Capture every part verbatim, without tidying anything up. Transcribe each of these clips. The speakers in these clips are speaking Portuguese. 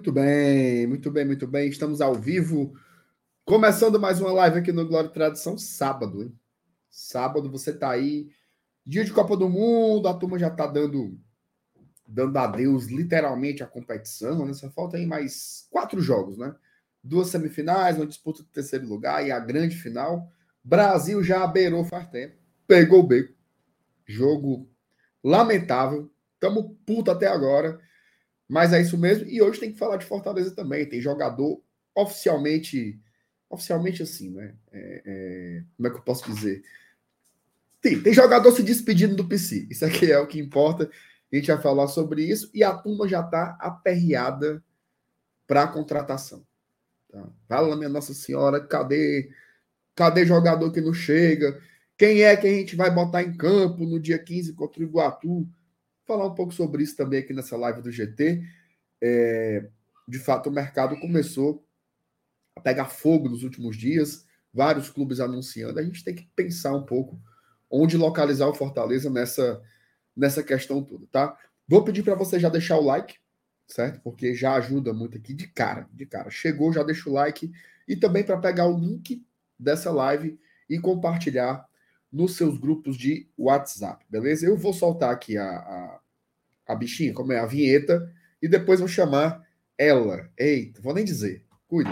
Muito bem, muito bem, muito bem. Estamos ao vivo, começando mais uma live aqui no Glória e Tradição, sábado, hein? Sábado você tá aí, dia de Copa do Mundo, a turma já tá dando, dando adeus literalmente à competição, né? Só falta aí mais quatro jogos, né? Duas semifinais, uma disputa do terceiro lugar e a grande final. Brasil já beirou faz tempo, pegou o beco. Jogo lamentável, tamo puto até agora. Mas é isso mesmo. E hoje tem que falar de Fortaleza também. Tem jogador oficialmente. Oficialmente assim, né? É, é, como é que eu posso dizer? Tem, tem jogador se despedindo do P C. Isso aqui é o que importa. A gente vai falar sobre isso. E a turma já está aperreada para a contratação. Tá? Fala, minha Nossa Senhora, cadê, cadê jogador que não chega? Quem é que a gente vai botar em campo no dia quinze contra o Iguatu? Falar um pouco sobre isso também aqui nessa live do G T. É, de fato, o mercado começou a pegar fogo nos últimos dias, vários clubes anunciando. A gente tem que pensar um pouco onde localizar o Fortaleza nessa, nessa questão toda, tá? Vou pedir para você já deixar o like, certo? Porque já ajuda muito aqui de cara, de cara. Chegou, já deixa o like e também para pegar o link dessa live e compartilhar nos seus grupos de WhatsApp, beleza? Eu vou soltar aqui a, a, a bichinha, como é a vinheta, e depois vou chamar ela. Eita, vou nem dizer. Cuida.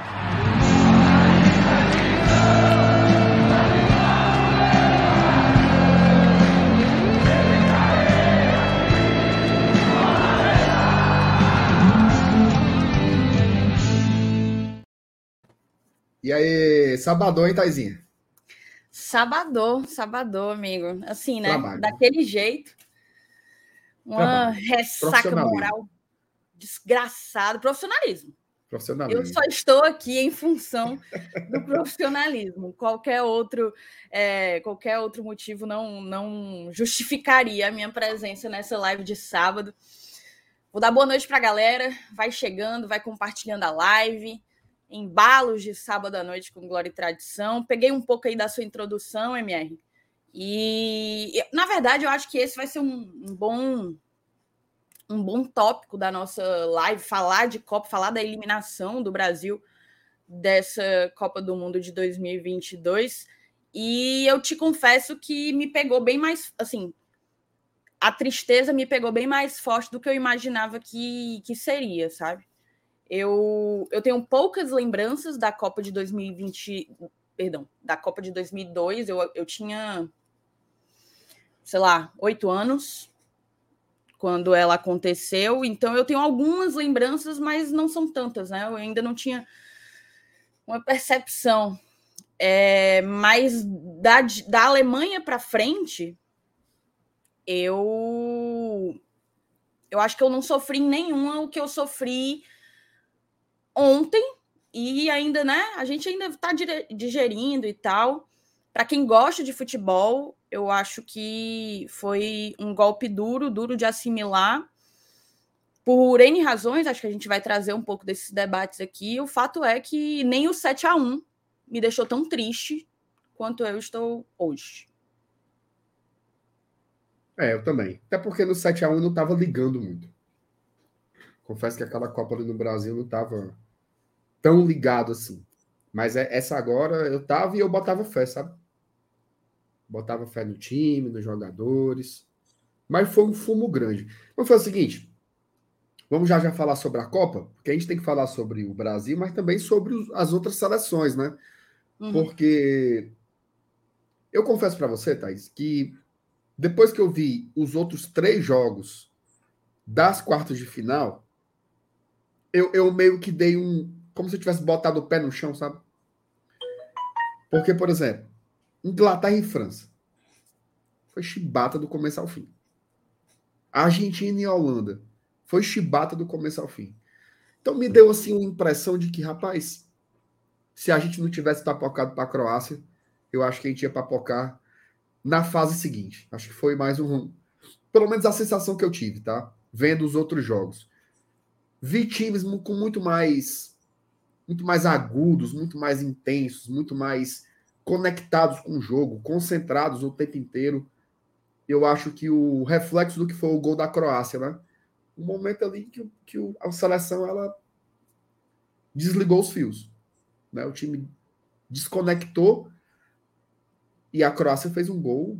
E aí, sabadão, hein, Taizinha? Sabadão, sabadão, amigo. Assim, né? Trabalho. Daquele jeito. Uma Trabalho. ressaca moral desgraçada. Profissionalismo. Profissionalismo. Eu só estou aqui em função do profissionalismo. Qualquer outro, é, qualquer outro motivo não, não justificaria a minha presença nessa live de sábado. Vou dar boa noite para a galera. Vai chegando, vai compartilhando a live. Embalos de sábado à noite com Glória e Tradição. Peguei um pouco aí da sua introdução, M R. E, na verdade, eu acho que esse vai ser um, um bom um bom tópico da nossa live, falar de Copa, falar da eliminação do Brasil dessa Copa do Mundo de dois mil e vinte e dois. E eu te confesso que me pegou bem mais, assim, a tristeza me pegou bem mais forte do que eu imaginava que, que seria, sabe? Eu, eu tenho poucas lembranças da Copa de dois mil e vinte, perdão, da Copa de dois mil e dois. Eu, eu tinha, sei lá, oito anos quando ela aconteceu, então eu tenho algumas lembranças, mas não são tantas, né? Eu ainda não tinha uma percepção. É, mas da, da Alemanha para frente, eu eu acho que eu não sofri nenhuma o que eu sofri ontem, e ainda, né? A gente ainda está digerindo e tal. Para quem gosta de futebol, eu acho que foi um golpe duro, duro de assimilar. Por N razões, acho que a gente vai trazer um pouco desses debates aqui. O fato é que nem o sete a um me deixou tão triste quanto eu estou hoje. É, eu também. Até porque no sete a um eu não estava ligando muito. Confesso que aquela Copa ali no Brasil não estava tão ligado assim. Mas essa agora eu tava e eu botava fé, sabe? Botava fé no time, nos jogadores. Mas foi um fumo grande. Vamos fazer o seguinte: vamos já já falar sobre a Copa, porque a gente tem que falar sobre o Brasil, mas também sobre os, as outras seleções, né? Uhum. Porque eu confesso para você, Thaís, que depois que eu vi os outros três jogos das quartas de final, eu, eu meio que dei um. Como se eu tivesse botado o pé no chão, sabe? Porque, por exemplo, Inglaterra e França. Foi chibata do começo ao fim. Argentina e Holanda. Foi chibata do começo ao fim. Então me deu assim uma impressão de que, rapaz, se a gente não tivesse papocado para a Croácia, eu acho que a gente ia papocar na fase seguinte. Acho que foi mais um. Pelo menos a sensação que eu tive, tá? Vendo os outros jogos. Vi times com muito mais. Muito mais agudos, muito mais intensos, muito mais conectados com o jogo, concentrados o tempo inteiro. Eu acho que o reflexo do que foi o gol da Croácia, né? Um momento ali que, que a seleção ela desligou os fios. Né? O time desconectou e a Croácia fez um gol.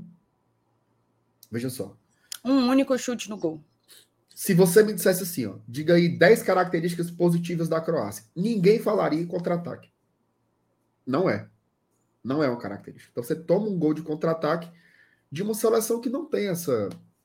Veja só. Um único chute no gol. Se você me dissesse assim, ó, diga aí dez características positivas da Croácia, ninguém falaria em contra-ataque. Não é. Não é uma característica. Então você toma um gol de contra-ataque de uma seleção que não tem essa,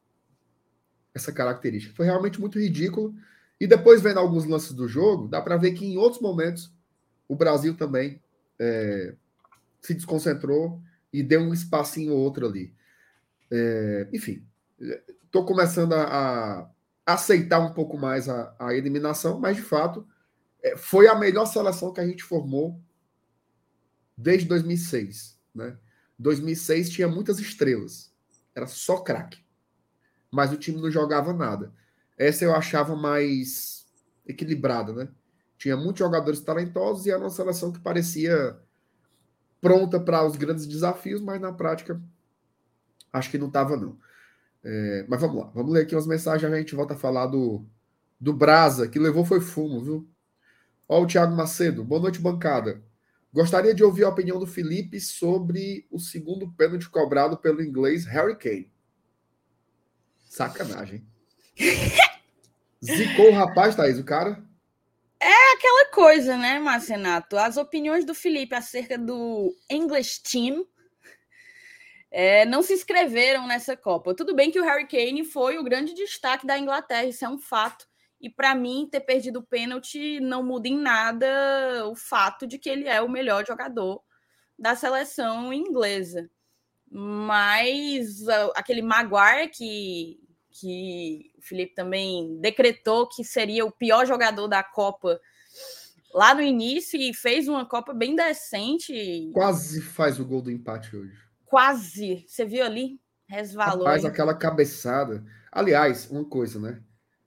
essa característica. Foi realmente muito ridículo. E depois, vendo alguns lances do jogo, dá para ver que em outros momentos o Brasil também é, se desconcentrou e deu um espacinho ou outro ali. É, enfim, estou começando a, a aceitar um pouco mais a, a eliminação, mas de fato é, foi a melhor seleção que a gente formou desde dois mil e seis. Né? dois mil e seis tinha muitas estrelas, era só craque, mas o time não jogava nada. Essa eu achava mais equilibrada, né? Tinha muitos jogadores talentosos e era uma seleção que parecia pronta para os grandes desafios, mas na prática acho que não estava, não. É, mas vamos lá, vamos ler aqui umas mensagens, a gente volta a falar do, do Brasa, que levou foi fumo, viu? Ó, o Thiago Macedo, boa noite, bancada. Gostaria de ouvir a opinião do Felipe sobre o segundo pênalti cobrado pelo inglês Harry Kane. Sacanagem. Zicou o rapaz, Thaís, o cara? É aquela coisa, né, Marcenato? As opiniões do Felipe acerca do English Team É, não se inscreveram nessa Copa. Tudo bem que o Harry Kane foi o grande destaque da Inglaterra, isso é um fato. E para mim, ter perdido o pênalti não muda em nada o fato de que ele é o melhor jogador da seleção inglesa. Mas uh, aquele Maguire que, que o Felipe também decretou que seria o pior jogador da Copa lá no início e fez uma Copa bem decente. Quase faz o gol do empate hoje. Quase. Você viu ali? Resvalou. Rapaz, Hein? aquela cabeçada. Aliás, uma coisa, né?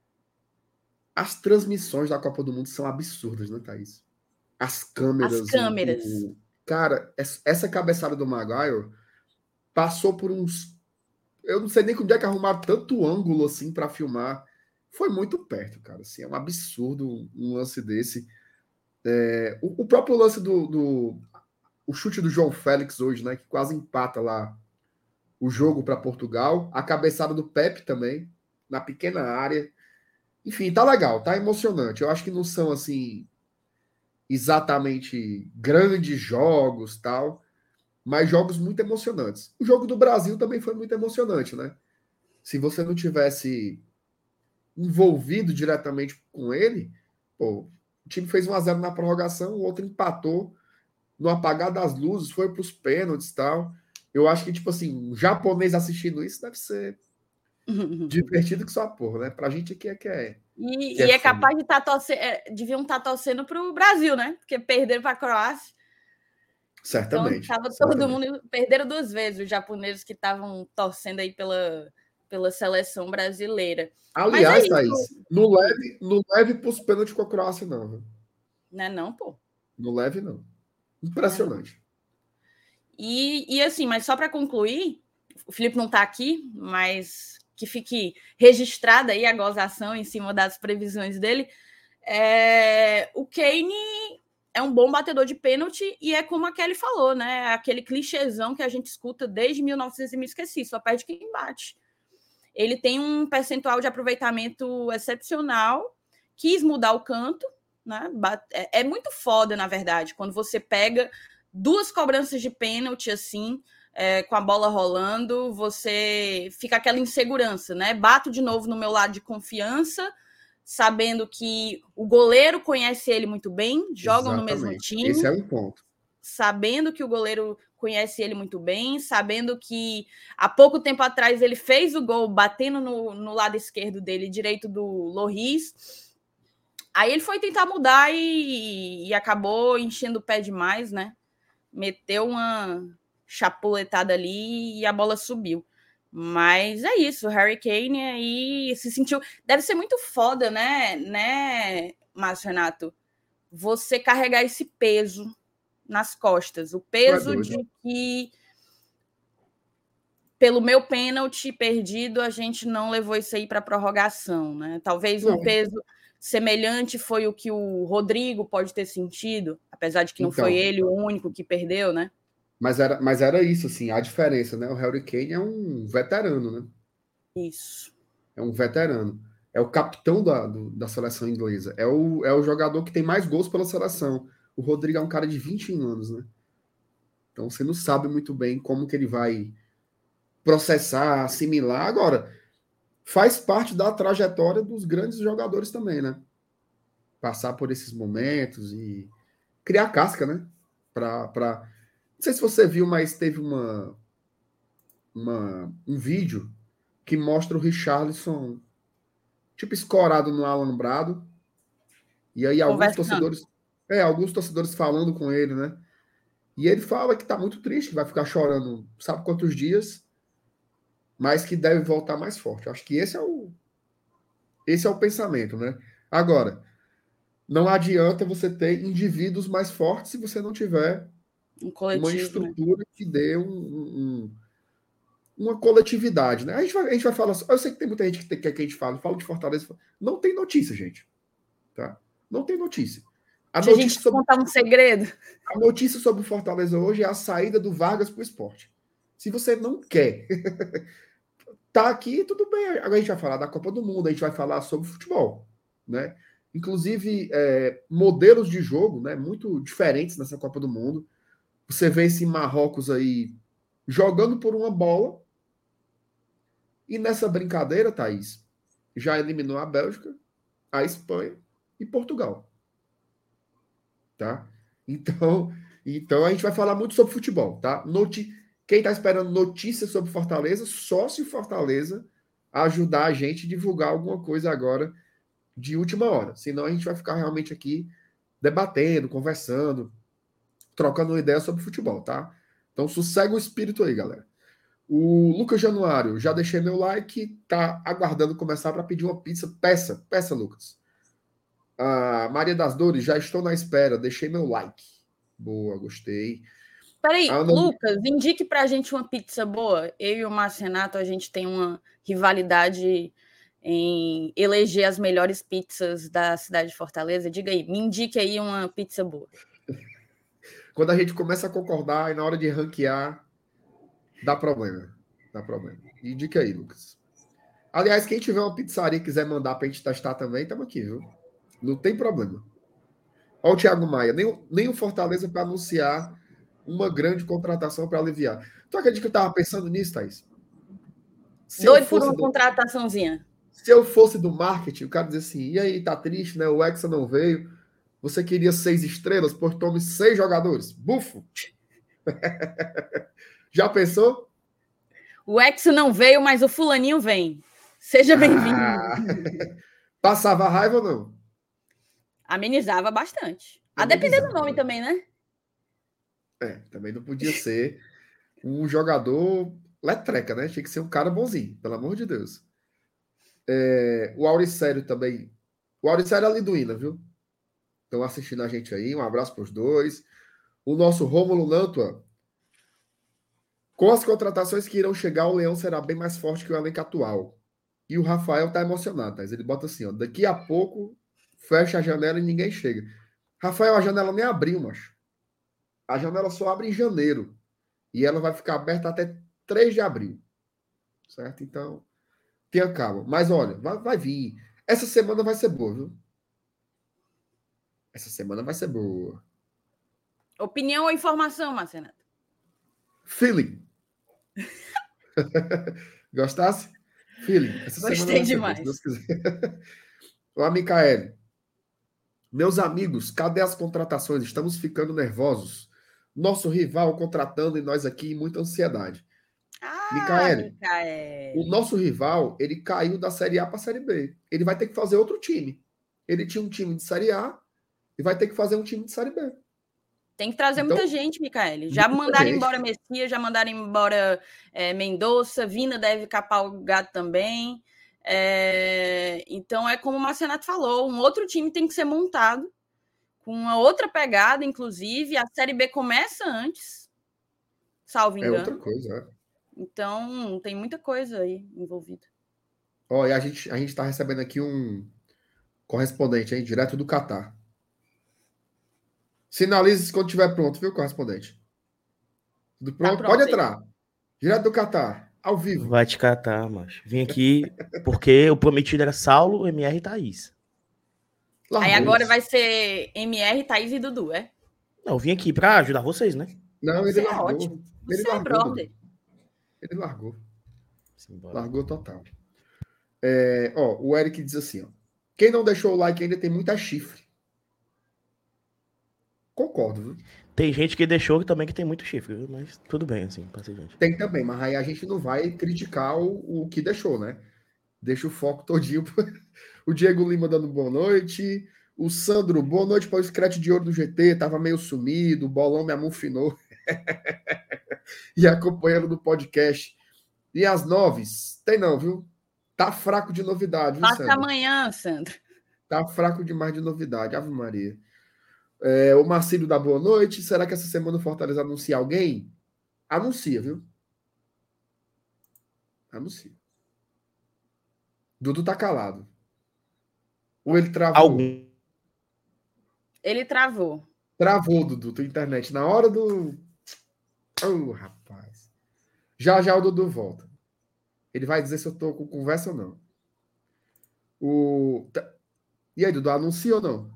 As transmissões da Copa do Mundo são absurdas, né, Thaís? As câmeras. As câmeras. O, o... Cara, essa cabeçada do Maguire passou por uns. Eu não sei nem como é que arrumaram tanto ângulo assim para filmar. Foi muito perto, cara. Assim, é um absurdo um lance desse. É... O, o próprio lance do, do. O chute do João Félix hoje, né? Que quase empata lá o jogo para Portugal. A cabeçada do Pepe também, na pequena área. Enfim, tá legal, tá emocionante. Eu acho que não são assim exatamente grandes jogos, tal, mas jogos muito emocionantes. O jogo do Brasil também foi muito emocionante, né? Se você não tivesse envolvido diretamente com ele, pô, o time fez um a zero na prorrogação, o outro empatou no apagar das luzes, foi para os pênaltis, tal. Eu acho que tipo assim, um japonês assistindo isso deve ser divertido que só porra, né? Pra gente aqui é que é. E, que e é, é capaz de estar tá torcendo, é, deviam estar tá torcendo para o Brasil, né? Porque perderam para a Croácia. Certamente. Então estava certamente. todo mundo. Perderam duas vezes os japoneses que estavam torcendo aí pela, pela seleção brasileira. Aliás, é Thaís, não leve, não leve para os pênaltis com a Croácia, não. Viu? Não é não, pô. Não leve, não. Impressionante. Não é não. E, e assim, mas só para concluir, o Felipe não está aqui, mas que fique registrada aí a gozação em cima das previsões dele. É, o Kane é um bom batedor de pênalti e é como a Kelly falou, né? Aquele clichêzão que a gente escuta desde mil e novecentos e me esqueci, só perde quem bate. Ele tem um percentual de aproveitamento excepcional, quis mudar o canto, né? É, é muito foda, na verdade, quando você pega duas cobranças de pênalti assim, é, com a bola rolando, você fica aquela insegurança, né? Bato de novo no meu lado de confiança, sabendo que o goleiro conhece ele muito bem, jogam Exatamente. no mesmo time. Esse é um ponto. Sabendo que o goleiro conhece ele muito bem, sabendo que há pouco tempo atrás ele fez o gol batendo no, no lado esquerdo dele, direito do Lloris. Aí ele foi tentar mudar e, e acabou enchendo o pé demais, né? Meteu uma chapuletada ali e a bola subiu. Mas é isso, o Harry Kane aí se sentiu... Deve ser muito foda, né, né, Márcio Renato? Você carregar esse peso nas costas. O peso é de que, pelo meu pênalti perdido, a gente não levou isso aí para prorrogação, né? Talvez não. um peso semelhante foi o que o Rodrigo pode ter sentido, apesar de que não Então, foi ele o único que perdeu, né? Mas era, mas era isso, assim, a diferença, né? O Harry Kane é um veterano, né? Isso. É um veterano. É o capitão da, do, da seleção inglesa. É o, é o jogador que tem mais gols pela seleção. O Rodrigo é um cara de vinte e um anos, né? Então você não sabe muito bem como que ele vai processar, assimilar. Agora, faz parte da trajetória dos grandes jogadores também, né? Passar por esses momentos e criar casca, né? Pra, pra... Não sei se você viu, mas teve uma, uma, um vídeo que mostra o Richarlison, tipo, escorado no alambrado. E aí alguns Conversando. torcedores, é, alguns torcedores falando com ele, né? E ele fala que tá muito triste, que vai ficar chorando, sabe quantos dias, mas que deve voltar mais forte. Eu acho que esse é o esse é o pensamento, né? Agora, não adianta você ter indivíduos mais fortes se você não tiver Um uma coletivo, né? estrutura que dê um, um, uma coletividade, né? A gente, vai, a gente vai falar. Eu sei que tem muita gente que quer que a gente fale, fala de Fortaleza. Não tem notícia, gente. Tá? Não tem notícia. A Deixa a gente notícia sobre, contar um segredo. a notícia sobre o Fortaleza hoje é a saída do Vargas para o esporte. Se você não quer tá aqui, tudo bem. Agora a gente vai falar da Copa do Mundo, a gente vai falar sobre futebol, né? Inclusive, é, modelos de jogo, né, muito diferentes nessa Copa do Mundo. Você vê esse Marrocos aí jogando por uma bola. E nessa brincadeira, Thaís, já eliminou a Bélgica, a Espanha e Portugal. Tá? Então, então a gente vai falar muito sobre futebol, tá? Noti... Quem está esperando notícias sobre Fortaleza, só se Fortaleza ajudar a gente a divulgar alguma coisa agora de última hora. Senão a gente vai ficar realmente aqui debatendo, conversando, trocando uma ideia sobre futebol, tá? Então sossega o espírito aí, galera. O Lucas Januário, já deixei meu like, tá aguardando começar para pedir uma pizza. Peça, peça, Lucas. A Maria das Dores, já estou na espera, deixei meu like. Boa, gostei. Peraí, Ana... Lucas, indique pra gente uma pizza boa. Eu e o Márcio Renato, a gente tem uma rivalidade em eleger as melhores pizzas da cidade de Fortaleza. Diga aí, me indique aí uma pizza boa. Quando a gente começa a concordar e na hora de ranquear, dá problema. Dá problema. Indica aí, Lucas. Aliás, quem tiver uma pizzaria e quiser mandar pra gente testar também, estamos aqui, viu? Não tem problema. Olha o Thiago Maia, nem, o- nem o Fortaleza para anunciar uma grande contratação para aliviar. Tu acredita que eu estava pensando nisso, Thaís? Se eu Doido por fosse uma do, contrataçãozinha. se eu fosse do marketing, o cara dizia assim: e aí, tá triste, né? O Hexa não veio. Você queria seis estrelas? Pois tome seis jogadores. Bufo! Já pensou? O Exo não veio, mas o fulaninho vem. Seja bem-vindo. Ah, passava raiva ou não? Amenizava bastante. A depender do Amenizava, nome né? também, né? É, também não podia ser um jogador letreca, né? Tinha que ser um cara bonzinho, pelo amor de Deus. É, o Auricério também. O Auricério é Liduína, viu? Estão assistindo a gente aí. Um abraço para os dois. O nosso Rômulo Nantua. Com as contratações que irão chegar, o Leão será bem mais forte que o elenco atual. E o Rafael tá emocionado, tá? Ele bota assim, ó. Daqui a pouco fecha a janela e ninguém chega. Rafael, a janela nem abriu, macho. A janela só abre em janeiro. E ela vai ficar aberta até três de abril. Certo? Então, tenha calma. Mas olha, vai, vai vir. Essa semana vai ser boa, viu? Essa semana vai ser boa. Opinião ou informação, Marcelo? Feeling. Gostasse? Feeling. Essa semana Gostei vai ser boa, se Deus demais. quiser. Olá, Micaele. Meus amigos, cadê as contratações? Estamos ficando nervosos. Nosso rival contratando e nós aqui em muita ansiedade. Ah, Micaele, o Micaele. nosso rival, ele caiu da Série A para a Série B. Ele vai ter que fazer outro time. Ele tinha um time de Série A e vai ter que fazer um time de Série B. Tem que trazer Então, muita gente, Micaele. Já muita mandaram gente. embora Messias, já mandaram embora é, Mendonça, Vina deve capar o gato também. É, então é como o Marcenato falou, um outro time tem que ser montado, com uma outra pegada, inclusive. A Série B começa antes, salvo É outra engano. coisa, né? Então tem muita coisa aí envolvida. Ó, e a gente a gente está recebendo aqui um, Correspondente, hein? Direto do Catar. Sinalize quando estiver pronto, viu, correspondente? Tudo pronto? Tá pronto Pode aí. entrar. Direto do Catar, ao vivo. Vai te catar, macho. Vim aqui porque o prometido era Saulo, M R e Thaís. Largou Aí agora isso. vai ser M R, Thaís e Dudu, é? Não, eu vim aqui pra ajudar vocês, né? Não, ele Você é largou. ótimo. Ele Você é largou, brother. Dudu. Ele largou. Simbora. Largou total. É, ó, o Eric diz assim, ó. Quem não deixou o like ainda tem muita chifre. Concordo, viu? Tem gente que deixou também que tem muito chifre, viu? Mas tudo bem, assim, passa gente. Tem também, mas aí a gente não vai criticar o, o que deixou, né? Deixa o foco todinho. O Diego Lima dando boa noite. O Sandro, boa noite para o Scratch de Ouro do G T. Tava meio sumido, o bolão me amufinou. E acompanhando no podcast. E às nove? Tem não, viu? Tá fraco de novidade, viu, Passa Sandro? amanhã, Sandro. Tá fraco demais de novidade. Ave Maria. É, o Marcílio dá boa noite. Será que essa semana o Fortaleza anuncia alguém? Anuncia, viu? Anuncia. Dudu tá calado. Ou ele travou? Algum. Ele travou. Travou, Dudu, tua internet. Na hora do... Oh, rapaz. Já, já o Dudu volta. Ele vai dizer se eu tô com conversa ou não. O... E aí, Dudu, anuncia ou não?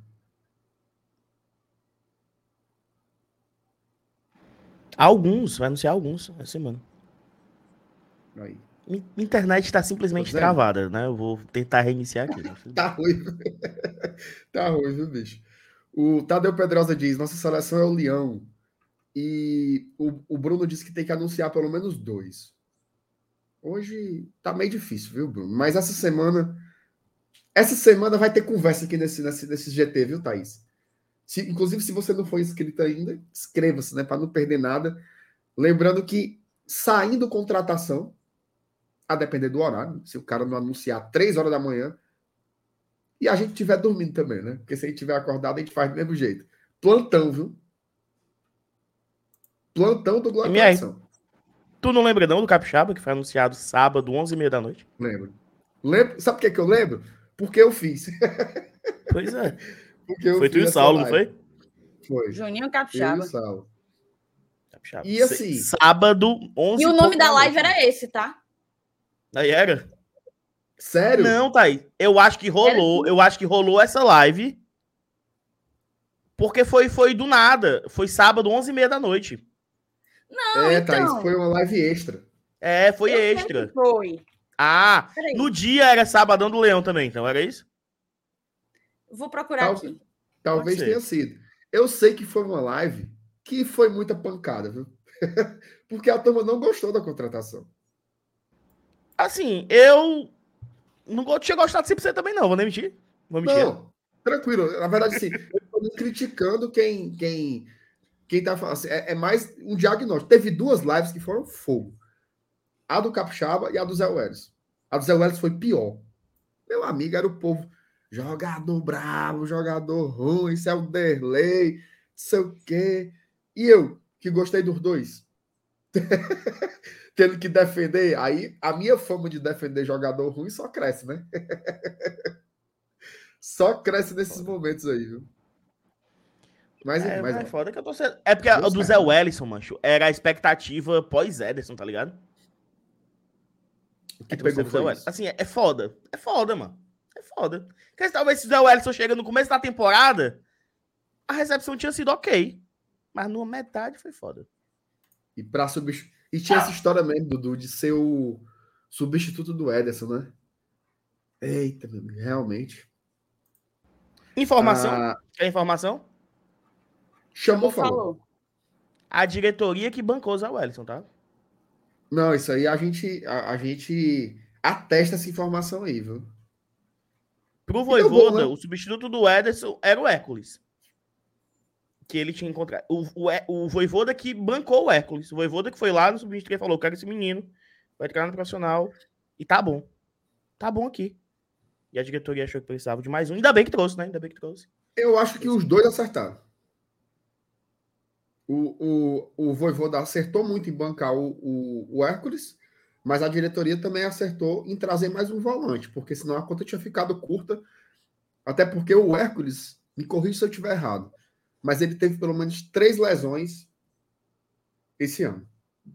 Alguns, vai anunciar alguns essa semana. Aí. Minha internet tá simplesmente Tô dizendo? travada, né? Eu vou tentar reiniciar aqui. Tá ruim. Tá ruim, viu, bicho? O Tadeu Pedrosa diz, nossa seleção é o Leão. E o, o Bruno disse que tem que anunciar pelo menos dois. Hoje tá meio difícil, viu, Bruno? Mas essa semana... Essa semana vai ter conversa aqui nesse, nesse, nesse G T, viu, Thaís? Se, inclusive, se você não for inscrito ainda, inscreva-se, né? Para não perder nada. Lembrando que saindo contratação, a depender do horário, se o cara não anunciar três horas da manhã, e a gente estiver dormindo também, né? Porque se a gente estiver acordado, a gente faz do mesmo jeito. Plantão, viu? Plantão do Glória e Tradição. Tu não lembra não do Capixaba, que foi anunciado sábado, onze e meia da noite? Lembro. Lembro. Sabe por que, que eu lembro? Porque eu fiz. Pois é. Porque eu Foi tu fiz e o essa Saulo, não live. foi? Foi. Juninho Eu e Capixaba. o Saulo. Capixaba. E assim... Sábado, onze E o nome da live era esse, tá? Aí era? Sério? Não, Thaís. Eu acho que rolou. Eu acho que rolou essa live. Porque foi, foi do nada. Foi sábado, onze e meia da noite. Não, É, então. Thaís, foi uma live extra. É, foi eu sei extra. que foi. Ah, Peraí. no dia era Sabadão do Leão também, então era isso? Vou procurar Tal, aqui. talvez ser. tenha sido. Eu sei que foi uma live que foi muita pancada, viu? Porque a turma não gostou da contratação. Assim, eu não go- tinha gostado de cem por cento também não, vou nem mentir. Vou mentir. Não, tranquilo. Na verdade, sim, eu estou criticando quem, quem, quem tá falando. Assim, é, é mais um diagnóstico. Teve duas lives que foram fogo. A do Capixaba e a do Zé Welles. A do Zé Welles foi pior. Meu amigo, era o povo. Jogador bravo, jogador ruim, isso é o Derlei, não sei o quê. E eu, que gostei dos dois, tendo que defender, aí a minha fama de defender jogador ruim só cresce, né? Só cresce nesses momentos aí, viu? Mas, É, mas mas é ó, foda que eu tô sendo... É porque a deu do certo, Zé né? Wellison, mancho, era a expectativa pós-Ederson, tá ligado? O que É trouxe pegou o Zé foi Wellison. isso. Assim, é, é foda. É foda, mano. É foda. Porque talvez se o Zé Wellison chega no começo da temporada, a recepção tinha sido ok. Mas numa metade foi foda. E para substituir. E tinha essa história mesmo, Dudu, de ser o substituto do Ederson, né? Eita, meu amigo, realmente. Informação? Ah, Quer informação? chamou, Chamou, falou. falou. A diretoria que bancou o Zé Wellison, tá? Não, isso aí a gente, a, a gente atesta essa informação aí, viu? Pro E deu bom, Vojvoda, né? o substituto do Ederson era o Hércules. Que ele tinha encontrado. O, o, o Vojvoda que bancou o Hércules. O Vojvoda que foi lá no sub vinte e três e falou: quero esse menino, vai entrar no profissional. E tá bom. Tá bom aqui. E a diretoria achou que precisava de mais um. Ainda bem que trouxe, né? Ainda bem que trouxe. Eu acho que os dois acertaram. O, o, o Vojvoda acertou muito em bancar o, o, o Hércules, mas a diretoria também acertou em trazer mais um volante, porque senão a conta tinha ficado curta. Até porque o Hércules, me corrija se eu estiver errado, mas ele teve pelo menos três lesões esse ano.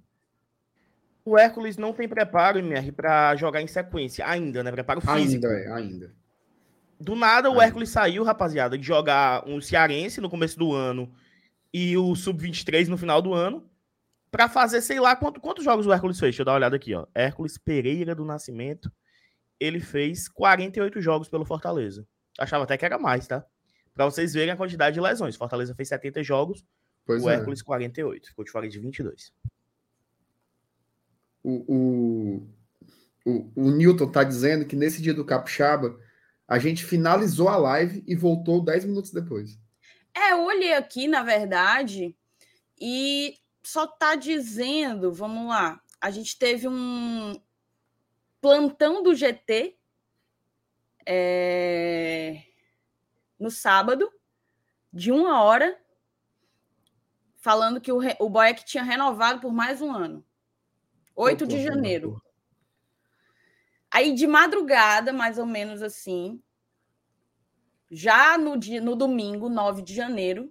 O Hércules não tem preparo, M R, para jogar em sequência ainda, né? Preparo físico. Ainda é, ainda. Do nada, o ainda. Hércules saiu, rapaziada, de jogar um cearense no começo do ano e o sub vinte e três no final do ano, para fazer, sei lá, quanto, quantos jogos o Hércules fez. Deixa eu dar uma olhada aqui, ó. Hércules Pereira do Nascimento, ele fez quarenta e oito jogos pelo Fortaleza. Achava até que era mais, tá? Para vocês verem a quantidade de lesões. Fortaleza fez setenta jogos, pois o é. Hércules quarenta e oito. Ficou de fora de vinte e dois. O, o, o, o Newton tá dizendo que nesse dia do Capixaba, a gente finalizou a live e voltou dez minutos depois. É, eu olhei aqui, na verdade, e só tá dizendo, vamos lá, a gente teve um plantão do G T é, no sábado, de uma hora, falando que o, o Boeck tinha renovado por mais um ano. oito de janeiro. Aí, de madrugada, mais ou menos assim, já no, dia, no domingo, nove de janeiro,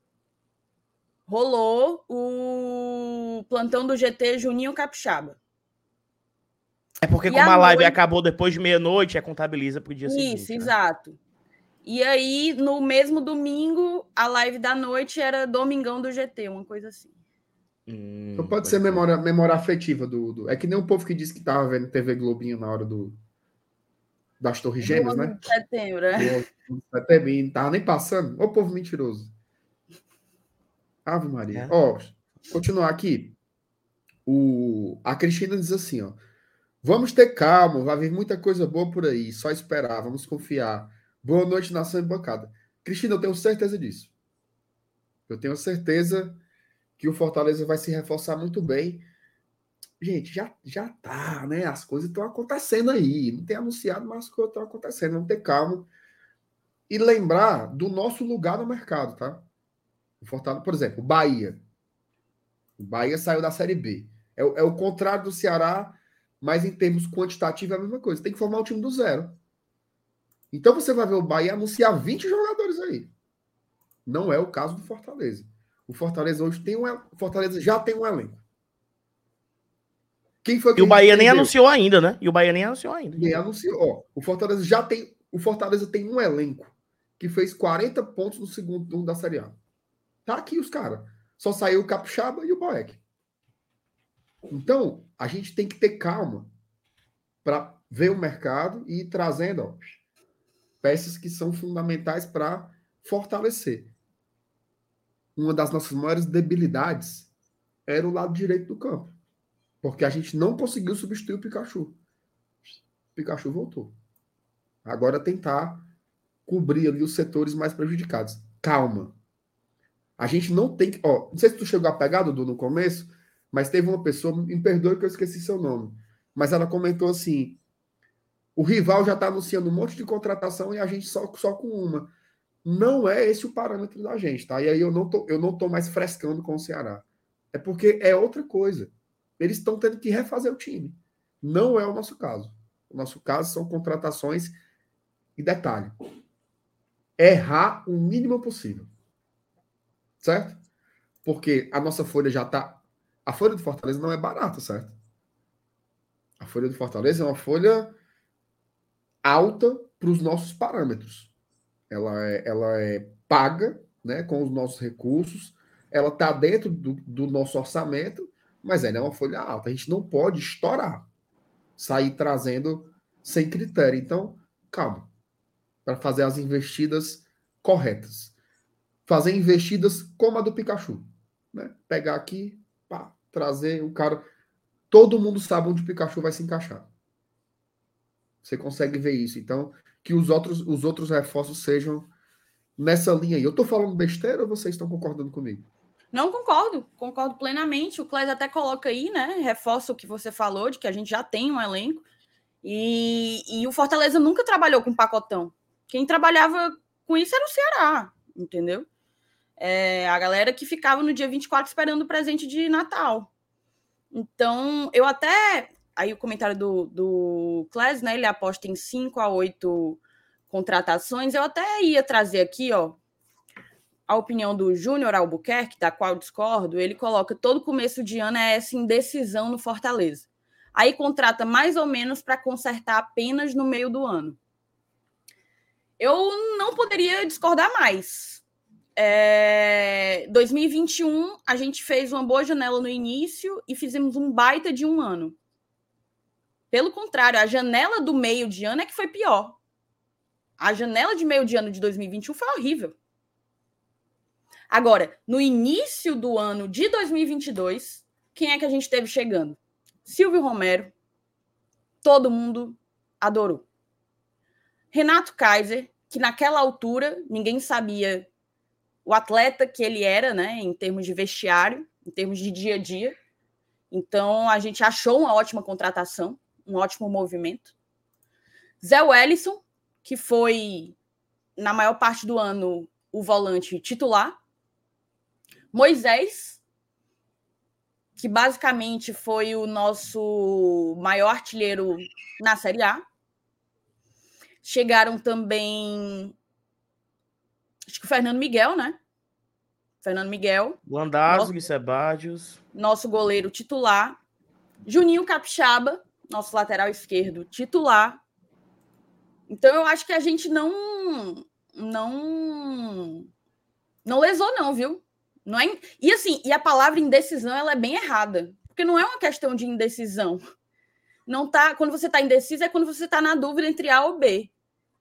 rolou o plantão do G T Juninho Capixaba. É porque e como a live noite... acabou depois de meia-noite, é contabiliza para o dia Isso, seguinte. Isso, exato. Né? E aí, no mesmo domingo, a live da noite era Domingão do G T, uma coisa assim. Hum, então pode ser memória, memória afetiva do, do... É que nem o povo que disse que tava vendo T V Globinho na hora do das Torres Gêmeas, né? De setembro, é. Até bem, não tava nem passando. Ô povo mentiroso. Ave Maria. Ó, é. Continuar aqui. O... A Cristina diz assim, ó. Vamos ter calma, vai vir muita coisa boa por aí. Só esperar, vamos confiar. Boa noite, nação e bancada. Cristina, eu tenho certeza disso. Eu tenho certeza que o Fortaleza vai se reforçar muito bem. Gente, já, já tá, né? As coisas estão acontecendo aí. Não tem anunciado, mas as coisas estão acontecendo. Vamos ter calma. E lembrar do nosso lugar no mercado, tá? O Fortaleza, por exemplo, o Bahia. O Bahia saiu da Série B. É, é o contrário do Ceará, mas em termos quantitativos é a mesma coisa. Tem que formar um time do zero. Então você vai ver o Bahia anunciar vinte jogadores aí. Não é o caso do Fortaleza. O Fortaleza hoje tem um... O Fortaleza já tem um elenco. Quem foi que e o Bahia nem anunciou ainda, né? E o Bahia nem anunciou ainda. Nem anunciou. Ó, o Fortaleza já tem. O Fortaleza tem um elenco que fez quarenta pontos no segundo turno da Série A. Tá aqui os caras. Só saiu o Capixaba e o Boeck. Então, a gente tem que ter calma para ver o mercado e ir trazendo ó, peças que são fundamentais para fortalecer. Uma das nossas maiores debilidades era o lado direito do campo. Porque a gente não conseguiu substituir o Pikachu. O Pikachu voltou. Agora tentar cobrir ali os setores mais prejudicados. Calma. A gente não tem que... Ó, não sei se tu chegou a pegar, Dudu, no começo, mas teve uma pessoa, me perdoe que eu esqueci seu nome, mas ela comentou assim, o rival já está anunciando um monte de contratação e a gente só, só com uma. Não é esse o parâmetro da gente, tá? E aí eu não tô, eu não tô mais frescando com o Ceará. É porque é outra coisa. Eles estão tendo que refazer o time. Não é o nosso caso. O nosso caso são contratações e detalhe. Errar o mínimo possível. Certo? Porque a nossa folha já está... A folha do Fortaleza não é barata, certo? A folha do Fortaleza é uma folha alta para os nossos parâmetros. Ela é, ela é paga, né, com os nossos recursos. Ela está dentro do, do nosso orçamento, mas ela é uma folha alta. A gente não pode estourar. Sair trazendo sem critério. Então, calma. Para fazer as investidas corretas. Fazer investidas como a do Pikachu. Né? Pegar aqui, pá, trazer o cara... Todo mundo sabe onde o Pikachu vai se encaixar. Você consegue ver isso. Então, que os outros, os outros reforços sejam nessa linha aí. Eu estou falando besteira ou vocês estão concordando comigo? Não, concordo. Concordo plenamente. O Clés até coloca aí, né? Reforça o que você falou, de que a gente já tem um elenco. E, e o Fortaleza nunca trabalhou com pacotão. Quem trabalhava com isso era o Ceará, entendeu? É, a galera que ficava no dia vinte e quatro esperando o presente de Natal. Então, eu até... Aí o comentário do, do Clés, né? Ele aposta em cinco a oito contratações, eu até ia trazer aqui, ó, a opinião do Júnior Albuquerque, da qual eu discordo. Ele coloca todo começo de ano é essa indecisão no Fortaleza. Aí contrata mais ou menos para consertar apenas no meio do ano. Eu não poderia discordar mais. É... dois mil e vinte e um, a gente fez uma boa janela no início e fizemos um baita de um ano. Pelo contrário, a janela do meio de ano é que foi pior. A janela de meio de ano de dois mil e vinte e um foi horrível. Agora, no início do ano de dois mil e vinte e dois, quem é que a gente teve chegando? Silvio Romero. Todo mundo adorou. Renato Kaiser, que naquela altura ninguém sabia o atleta que ele era, né, em termos de vestiário, em termos de dia a dia. Então, a gente achou uma ótima contratação, um ótimo movimento. Zé Wellison, que foi, na maior parte do ano, o volante titular. Moisés, que basicamente foi o nosso maior artilheiro na Série A. Chegaram também, acho que o Fernando Miguel, né? Fernando Miguel. Landázuri, nosso, Sebadios. Nosso goleiro titular. Juninho Capixaba, nosso lateral esquerdo titular. Então, eu acho que a gente não... Não... Não lesou, não, viu? Não é, e assim, e a palavra indecisão ela é bem errada, porque não é uma questão de indecisão. Não tá, quando você está indeciso é quando você está na dúvida entre A ou B.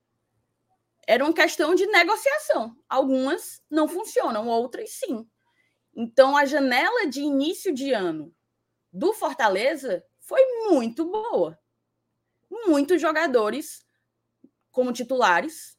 Era uma questão de negociação. Algumas não funcionam, outras sim. Então a janela de início de ano do Fortaleza foi muito boa. Muitos jogadores como titulares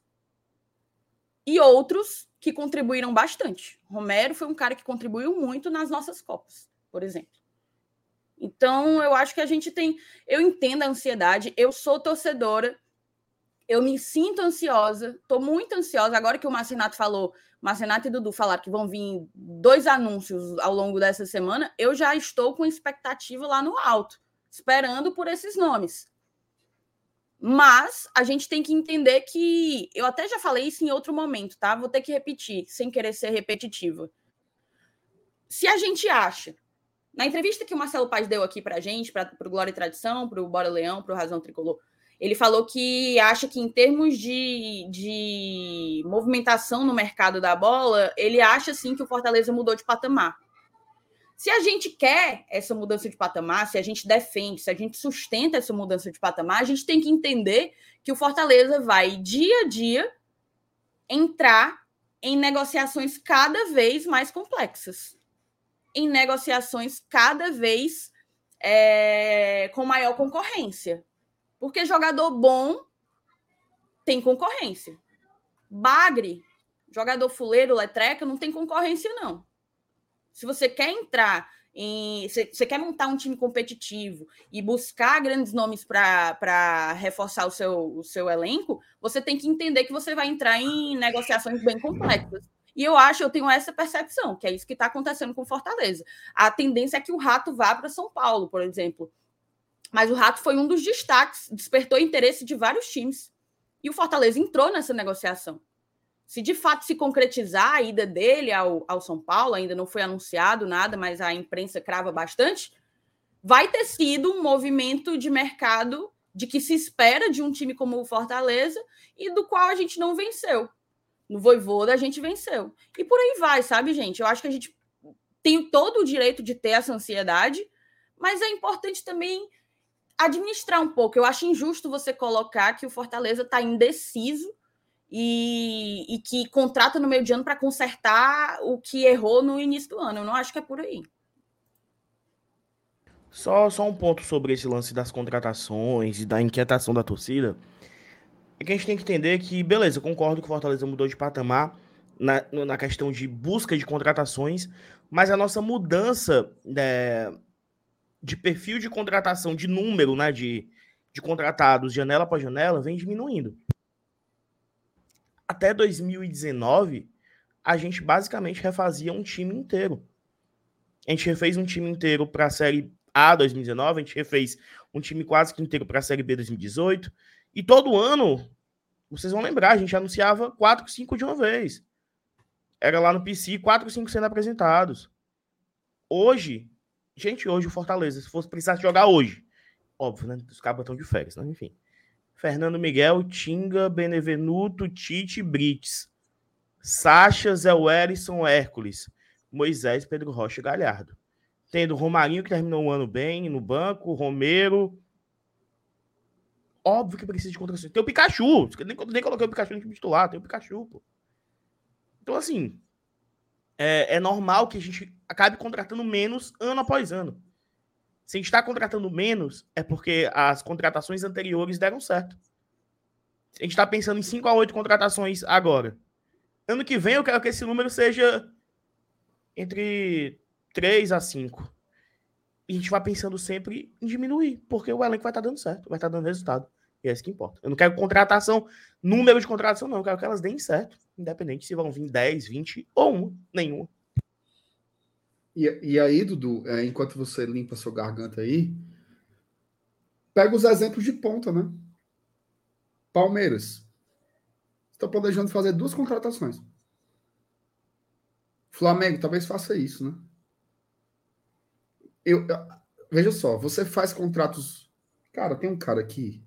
e outros que contribuíram bastante. Romero foi um cara que contribuiu muito nas nossas Copas, por exemplo. Então, eu acho que a gente tem... Eu entendo a ansiedade, eu sou torcedora, eu me sinto ansiosa, estou muito ansiosa. Agora que o Marcinato falou, Marcinato e Dudu falaram que vão vir dois anúncios ao longo dessa semana, eu já estou com expectativa lá no alto, esperando por esses nomes. Mas a gente tem que entender que... Eu até já falei isso em outro momento, tá? Vou ter que repetir, sem querer ser repetitiva. Se a gente acha... Na entrevista que o Marcelo Paes deu aqui pra gente, para o Glória e Tradição, para o Bora Leão, para o Razão Tricolor, ele falou que acha que em termos de, de movimentação no mercado da bola, ele acha sim que o Fortaleza mudou de patamar. Se a gente quer essa mudança de patamar, se a gente defende, se a gente sustenta essa mudança de patamar, a gente tem que entender que o Fortaleza vai, dia a dia, entrar em negociações cada vez mais complexas. Em negociações cada vez é, com maior concorrência. Porque jogador bom tem concorrência. Bagre, jogador fuleiro, letreca, não tem concorrência, não. Se você quer entrar em... Você quer montar um time competitivo e buscar grandes nomes para reforçar o seu, o seu elenco, você tem que entender que você vai entrar em negociações bem complexas. E eu acho, eu tenho essa percepção, que é isso que está acontecendo com o Fortaleza. A tendência é que o Rato vá para São Paulo, por exemplo. Mas o Rato foi um dos destaques, despertou interesse de vários times. E o Fortaleza entrou nessa negociação. Se de fato se concretizar a ida dele ao, ao São Paulo, ainda não foi anunciado nada, mas a imprensa crava bastante, vai ter sido um movimento de mercado de que se espera de um time como o Fortaleza e do qual a gente não venceu. No Vojvoda a gente venceu. E por aí vai, sabe, gente? Eu acho que a gente tem todo o direito de ter essa ansiedade, mas é importante também administrar um pouco. Eu acho injusto você colocar que o Fortaleza está indeciso E, e que contrata no meio de ano para consertar o que errou no início do ano. Eu não acho que é por aí. Só, só um ponto sobre esse lance das contratações e da inquietação da torcida. É que a gente tem que entender que, beleza, eu concordo que o Fortaleza mudou de patamar na, na questão de busca de contratações, mas a nossa mudança né, de perfil de contratação, de número né, de, de contratados, janela após janela, vem diminuindo. Até dois mil e dezenove, a gente basicamente refazia um time inteiro. A gente refez um time inteiro para a Série A dois mil e dezenove, a gente refez um time quase que inteiro para a Série B dois mil e dezoito, e todo ano Vocês vão lembrar, a gente anunciava quatro, cinco de uma vez. Era lá no P C, quatro, cinco sendo apresentados. Hoje, gente, hoje o Fortaleza, se fosse precisar jogar hoje, óbvio, né? Os cabos estão de férias, né? Enfim. Fernando Miguel, Tinga, Benevenuto, Tite, Brits, Sacha, Zé Wellison, Hércules, Moisés, Pedro Rocha, Galhardo. Tendo Romarinho, que terminou o ano bem, no banco, Romero. Óbvio que precisa de contratações. Tem o Pikachu. Nem, nem coloquei o Pikachu no time titular. Tem o Pikachu, pô. Então, assim, é, é normal que a gente acabe contratando menos ano após ano. Se a gente está contratando menos, é porque as contratações anteriores deram certo. A gente está pensando em cinco a oito contratações agora. Ano que vem, eu quero que esse número seja entre três a cinco. E a gente vai pensando sempre em diminuir, porque o elenco vai estar dando certo, vai estar dando resultado. E é isso que importa. Eu não quero contratação, número de contratação, não. Eu quero que elas deem certo, independente se vão vir dez, vinte ou uma, nenhuma. E, e aí, Dudu, é, enquanto você limpa a sua garganta aí, pega os exemplos de ponta, né? Palmeiras. Estou planejando fazer duas contratações. Flamengo talvez faça isso, né? Eu, eu, veja só, você faz contratos. Cara, tem um cara aqui.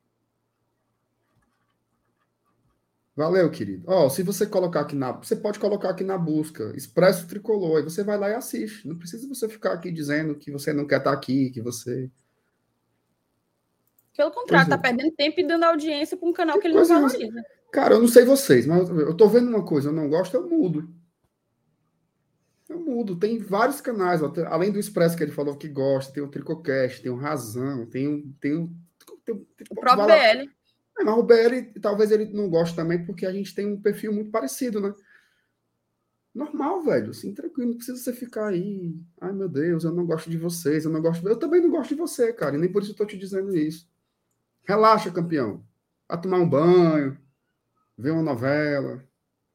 Valeu, querido. Ó, se você colocar aqui na. Você pode colocar aqui na busca Expresso Tricolor, aí você vai lá e assiste. Não precisa você ficar aqui dizendo que você não quer estar aqui, que você. Pelo contrário, tá perdendo tempo e dando audiência para um canal que ele não valoriza. Cara, eu não sei vocês, mas eu tô vendo uma coisa, eu não gosto, eu mudo. Eu mudo. Tem vários canais, além do Expresso que ele falou que gosta, tem o Tricocast, tem o Razão, tem o. Tem o, tem, tem, o próprio B L. É, mas o B L, talvez ele não goste também, porque a gente tem um perfil muito parecido, né? Normal, velho, assim, tranquilo, não precisa você ficar aí. Ai, meu Deus, eu não gosto de vocês, eu não gosto. Eu também não gosto de você, cara, e nem por isso eu tô te dizendo isso. Relaxa, campeão. Vai tomar um banho, ver uma novela.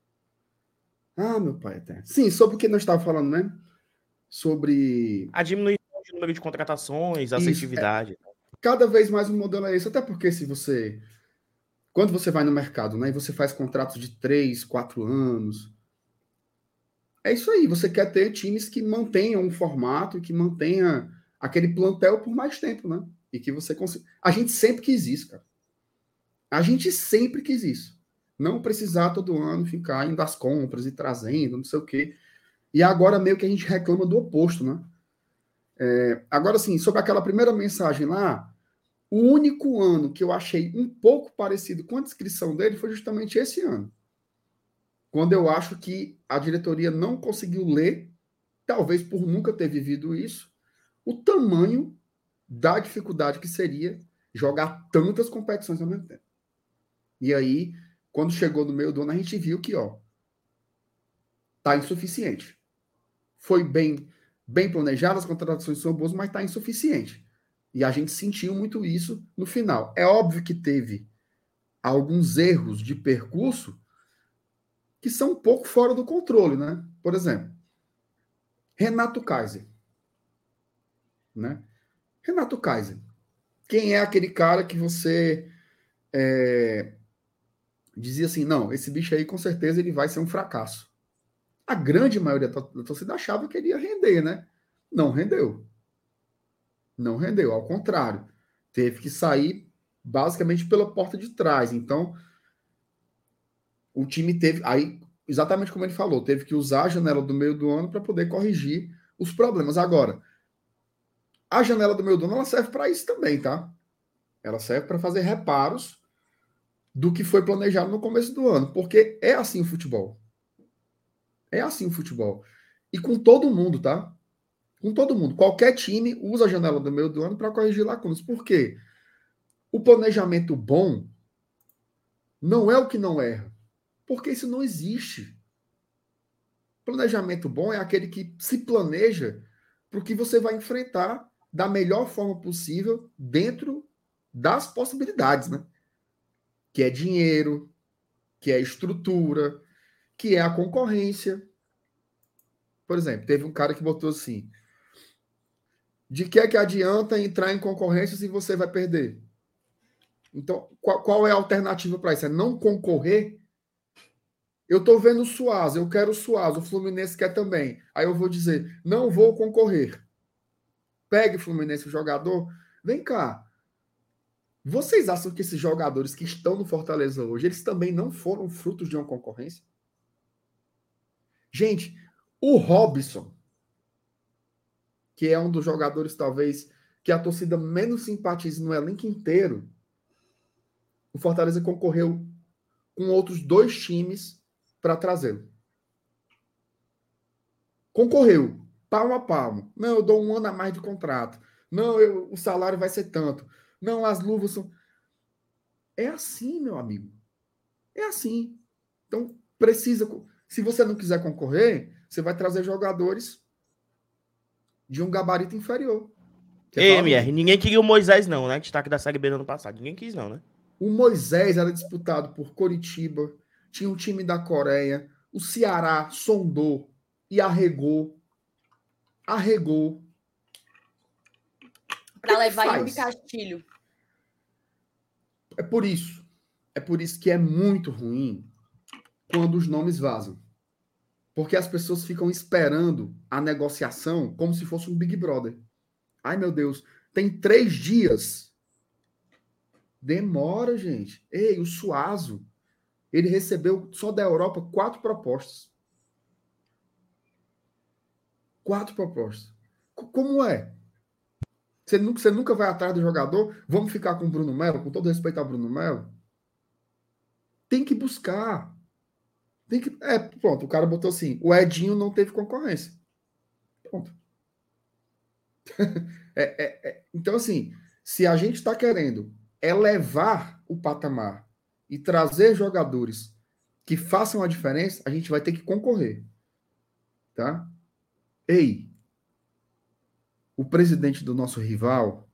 Ah, meu pai até. Sim, sobre o que nós estávamos falando, né? Sobre. A diminuição de número de contratações, a assertividade. É, cada vez mais o modelo é esse, até porque se você. Quando você vai no mercado, né, e você faz contratos de três, quatro anos, é isso aí. Você quer ter times que mantenham um formato, que mantenha aquele plantel por mais tempo, né? E que você consiga. A gente sempre quis isso, cara. A gente sempre quis isso. Não precisar todo ano ficar indo às compras e trazendo, não sei o quê. E agora meio que a gente reclama do oposto, né? É, agora, sim, sobre aquela primeira mensagem lá, o único ano que eu achei um pouco parecido com a descrição dele foi justamente esse ano. Quando eu acho que a diretoria não conseguiu ler, talvez por nunca ter vivido isso, o tamanho da dificuldade que seria jogar tantas competições ao mesmo tempo. E aí, quando chegou no meio do ano, a gente viu que, ó, tá insuficiente. Foi bem, bem planejado, as contratações são boas, mas tá insuficiente. E a gente sentiu muito isso no final. É óbvio que teve alguns erros de percurso que são um pouco fora do controle, né? Por exemplo, Renato Kaiser. Né? Renato Kaiser. Quem é aquele cara que você é, dizia assim, não, esse bicho aí com certeza ele vai ser um fracasso. A grande maioria da torcida achava que ele ia render, né? Não rendeu. Não rendeu, ao contrário. Teve que sair basicamente pela porta de trás. Então, o time teve, aí, exatamente como ele falou, teve que usar a janela do meio do ano para poder corrigir os problemas. Agora, a janela do meio do ano ela serve para isso também, tá? Ela serve para fazer reparos do que foi planejado no começo do ano, porque é assim o futebol. É assim o futebol. E com todo mundo, tá? Com todo mundo. Qualquer time usa a janela do meio do ano para corrigir lacunas. Por quê? O planejamento bom não é o que não erra. Porque isso não existe. Planejamento bom é aquele que se planeja para o que você vai enfrentar da melhor forma possível dentro das possibilidades, né? Que é dinheiro, que é estrutura, que é a concorrência. Por exemplo, teve um cara que botou assim: de que é que adianta entrar em concorrência se você vai perder? Então, qual, qual é a alternativa para isso? É não concorrer? Eu estou vendo o Suazo, eu quero o Suazo, o Fluminense quer também. Aí eu vou dizer, não vou concorrer. Pegue o Fluminense, o jogador. Vem cá. Vocês acham que esses jogadores que estão no Fortaleza hoje, eles também não foram frutos de uma concorrência? Gente, o Robson, que é um dos jogadores, talvez, que a torcida menos simpatiza no elenco inteiro, o Fortaleza concorreu com outros dois times para trazê-lo. Concorreu, palmo a palmo. Não, eu dou um ano a mais de contrato. Não, eu, o salário vai ser tanto. Não, as luvas são... É assim, meu amigo. É assim. Então, precisa... Se você não quiser concorrer, você vai trazer jogadores de um gabarito inferior. Você Ei, fala, M R, ninguém queria o Moisés, não, né? Destaque da Série B do ano passado. Ninguém quis, não, né? o Moisés era disputado por Coritiba, tinha um time da Coreia, o Ceará sondou e arregou. Arregou. Para levar Yuri Castilho. É por isso. É por isso que é muito ruim quando os nomes vazam. Porque as pessoas ficam esperando a negociação como se fosse um Big Brother. Ai, meu Deus, tem três dias. Demora, gente. Ei, o Suazo, ele recebeu só da Europa quatro propostas. Quatro propostas. Como é? Você nunca, você nunca vai atrás do jogador? Vamos ficar com o Bruno Melo, com todo respeito ao Bruno Melo? Tem que buscar. Tem que... É, pronto, o cara botou assim, o Edinho não teve concorrência. Pronto. é, é, é. Então, assim, se a gente está querendo elevar o patamar e trazer jogadores que façam a diferença, a gente vai ter que concorrer. Tá? Ei, o presidente do nosso rival,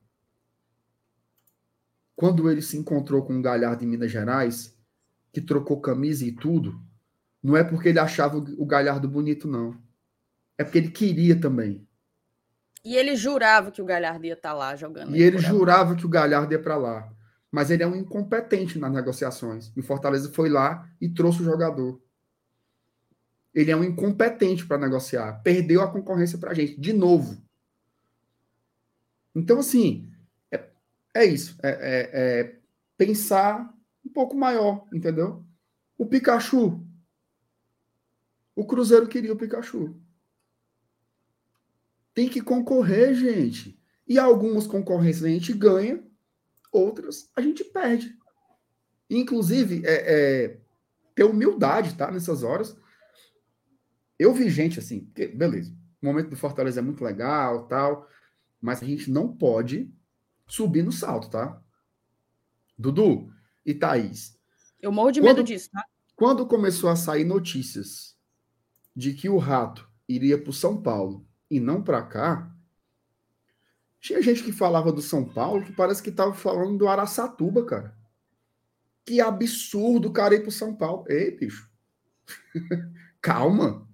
quando ele se encontrou com o Galhardo em Minas Gerais, que trocou camisa e tudo, não é porque ele achava o Galhardo bonito, não. É porque ele queria também. E ele jurava que o Galhardo ia estar lá jogando. E ele jurava que o Galhardo ia para lá. Mas ele é um incompetente nas negociações. E o Fortaleza foi lá e trouxe o jogador. Ele é um incompetente para negociar. Perdeu a concorrência para a gente, de novo. Então, assim, é, é isso. É, é, é pensar um pouco maior, entendeu? O Pikachu. O Cruzeiro queria o Pikachu. Tem que concorrer, gente. E algumas concorrências a gente ganha, outras a gente perde. Inclusive, é, é, ter humildade, tá? Nessas horas. Eu vi gente assim, porque, beleza, o momento do Fortaleza é muito legal, tal, mas a gente não pode subir no salto, tá? Dudu e Thaís. Eu morro de quando, medo disso, tá? Quando começou a sair notícias de que o Rato iria para o São Paulo e não para cá, tinha gente que falava do São Paulo que parece que estava falando do Araçatuba, cara. Que absurdo o cara ir para o São Paulo. Ei, bicho. Calma.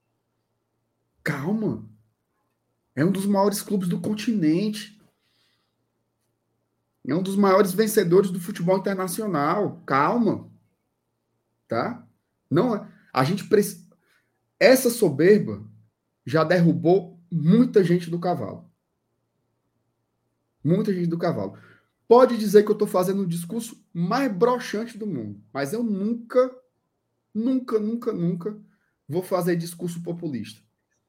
Calma. É um dos maiores clubes do continente. É um dos maiores vencedores do futebol internacional. Calma. Tá? Não, a gente precisa... Essa soberba já derrubou muita gente do cavalo. Muita gente do cavalo. Pode dizer que eu estou fazendo o discurso mais broxante do mundo, mas eu nunca, nunca, nunca, nunca vou fazer discurso populista.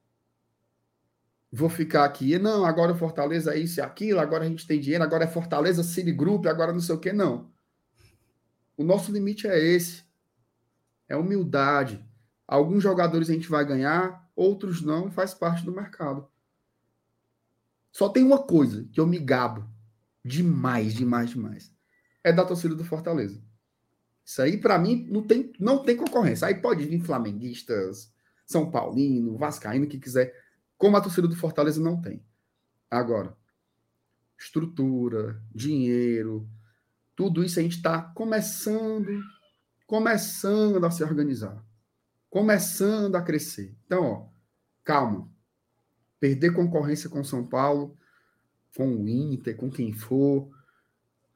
Vou ficar aqui, não, agora Fortaleza é isso e aquilo, agora a gente tem dinheiro, agora é Fortaleza City Group, agora não sei o quê, não. O nosso limite é esse. É humildade. Alguns jogadores a gente vai ganhar, outros não, faz parte do mercado. Só tem uma coisa que eu me gabo demais, demais, demais. É da torcida do Fortaleza. Isso aí, para mim, não tem, não tem concorrência. Aí pode vir flamenguistas, São Paulino, Vascaíno, o que quiser. Como a torcida do Fortaleza não tem. Agora, estrutura, dinheiro, tudo isso a gente está começando, começando a se organizar. Começando a crescer. Então, ó, calma. Perder concorrência com São Paulo, com o Inter, com quem for.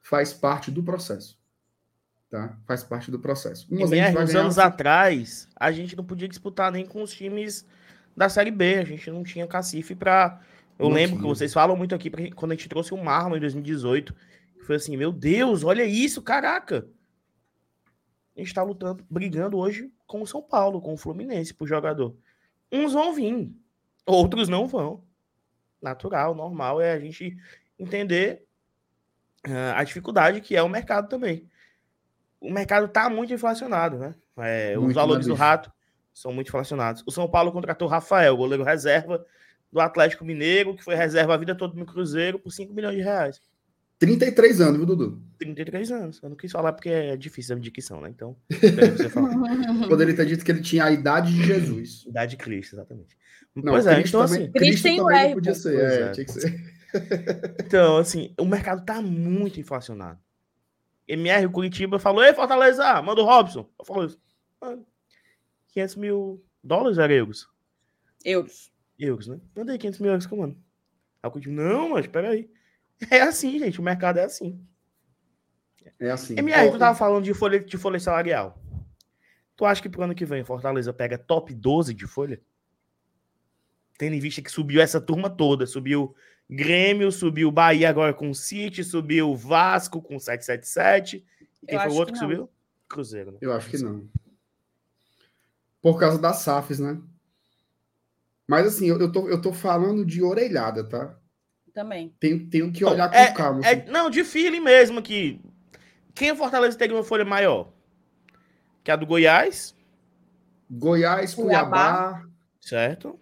faz parte do processo. Tá? Faz parte do processo. Umas M R, uns anos assim... atrás, a gente não podia disputar nem com os times da Série B. A gente não tinha cacife para... Eu não lembro tinha. Que vocês falam muito aqui, pra... quando a gente trouxe o Marlon em dois mil e dezoito, foi assim, meu Deus, olha isso, caraca! A gente tá lutando, brigando hoje com o São Paulo, com o Fluminense, pro jogador. Uns vão vir, outros não vão. Natural, normal, é a gente entender uh, a dificuldade que é o mercado também. O mercado tá muito inflacionado, né? É, muito, os valores do Rato são muito inflacionados. O São Paulo contratou o Rafael, goleiro reserva do Atlético Mineiro, que foi reserva a vida toda no Cruzeiro, por cinco milhões de reais. trinta e três anos, viu, Dudu? trinta e três anos. Eu não quis falar porque é difícil a dicção, né? Então, você falar. Poderia ter dito que ele tinha a idade de Jesus. Idade de Cristo, exatamente. Não, pois é, então também, assim... Cristo, Cristo também não podia ser, é, é. Tinha que ser. Então, assim, o mercado tá muito inflacionado. M R, o Curitiba, falou, ei, Fortaleza, manda o Robson. Eu falo isso. quinhentos mil dólares era euros? Euros. Euros, né? Mandei quinhentos mil euros, comando. Aí o Curitiba, não, mas peraí. É assim, gente, o mercado é assim. É assim. M R, tu tava falando de folha, de folha salarial. Tu acha que pro ano que vem Fortaleza pega top doze de folha? Tendo em vista que subiu essa turma toda. Subiu Grêmio, subiu Bahia agora com o City, subiu Vasco com sete sete sete. E quem foi o outro que, que subiu? Cruzeiro, né? Eu acho que não. Por causa das S A Fs, né? Mas assim, eu, eu, tô, eu tô falando de orelhada, tá? Também. Tenho, tenho que olhar não, é, com calma. É, assim. Não, de feeling mesmo aqui. Quem o Fortaleza tem uma folha maior? Que a do Goiás? Goiás, Cuiabá. Cuiabá. Certo.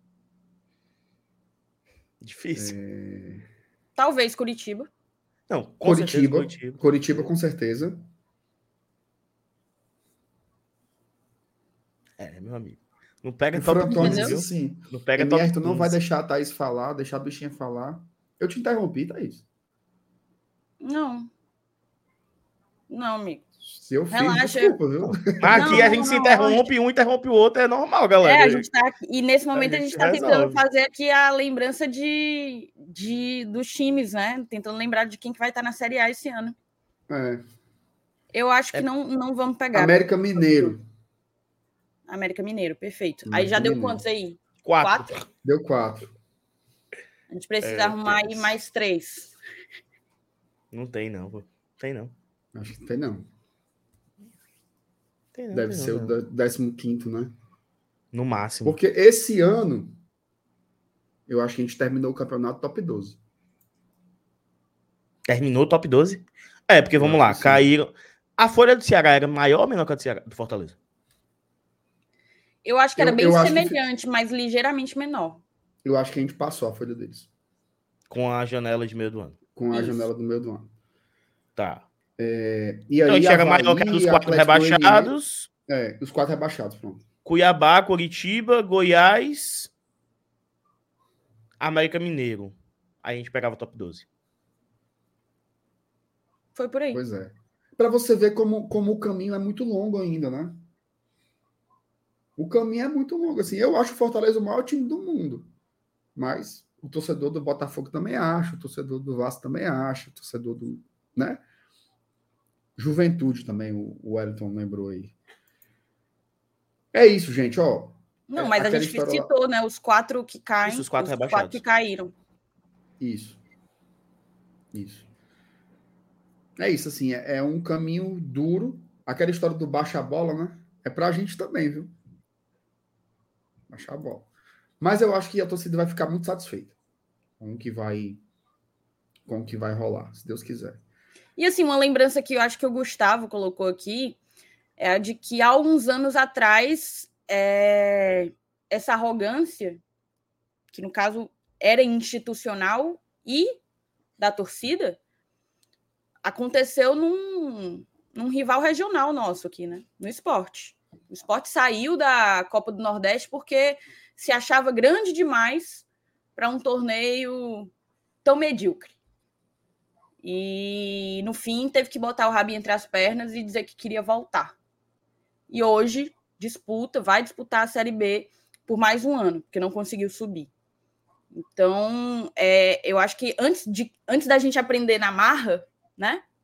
Difícil. É... Talvez Curitiba. Não, com Curitiba, certeza, Curitiba. Curitiba, com certeza. É, meu amigo. Não pega o top quinze, viu? Assim, não pega M R, top tu não quinze. vai deixar a Thaís falar, deixar a bichinha falar. Eu te interrompi, Thaís. Não. Não, amigo. Se eu fiz, Relaxa. Desculpa, viu? Aqui não, a gente não, se interrompe, um interrompe o outro, é normal, galera. É, a gente tá aqui, e nesse momento a gente, a gente tá resolve. tentando fazer aqui a lembrança de, de, dos times, né? Tentando lembrar de quem que vai estar na Série A esse ano. É. Eu acho que é. não, não vamos pegar. América Mineiro. América Mineiro, perfeito. América aí já deu Mineiro. quantos aí? Quatro. Quatro? Deu quatro. A gente precisa É, arrumar três. aí mais três. Não tem, não. Pô. Tem, não. Acho que tem, não. Tem, não Deve tem, ser não, o décimo quinto, né? No máximo. Porque esse ano, eu acho que a gente terminou o campeonato top doze. Terminou o top doze? É, porque, vamos Eu lá, caíram... A folha do Ceará era maior ou menor que a do, Ceará, do Fortaleza? Eu acho que era Eu- bem eu acho que- semelhante, mas ligeiramente menor. Eu acho que a gente passou a folha deles. Com a janela de meio do ano. Com a Isso. janela do meio do ano. Tá. É, e Então a aí, gente era Avaí, maior que a dos quatro Atlético rebaixados. Goianiense- É, os quatro rebaixados, pronto. Cuiabá, Curitiba, Goiás, América Mineiro. Aí a gente pegava o top doze. Foi por aí. Pois é. Para você ver como, como o caminho é muito longo ainda, né? O caminho é muito longo. Assim, eu acho o Fortaleza o maior time do mundo. Mas o torcedor do Botafogo também acha, o torcedor do Vasco também acha, o torcedor do... né? Juventude também, o o Wellington lembrou aí. É isso, gente, ó. Não, É, mas a aquela gente história lá- citou, né? Os quatro que caem. Isso, os quatro os rebaixados. quatro que caíram. Isso. Isso. É isso, assim, é, é um caminho duro. Aquela história do baixa a bola, né? É pra gente também, viu? Baixar a bola. Mas eu acho que a torcida vai ficar muito satisfeita com o que vai, com o que vai rolar, se Deus quiser. E assim, uma lembrança que eu acho que o Gustavo colocou aqui é a de que há uns anos atrás, é, essa arrogância, que no caso era institucional e da torcida, aconteceu num, num rival regional nosso aqui, né? No esporte. O esporte saiu da Copa do Nordeste porque se achava grande demais para um torneio tão medíocre. E, no fim, teve que botar o rabinho entre as pernas e dizer que queria voltar. E hoje, disputa, vai disputar a Série B por mais um ano, porque não conseguiu subir. Então, é, eu acho que antes, de, antes da gente aprender na marra, né?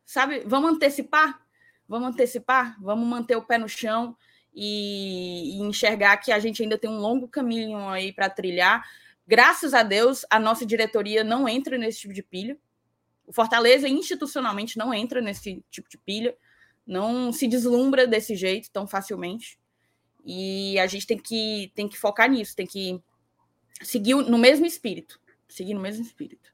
sabe? Vamos antecipar? Vamos antecipar? Vamos manter o pé no chão e, e enxergar que a gente ainda tem um longo caminho aí para trilhar. Graças a Deus, a nossa diretoria não entra nesse tipo de pilha. O Fortaleza, institucionalmente, não entra nesse tipo de pilha. Não se deslumbra desse jeito tão facilmente. E a gente tem que, tem que focar nisso, tem que seguir no mesmo espírito. Seguir no mesmo espírito.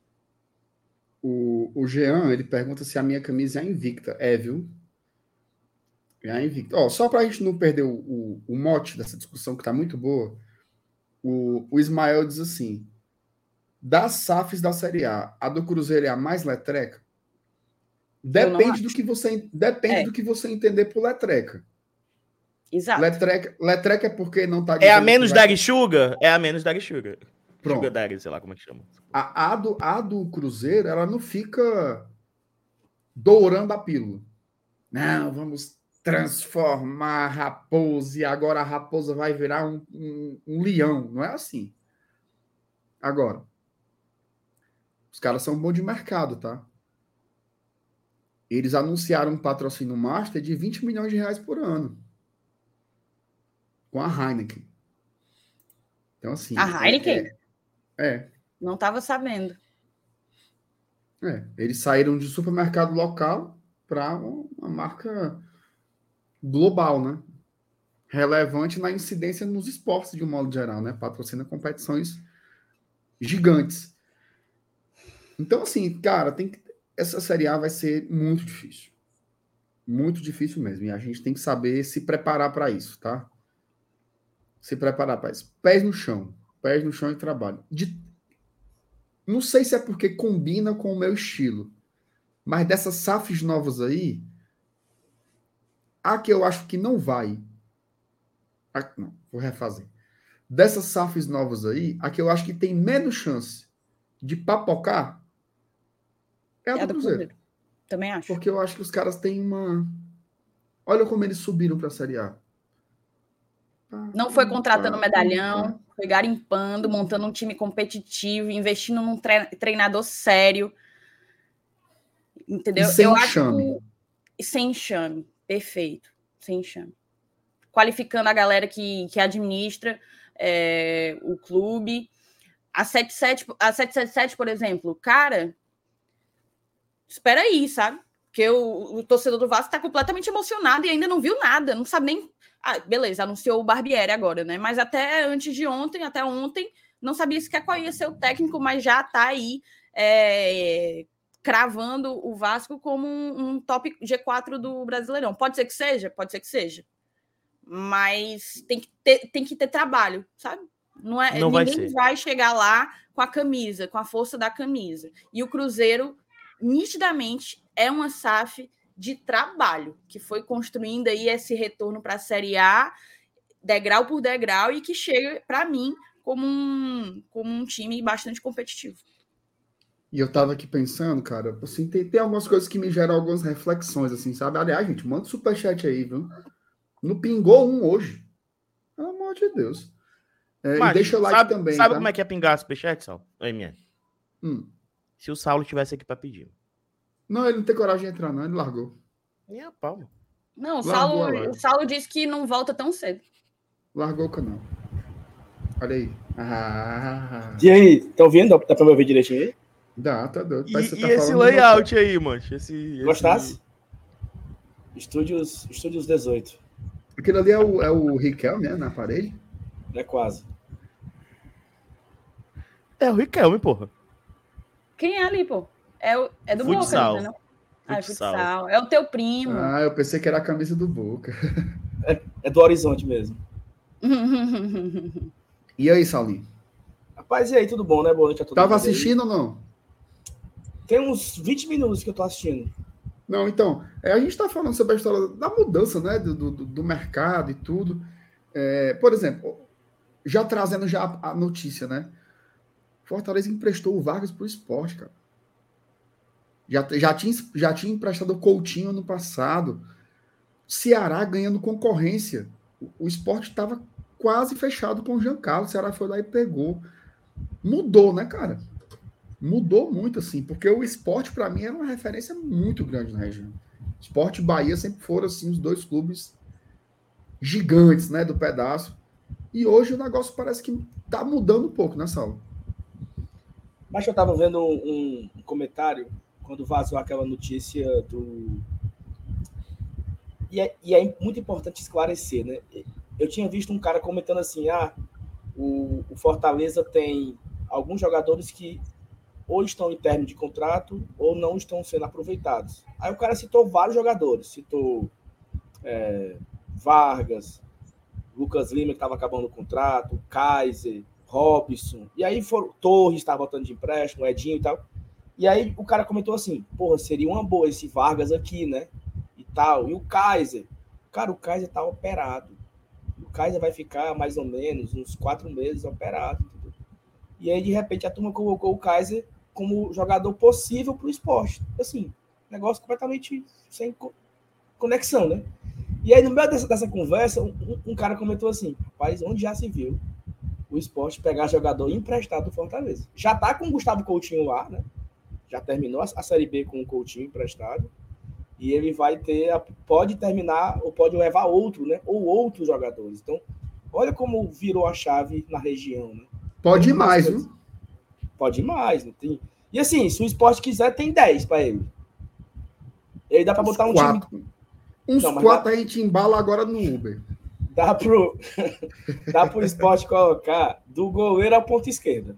O, o Jean, ele pergunta se a minha camisa é invicta. É, viu? É invicta. Ó, só para a gente não perder o, o, o mote dessa discussão, que está muito boa, o, o Ismael diz assim, das S A Fs da Série A, a do Cruzeiro é a mais letreca? Depende do que você, depende é. do que você entender por letreca. Exato. Letreca, letreca é porque não tá... É a menos vai... Daddy Sugar? É a menos Daddy Sugar. Pronto. Sugar Daddy, sei lá como é que chama. A, a, do, a do Cruzeiro, ela não fica dourando a pílula. Não, vamos transformar a raposa e agora a raposa vai virar um, um, um leão. Não é assim. Agora, os caras são bons de mercado, tá? Eles anunciaram um patrocínio master de vinte milhões de reais por ano. Com a Heineken. Então, assim... A Heineken? É, é. Não estava sabendo. É. Eles saíram de supermercado local para uma marca global, né? Relevante na incidência nos esportes, de um modo geral, né? Patrocina competições gigantes. Então, assim, cara, tem que... essa Série A vai ser muito difícil. Muito difícil mesmo. E a gente tem que saber se preparar para isso, tá? Se preparar para isso. Pés no chão. Pés no chão e trabalho. De... Não sei se é porque combina com o meu estilo, mas dessas S A Fs novas aí, a que eu acho que não vai... A... Não, vou refazer. Dessas S A Fs novas aí, a que eu acho que tem menos chance de papocar é a, é do, do Cruzeiro. Cruzeiro. Também acho. Porque eu acho que os caras têm uma... Olha como eles subiram para a Série A. Não foi contratando medalhão, foi garimpando, montando um time competitivo, investindo num treinador sério. Entendeu? E sem eu enxame. Acho que... Sem enxame. Perfeito. Sem enxame. Qualificando a galera que, que administra é, o clube. A setenta e sete, a setecentos e setenta e sete, por exemplo, cara, espera aí, sabe? Porque o, o torcedor do Vasco está completamente emocionado e ainda não viu nada, não sabe nem... Ah, beleza, anunciou o Barbieri agora, né? Mas até antes de ontem, até ontem, não sabia sequer qual ia ser o técnico, mas já está aí é, cravando o Vasco como um, um top G quatro do Brasileirão. Pode ser que seja? Pode ser que seja. Mas tem que ter, tem que ter trabalho, sabe? Não é, não ninguém vai, vai chegar lá com a camisa, com a força da camisa. E o Cruzeiro, nitidamente, é uma S A F de trabalho, que foi construindo aí esse retorno para a Série A, degrau por degrau, e que chega, para mim, como um, como um time bastante competitivo. E eu tava aqui pensando, cara, assim, tem, tem algumas coisas que me geram algumas reflexões, assim, sabe? Aliás, gente, manda superchat aí, viu? Não pingou um hoje. Pelo amor de Deus. É, Mas, e deixa o like sabe, também, Sabe tá? como é que é pingar superchat, Sal? Oi, minha. Hum. Se o Saulo tivesse aqui para pedir. Não, ele não tem coragem de entrar, não. Ele largou. E a pau. Não, o Saulo, o Saulo disse que não volta tão cedo. Largou o canal. Olha aí. Ah. E aí, tá ouvindo? Dá pra me ouvir direitinho aí? Dá, tá doido. E, Parece que você e tá esse falando layout aí, mancho? Esse, Gostasse? esse... Estúdios, Estúdios dezoito. Aquilo ali é o, é o Riquelme, né? Na parede. É quase. É o Riquelme, porra. Quem é ali, pô? É, o, é do Futsal. Boca, né? Ah, é Futsal. futsal. É o teu primo. Ah, eu pensei que era a camisa do Boca. É, é do Horizonte mesmo. E aí, Saulinho? Rapaz, e aí, tudo bom, né? Boa noite a todos. Tava assistindo ou não? Tem uns vinte minutos que eu tô assistindo. Não, então, é, a gente está falando sobre a história da mudança, né, do, do, do mercado e tudo. É, por exemplo, já trazendo já a notícia, né? Fortaleza emprestou o Vargas para o Sport, cara. Já, já, tinha, já tinha emprestado o Coutinho no passado. Ceará ganhando concorrência. O, o Sport estava quase fechado com o Giancarlo. O Ceará foi lá e pegou. Mudou, né, cara? Mudou muito, assim, porque o esporte, para mim, era uma referência muito grande na região. Esporte e Bahia sempre foram, assim, os dois clubes gigantes, né, do pedaço. E hoje o negócio parece que tá mudando um pouco, né, Saulo? Mas eu tava vendo um, um comentário quando vazou aquela notícia do... E é, e é muito importante esclarecer, né? Eu tinha visto um cara comentando assim, ah, o, o Fortaleza tem alguns jogadores que ou estão em término de contrato ou não estão sendo aproveitados. Aí o cara citou vários jogadores, citou é, Vargas, Lucas Lima, que estava acabando o contrato, Kaiser, Robson, e aí foram, Torres estava voltando de empréstimo, Edinho e tal. E aí o cara comentou assim, porra, seria uma boa esse Vargas aqui, né? E tal. E o Kaiser, cara, o Kaiser tá operado. O Kaiser vai ficar mais ou menos uns quatro meses operado. Entendeu? E aí, de repente, a turma colocou o Kaiser como jogador possível para o esporte. Assim, negócio completamente sem conexão, né? E aí, no meio dessa, dessa conversa, um, um cara comentou assim, rapaz, onde já se viu o esporte pegar jogador emprestado do Fortaleza? Já tá com o Gustavo Coutinho lá, né? Já terminou a, a Série B com o Coutinho emprestado. E ele vai ter, pode terminar ou pode levar outro, né? Ou outros jogadores. Então, olha como virou a chave na região, né? Pode ir mais, viu? Pode ir mais, não tem. E assim, se o esporte quiser, tem dez para ele. E aí dá para botar um quatro. time. Uns não, quatro dá... a gente embala agora no Uber. Dá pro, dá pro esporte colocar do goleiro à ponta esquerda.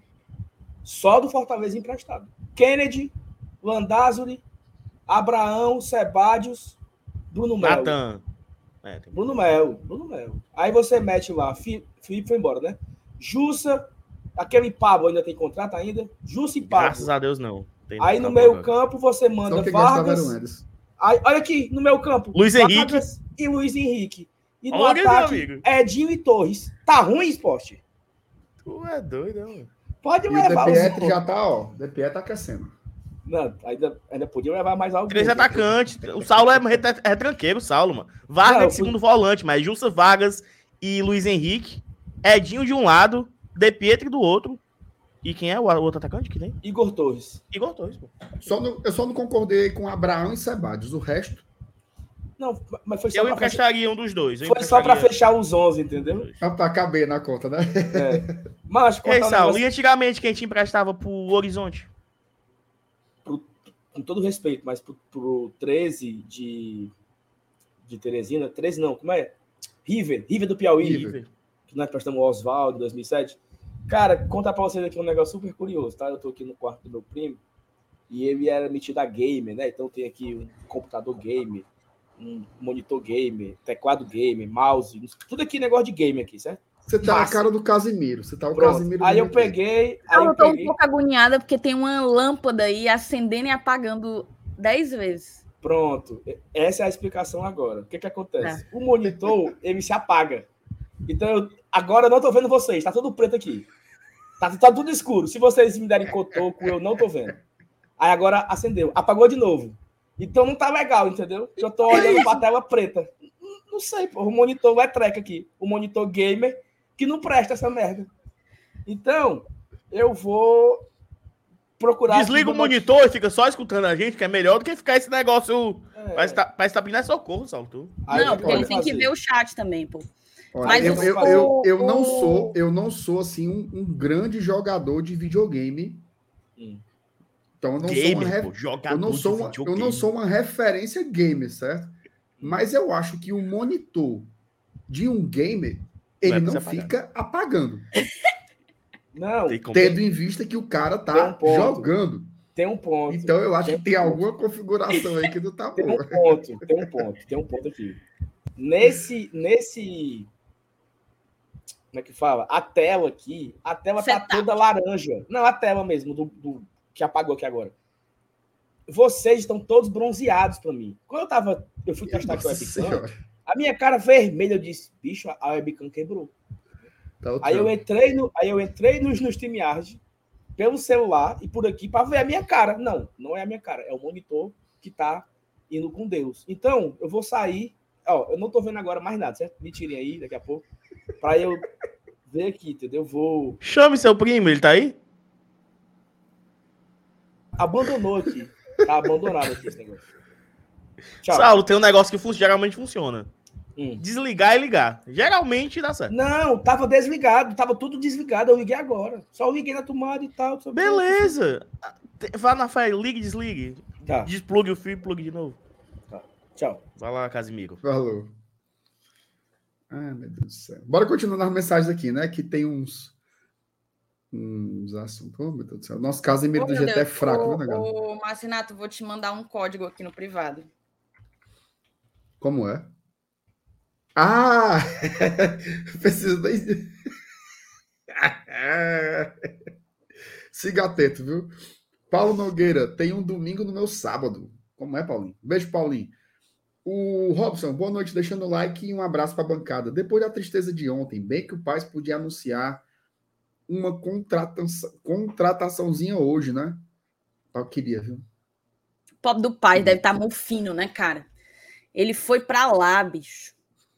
Só do Fortaleza emprestado. Kennedy, Landázuri, Abraão, Sebadios, Bruno Melo. Natan. É, tem... Bruno Melo, Bruno Melo. Aí você mete lá, Felipe foi embora, né? Jussa, aquele Pablo ainda tem contrato ainda? Jussa e Pablo. Graças a Deus não. Tem aí no meio campo você manda Vargas. Aí, olha aqui, no meio campo. Luiz Henrique. E Luiz Henrique. E no olha ataque, Edinho e Torres. Tá ruim, esporte? Tu é doido, mano. Pode e levar o De Pietri já tá, ó. O De Pietri tá crescendo. Não, ainda, ainda podia levar mais algo. Três atacantes. O Saulo é, é, é tranqueiro, o Saulo, mano. Vargas não, de segundo fui... volante, mas Jussa Vargas e Luiz Henrique. Edinho de um lado, De Pietri do outro. E quem é o outro atacante que tem? Igor Torres. Igor Torres, pô. Só no, eu só não concordei com Abraão e Sebadios. O resto... Não, mas foi só eu emprestaria fechar... um dos dois. Eu foi só para fechar os onze, entendeu? Só para caber na conta, né? É. Mas, e aí, Saulo, negócio... e antigamente quem te emprestava pro Horizonte? Pro, com todo respeito, mas pro, pro treze de, de Teresina, treze não, como é? River, River do Piauí. River. Que nós prestamos o Oswaldo em dois mil e sete. Cara, contar pra vocês aqui um negócio super curioso, tá? Eu tô aqui no quarto do meu primo e ele era metido a gamer, né? Então tem aqui um computador gamer, um monitor gamer, teclado gamer, mouse, tudo aqui negócio de game aqui, certo? Você tá Massa. Na cara do Casimiro, você tá o Pronto. Casimiro. Aí eu peguei... Aí eu, eu tô peguei... um pouco agoniada porque tem uma lâmpada aí acendendo e apagando dez vezes. Pronto, essa é a explicação agora. O que que acontece? É. O monitor, ele se apaga. Então, eu, agora eu não tô vendo vocês, tá tudo preto aqui. Tá, tá tudo escuro. Se vocês me derem cotoco, eu não tô vendo. Aí agora acendeu, apagou de novo. Então não tá legal, entendeu? Eu tô olhando pra tela preta. Não, não sei, pô. O monitor é treca aqui. O monitor gamer que não presta essa merda. Então, eu vou procurar... Desliga o monitor e fica só escutando a gente, que é melhor do que ficar esse negócio... É. Parece que tá, parece tá pedindo socorro, Saulo. Tu. Não, porque ele tem que ver o chat também, pô. Olha, Mas eu, eu, eu, eu não sou, eu não sou assim um, um grande jogador de videogame. Hum. Então eu não gamer, sou uma re... pô, eu não sou uma, eu não sou uma referência gamer, certo? Mas eu acho que o monitor de um gamer ele não, não fica apagando. Não, tendo em vista que o cara tá um jogando. Tem um ponto. Então eu acho tem que tem um alguma configuração aí que não tá tem boa. Um ponto, tem um ponto, tem um ponto aqui. Nesse, nesse, como é que fala? A tela aqui, a tela tá toda laranja. Não, a tela mesmo, do, do que apagou aqui agora. Vocês estão todos bronzeados para mim. Quando eu tava, eu fui testar aqui o webcam, a minha cara vermelha, eu disse, bicho, a webcam quebrou. Tá aí eu entrei no, aí eu entrei no, no StreamYard pelo celular e por aqui para ver a minha cara. Não, não é a minha cara, é o monitor que tá indo com Deus. Então, eu vou sair. Ó, eu não tô vendo agora mais nada, certo? Me tirem aí daqui a pouco. Pra eu ver aqui, entendeu? Vou. Chame seu primo, ele tá aí? Abandonou aqui. Tá abandonado aqui esse negócio. Tchau. Saulo, tem um negócio que fun- geralmente funciona. Hum. Desligar e ligar. Geralmente dá certo. Não, tava desligado, tava tudo desligado. Eu liguei agora. Só liguei na tomada e tal. só- Beleza. Te- Vá na fé, ligue e desligue. Tá. Desplugue o fio e plugue de novo. Tchau. Vai lá, Casimiro. Falou. Ah, meu Deus do céu. Bora continuar nas mensagens aqui, né? Que tem uns. Uns assuntos. Oh, meu Deus do céu. Nosso Casimiro Ô, do meu G T é Deus, fraco, ô, viu, negado? ô, Marcinato, vou te mandar um código aqui no privado. Como é? Ah! Preciso nem. Siga atento, viu? Paulo Nogueira, tem um domingo no meu sábado. Como é, Paulinho? Beijo, Paulinho. O Robson, boa noite, deixando o like e um abraço para a bancada. Depois da tristeza de ontem, bem que o Paz podia anunciar uma contratação, contrataçãozinha hoje, né? Eu queria, viu? O pobre do pai deve estar mofino, né, cara? Ele foi pra lá, bicho.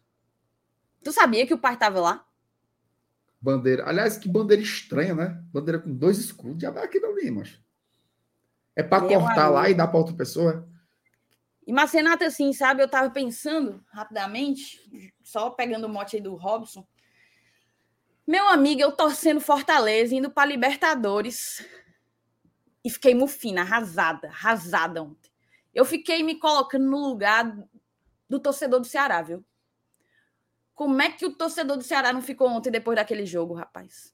Tu sabia que o pai tava lá? Bandeira. Aliás, que bandeira estranha, né? Bandeira com dois escudos. Já vai aqui não ali, mas. É para Meu cortar amigo. lá e dar para outra pessoa? E Marcenato, assim, sabe? Eu tava pensando rapidamente, só pegando o mote aí do Robson. Meu amigo, eu torcendo Fortaleza, indo pra Libertadores. E fiquei mufina, arrasada, arrasada ontem. Eu fiquei me colocando no lugar do torcedor do Ceará, viu? Como é que o torcedor do Ceará não ficou ontem depois daquele jogo, rapaz?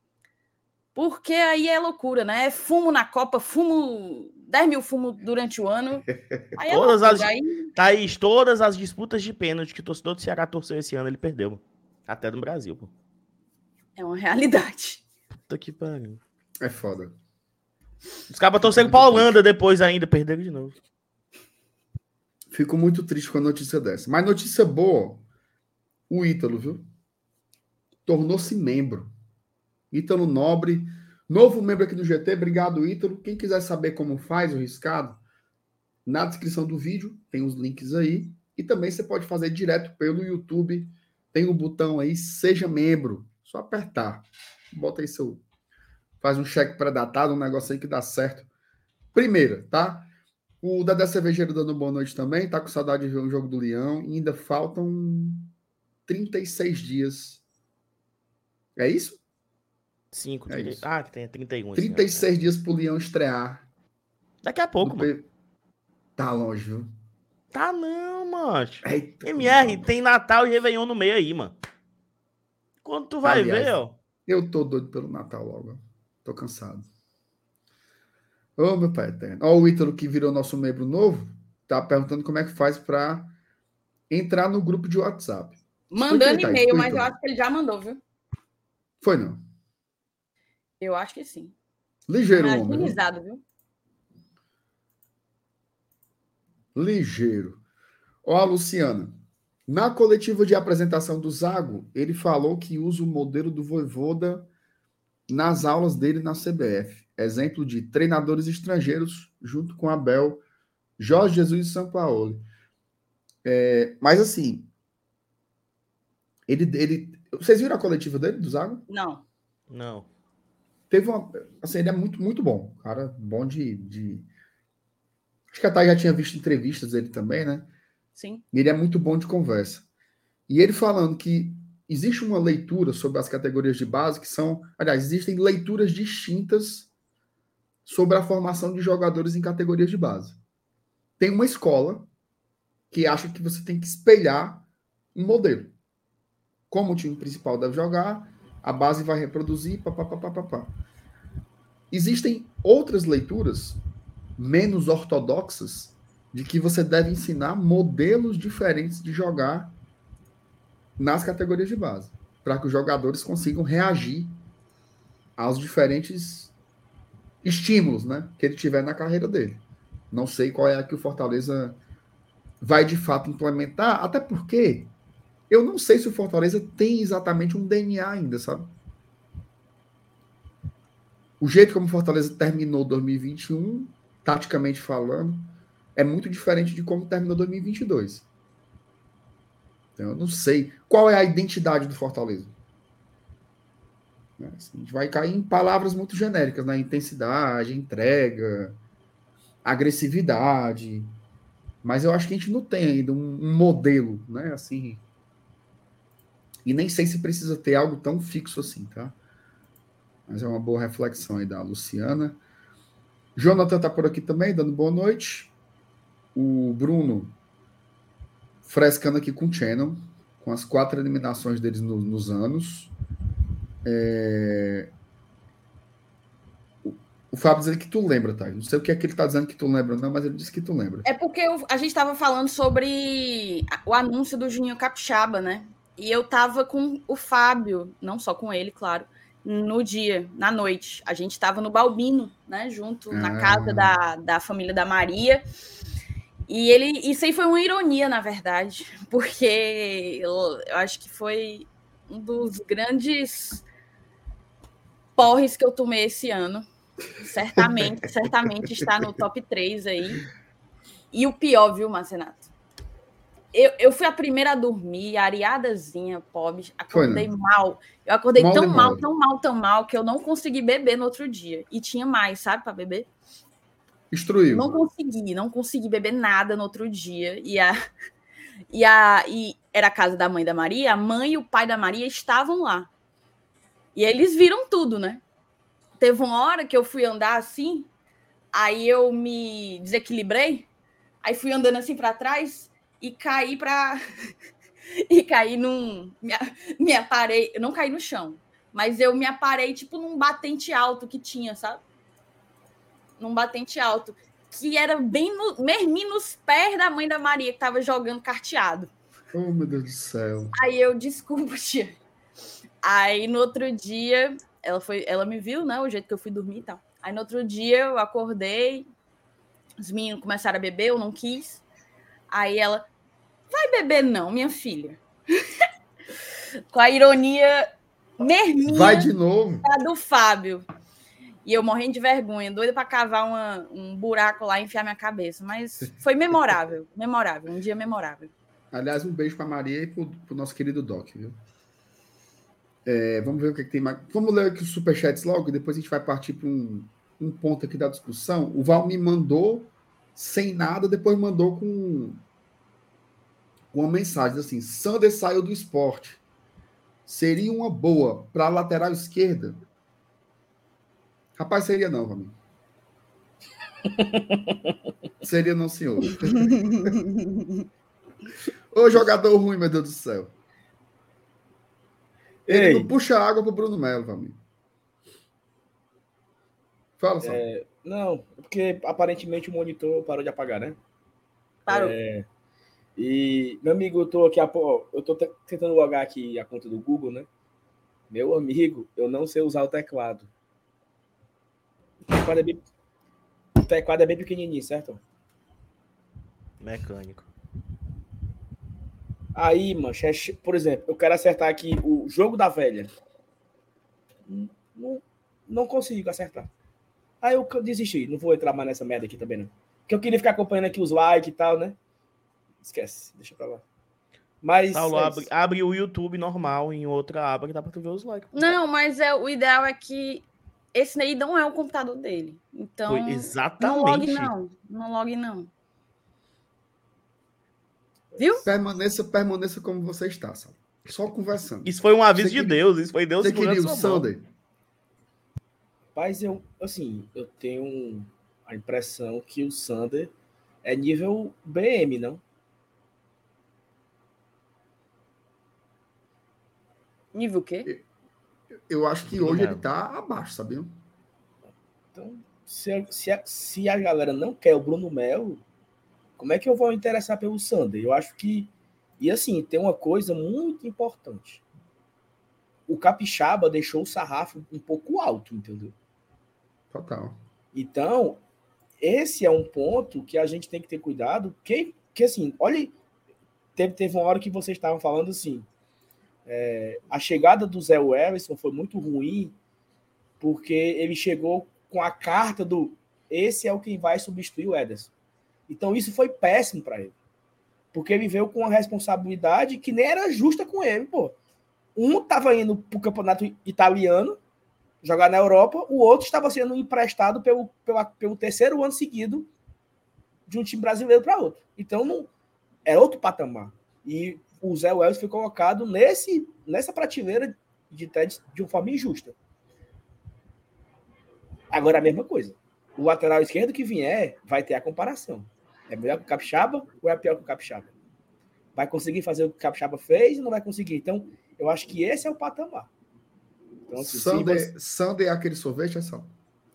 Porque aí é loucura, né? É fumo na Copa, fumo, dez mil fumos durante o ano. Aí é Todas loucura. as, Aí... Thaís, todas as disputas de pênalti que o torcedor do Ceará torceu esse ano, ele perdeu, mano. Até no Brasil, pô. É uma realidade. Puta que pariu. É foda. Os caras torceram pra Holanda depois ainda, perderam de novo. Fico muito triste com a notícia dessa. Mas notícia boa, o Ítalo, viu? Tornou-se membro. Ítalo Nobre, novo membro aqui do G T. Obrigado, Ítalo. Quem quiser saber como faz o riscado, na descrição do vídeo tem os links aí. E também você pode fazer direto pelo YouTube. Tem um botão aí, seja membro. Só apertar. Bota aí seu... Faz um cheque pré-datado, um negócio aí que dá certo. Primeira, tá? O Dedé Cervejeiro dando boa noite também. Tá com saudade de ver o jogo do Leão. E ainda faltam trinta e seis dias. É isso? cinco, É trinta... isso. Ah, que tem trinta e um. esse trinta e ano, seis né? dias pro Leão estrear. Daqui a pouco, No mano. P- Tá longe, viu? Tá não, macho. Eita, M R, como tem Natal e Réveillon no meio aí, mano. Quando tu vai Aliás, ver, ó. Eu tô doido pelo Natal logo. Tô cansado. Ô, meu pai eterno. Ó, o Ítalo que virou nosso membro novo, tá perguntando como é que faz pra entrar no grupo de WhatsApp. Mandando Explica aí, e-mail, Ítalo. mas eu acho que ele já mandou, viu? Foi não. Eu acho que sim. Ligeiro, Tá homem. Viu? agilizado, viu? Ligeiro. Ó, a Luciana. Na coletiva de apresentação do Zago, ele falou que usa o modelo do Vojvoda nas aulas dele na C B F. Exemplo de treinadores estrangeiros junto com Abel, Jorge Jesus e Sampaoli. É, mas assim, ele, ele, vocês viram a coletiva dele, do Zago? Não. Não. Teve uma, assim, ele é muito, muito bom, cara, bom de, de... Acho que a Thay já tinha visto entrevistas dele também, né? Sim. Ele é muito bom de conversa. E ele falando que existe uma leitura sobre as categorias de base que são... Aliás, existem leituras distintas sobre a formação de jogadores em categorias de base. Tem uma escola que acha que você tem que espelhar um modelo. Como o time principal deve jogar, a base vai reproduzir, papapá. Existem outras leituras menos ortodoxas de que você deve ensinar modelos diferentes de jogar nas categorias de base, para que os jogadores consigam reagir aos diferentes estímulos, né, que ele tiver na carreira dele. Não sei qual é a que o Fortaleza vai de fato implementar, até porque eu não sei se o Fortaleza tem exatamente um D N A ainda, sabe? O jeito como o Fortaleza terminou dois mil e vinte e um, taticamente falando, é muito diferente de como terminou dois mil e vinte e dois. Então, eu não sei qual é a identidade do Fortaleza. A gente vai cair em palavras muito genéricas, né? Intensidade, entrega, agressividade. Mas eu acho que a gente não tem ainda um, um modelo, né? Assim. E nem sei se precisa ter algo tão fixo assim, tá? Mas é uma boa reflexão aí da Luciana. Jonathan tá por aqui também, dando boa noite. O Bruno frescando aqui com o Channel, com as quatro eliminações deles no, nos anos. É... O, o Fábio dizendo que tu lembra, tá? Não sei o que é que ele tá dizendo que tu lembra, não, mas ele disse que tu lembra. É porque eu, a gente tava falando sobre o anúncio do Juninho Capixaba, né? E eu tava com o Fábio, não só com ele, claro, no dia, na noite. A gente tava no Balbino, né? Junto, ah. na casa da, da família da Maria. E ele, isso aí foi uma ironia, na verdade, porque eu, eu acho que foi um dos grandes porres que eu tomei esse ano. Certamente, certamente está no top três aí. E o pior, viu, Marcenato? Eu, eu fui a primeira a dormir, areadazinha, pobre, acordei foi, mal. Eu acordei mal tão mal, mal, tão mal, tão mal, que eu não consegui beber no outro dia. E tinha mais, sabe, para beber? Instruiu. Não consegui, não consegui beber nada no outro dia. E, a, e, a, e era a casa da mãe da Maria, a mãe e o pai da Maria estavam lá. E eles viram tudo, né? Teve uma hora que eu fui andar assim, aí eu me desequilibrei, aí fui andando assim para trás e caí para e caí num me, me aparei, eu não caí no chão, mas eu me aparei tipo num batente alto que tinha, sabe? Num batente alto, que era bem no, mesmo nos pés da mãe da Maria que tava jogando carteado. Oh, meu Deus do céu. Aí eu, desculpa, tia. Aí no outro dia Ela, foi, ela me viu, né? O jeito que eu fui dormir e tal. Aí no outro dia eu acordei, os meninos começaram a beber, eu não quis. Aí ela, vai beber não, minha filha. Com a ironia merminha vai de novo. do Fábio. E eu morrendo de vergonha, doida para cavar uma, um buraco lá e enfiar minha cabeça. Mas foi memorável, memorável, um dia memorável. Aliás, um beijo para Maria e para o nosso querido Doc, viu? É, vamos ver o que, é que tem mais. Vamos ler aqui os superchats logo e depois a gente vai partir para um, um ponto aqui da discussão. O Val me mandou sem nada, depois mandou com, com uma mensagem assim: Sander saiu do esporte. Seria uma boa para a lateral esquerda? Rapaz, seria não, Valmir. Seria não, senhor. Ô, jogador ruim, meu Deus do céu. Ele Ei. não puxa água pro Bruno Melo, Valmir. Fala, só. É, não, porque aparentemente o monitor parou de apagar, né? Parou. É, e, meu amigo, eu tô aqui, eu tô tentando logar aqui a conta do Google, né? Meu amigo, eu não sei usar o teclado. O teclado é bem, o teclado é bem pequenininho, certo? Mecânico. Aí, mancha, por exemplo, eu quero acertar aqui o jogo da velha. Não, não consigo acertar. Aí eu desisti, não vou entrar mais nessa merda aqui também, não. Porque eu queria ficar acompanhando aqui os likes e tal, né? Esquece, deixa pra lá. Mas. Paulo, é abre, abre o YouTube normal em outra aba que dá pra tu ver os likes. Não, mas é, o ideal é que esse aí não é o computador dele. Então. Foi exatamente. Não logue, não. Não logue, não. Viu? Permaneça, permaneça como você está, sabe? Só conversando. Isso foi um aviso você de queria, Deus, isso foi Deus Você queria o Sander? Mas eu, assim, eu tenho a impressão que o Sander é nível B M, não? Nível o quê? Eu, eu acho que hoje ele tá abaixo, sabia? Então, se, se, a, se a galera não quer o Bruno Melo, como é que eu vou me interessar pelo Sander? Eu acho que... E assim, tem uma coisa muito importante. O Capixaba deixou o sarrafo um pouco alto, entendeu? Total. Então, esse é um ponto que a gente tem que ter cuidado, que, que assim, olha, teve, teve uma hora que vocês estavam falando assim, é, a chegada do Zé Wellison foi muito ruim, porque ele chegou com a carta do esse é o que vai substituir o Ederson. Então, isso foi péssimo para ele. Porque ele veio com uma responsabilidade que nem era justa com ele, pô. Um estava indo para o campeonato italiano, jogar na Europa, o outro estava sendo emprestado pelo, pela, pelo terceiro ano seguido de um time brasileiro para outro. Então, não, é outro patamar. E o Zé Welles foi colocado nesse, nessa prateleira de TED de uma forma injusta. Agora, a mesma coisa. O lateral esquerdo que vier vai ter a comparação. É melhor que o Capixaba ou é pior que o Capixaba? Vai conseguir fazer o que o Capixaba fez ou não vai conseguir? Então, eu acho que esse é o patamar. Então, assim, Sunday, você... Sunday é aquele sorvete, é só.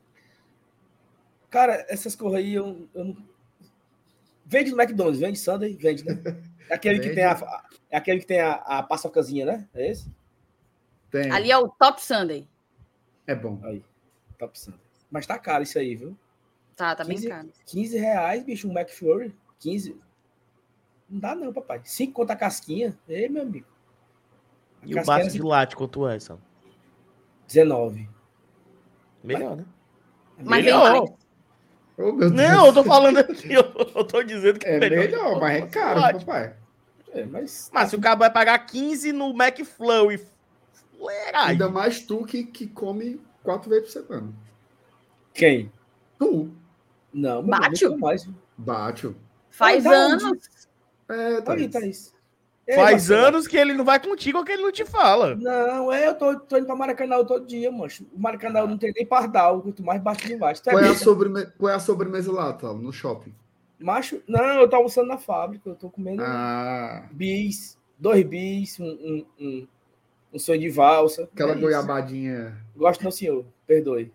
Cara, essas coisas aí, eu, eu não... Vende no McDonald's, vende Sunday, vende, né? É aquele Vende. que tem a, é aquele que tem a, a paçocazinha, né? É esse? Tem. Ali é o Top Sunday. É bom. Aí, Top Sunday. Mas tá caro isso aí, viu? Tá, tá bem quinze, caro. quinze reais, bicho, um McFlurry. quinze. Não dá não, papai. cinco conta a casquinha. Ei, meu amigo. A E o casquinha baço de latte, quanto é, Sal? dezenove. Melhor, né? Mas vem Melhor. mais. Oh, meu Deus. Não, eu tô falando aqui, eu, eu tô dizendo que É melhor. melhor, mas é caro, Latte. papai. É, mas... Mas se o cara vai pagar quinze no McFlurry, fuleiragem. Ainda mais tu que, que come quatro vezes por semana. Quem? Tu. Não, meu Bate-o. amigo, mais. viu? Bate. Faz Ah, da anos. É, tá Aí, isso. Thaís. Ei, Faz Marcelo. anos que ele não vai contigo ou que ele não te fala. Não, é, eu tô, tô indo pra Maracanã todo dia, mancho. O Maracanã não tem nem pardal, quanto mais bate de baixo. Tu é Qual é, a doido? sobreme... Qual é a sobremesa lá, tá? No shopping? Macho, não, eu tô almoçando na fábrica, eu tô comendo Ah, bis, dois bis, um, um, um, um sonho de valsa. aquela É isso. goiabadinha. Gosto não, senhor, perdoe.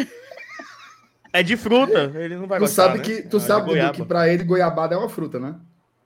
É de fruta, ele não vai Tu gostar, sabe né? que, tu É de sabe Dudu, goiaba. que pra ele goiabada é uma fruta, né?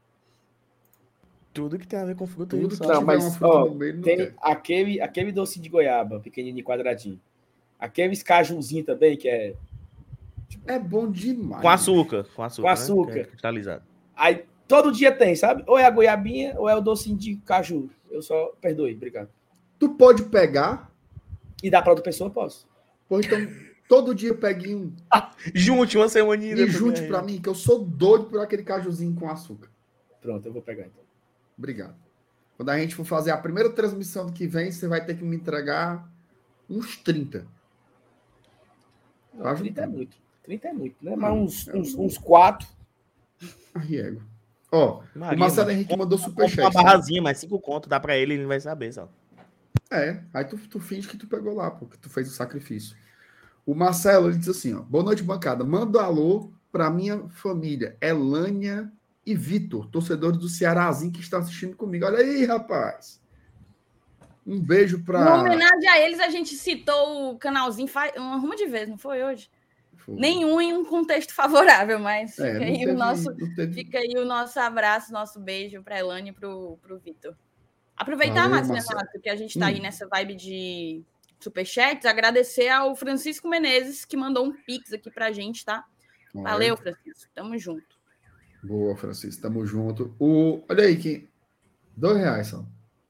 Tudo que tem a ver com fruta Tudo aí, que sal. Não, tiver mas uma fruta ó, no meio, não tem quer. aquele, aquele doce de goiaba, pequenininho, quadradinho. Aqueles cajuzinho também, que é... É bom demais. Com açúcar, com açúcar, Com açúcar. Né? Que é cristalizado. Aí todo dia tem, sabe? Ou é a goiabinha, ou é o docinho de caju. Eu só... Perdoe, obrigado. Tu pode pegar, E dá pra outra pessoa, posso. ou então todo dia pegue um Junte uma semaninha. e depois junte vem pra aí. mim, que eu sou doido por aquele cajuzinho com açúcar. Pronto, eu vou pegar então. Obrigado. Quando a gente for fazer a primeira transmissão do que vem, você vai ter que me entregar uns trinta. Não, Tá trinta é juntando. muito. trinta é muito, né? Não, Mas uns, eu uns, não- uns quatro. Arriego. Ó, Maria, o Marcelo mano. Henrique mandou Compra superchat. uma tá? barrazinha, mas cinco conto, dá pra ele, ele não vai saber, só. É, aí tu, tu finge que tu pegou lá, porque tu fez o sacrifício. O Marcelo, ele diz assim, ó, boa noite, bancada. Manda um alô pra minha família, Elânia e Vitor, torcedores do Cearazinho que estão assistindo comigo. Olha aí, rapaz. Um beijo Em pra... homenagem a eles, a gente citou o canalzinho faz uma ruma de vez, não foi hoje? Foi. Nenhum em um contexto favorável, mas É, fica, não aí teve- o nosso, não teve- fica aí o nosso abraço, nosso beijo para a Elane e para o Vitor. Aproveitar, Valeu, Márcio, né, Marcelo. Renato, que a gente está aí Hum. nessa vibe de superchats, agradecer ao Francisco Menezes, que mandou um pix aqui para a gente, tá? Valeu, Francisco. Tamo junto. Boa, Francisco. Tamo junto. O... Olha aí, que... Dois reais só.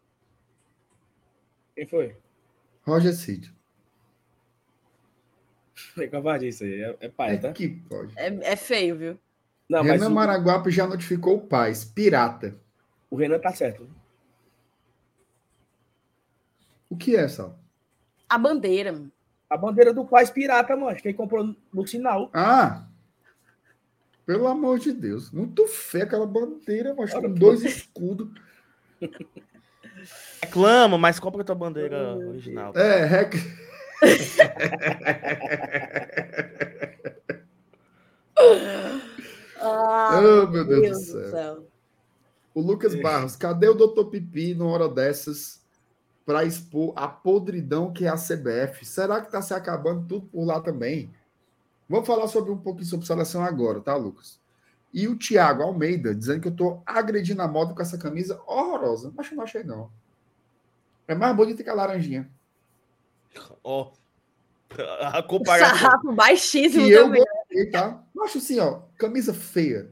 Quem foi? Roger Cid. Foi covardia isso aí. É, é pai, É tá? que pode. É, é feio, viu? Não, mas Renan o, Maraguape já notificou o Paz. Pirata. o Renan tá certo. O que é, Sal? A bandeira, mano. A bandeira do Paz pirata, mano. Quem comprou no sinal. Ah! Pelo amor de Deus. Muito feia aquela bandeira, mas Ora, com pô. dois escudos. Reclama, mas compra tua bandeira original. É, rec... Ah, Oh, meu Deus do céu. O Lucas É. Barros, cadê o doutor Pipi numa hora dessas para expor a podridão que é a C B F? Será que está se acabando tudo por lá também? Vamos falar sobre um pouquinho sobre seleção agora, tá, Lucas? E o Thiago Almeida dizendo que eu estou agredindo a moda com essa camisa horrorosa. Mas eu não achei, não. É mais bonita que a laranjinha. Ó. A comparação. sarrafo baixíssimo Que eu também. gostei, tá? Eu acho assim, ó, camisa feia.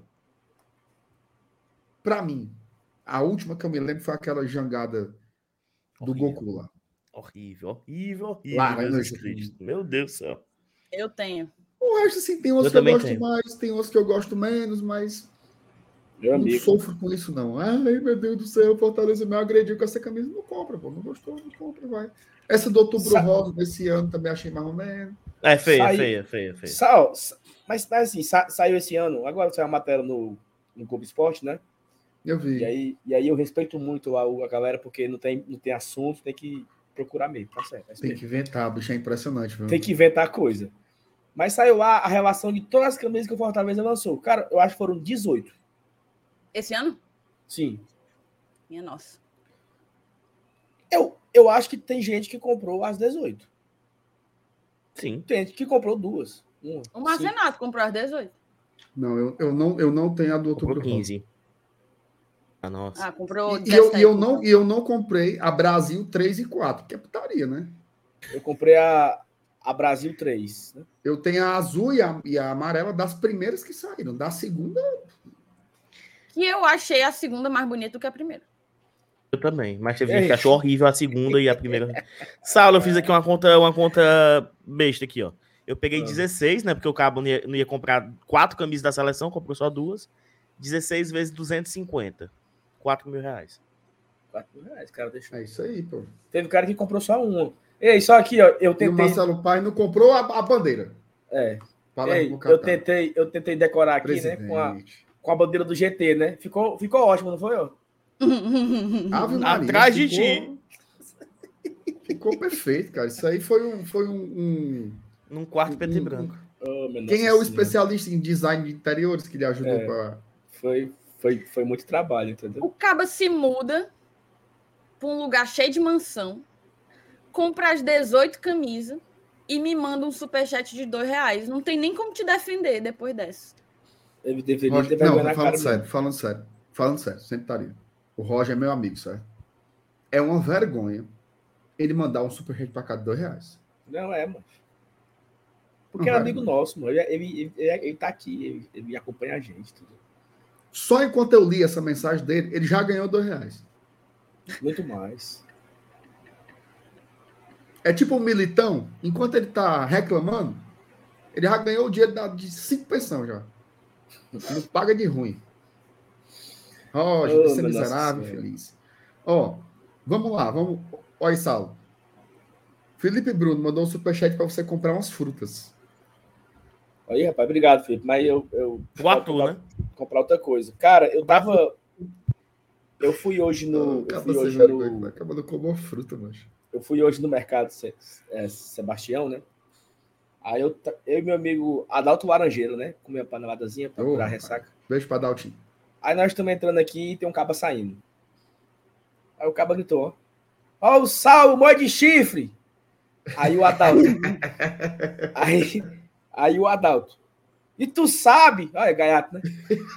Pra mim, a última que eu me lembro foi aquela jangada do Horrível. Goku lá. Horrível, horrível, horrível. Laranja. Jesus Cristo. Meu Deus do céu. Eu tenho. O resto, assim, tem umas Eu que eu também gosto tenho. mais, tem umas que eu gosto menos, mas Meu não amigo. sofro com isso, não. Ai, meu Deus do céu, Fortaleza me agrediu com essa camisa. Não compra, pô. Não gostou, não compra, vai. Essa do Outubro Sa- Rosa desse ano também achei mais ou menos. É feia, Sai- feia, feia, feia. Sal, Mas, mas assim, sa, saiu esse ano, agora saiu a matéria no, no Globo Esporte, né? Eu vi. E aí, e aí eu respeito muito a, a galera, porque não tem, não tem assunto, tem que procurar mesmo, tá certo. É tem mesmo. que inventar, bicho, é impressionante, viu? Tem que inventar coisa. Mas saiu lá a relação de todas as camisas que o Fortaleza lançou. Cara, eu acho que foram dezoito. Esse ano? Sim. Minha nossa. Eu, eu acho que tem gente que comprou as dezoito. Sim. Tem gente que comprou duas. Uma, O Marcenato comprou as dezoito. Não, eu, eu não, eu não tenho a do Outubro Comprou Rosa. quinze. Ah, nossa. Ah, comprou E, e eu, e eu dezessete, não, então. e eu não comprei a Brasil três e quatro, que é putaria, né? Eu comprei a, a Brasil três. Né? Eu tenho a azul e a, e a amarela das primeiras que saíram. Da segunda, Que eu achei a segunda mais bonita do que a primeira. Eu também, mas teve gente que Ei. achou horrível a segunda e a primeira. Saulo, eu fiz aqui uma conta, uma conta besta aqui, ó. Eu peguei Ah. dezesseis, né? Porque o Cabo não ia, não ia comprar quatro camisas da seleção, comprou só duas. dezesseis vezes duzentos e cinquenta. quatro mil reais. quatro mil reais, cara, deixa eu... é isso aí, pô. Teve cara que comprou só uma. Ei, só aqui, ó, eu E o tentei... Marcelo Paes não comprou a, a bandeira. É. Palermo Ei, no eu Catar. tentei, eu tentei decorar aqui, né, com a, Presidente. com a bandeira do G T, né? Ficou, ficou ótimo, não foi, ó? Ave Maria, Atrás de ficou, ficou perfeito, cara. Isso aí foi um. Foi um, um- Num quarto preto e um- branco. Oh, meu Quem Nossa é o Senhora. especialista em design de interiores que lhe ajudou É. para. Foi, foi, foi muito trabalho, entendeu? O Caba se muda para um lugar cheio de mansão, compra as dezoito camisas e me manda um superchat de dois reais. Não tem nem como te defender depois dessa. Ele deveria ter Roger... vergonha Não, na falando cara sério, mesmo. falando sério. Falando sério, sempre estaria. O Roger é meu amigo, certo? É uma vergonha ele mandar um superchat para cá de dois reais. Não é, mano. Porque Não é vai, amigo mano. nosso, mano. Ele, ele, ele, ele tá aqui, ele, ele acompanha a gente. Tudo. Só enquanto eu li essa mensagem dele, ele já ganhou dois reais. Muito mais. É tipo um militão, enquanto ele tá reclamando, ele já ganhou o dinheiro da- de cinco pensão já. Não paga de ruim. Roger, Oh, você é meu Nossa miserável, Senhora. feliz. Ó, vamos lá, vamos. Olha, Saulo. Felipe Bruno mandou um superchat para você comprar umas frutas. Aí, rapaz, obrigado, Felipe. Mas eu. eu O Arthur, comprar, né? comprar outra coisa. Cara, eu tava. Eu fui hoje no. Eu Acaba fui sem hoje vergonha, no. acaba não comer fruta, mas. Eu fui hoje no mercado é, Sebastião, né? Aí eu, eu e meu amigo Adalto Laranjeiro, né? Comi uma paneladazinha pra Ô, curar a rapaz. ressaca. Beijo para Daltinho. Aí nós estamos entrando aqui e tem um caba saindo. Aí o caba gritou: ó, o sal, o molho de chifre! Aí o Adalto. aí, aí o Adalto. E tu sabe? Olha, gaiato, né?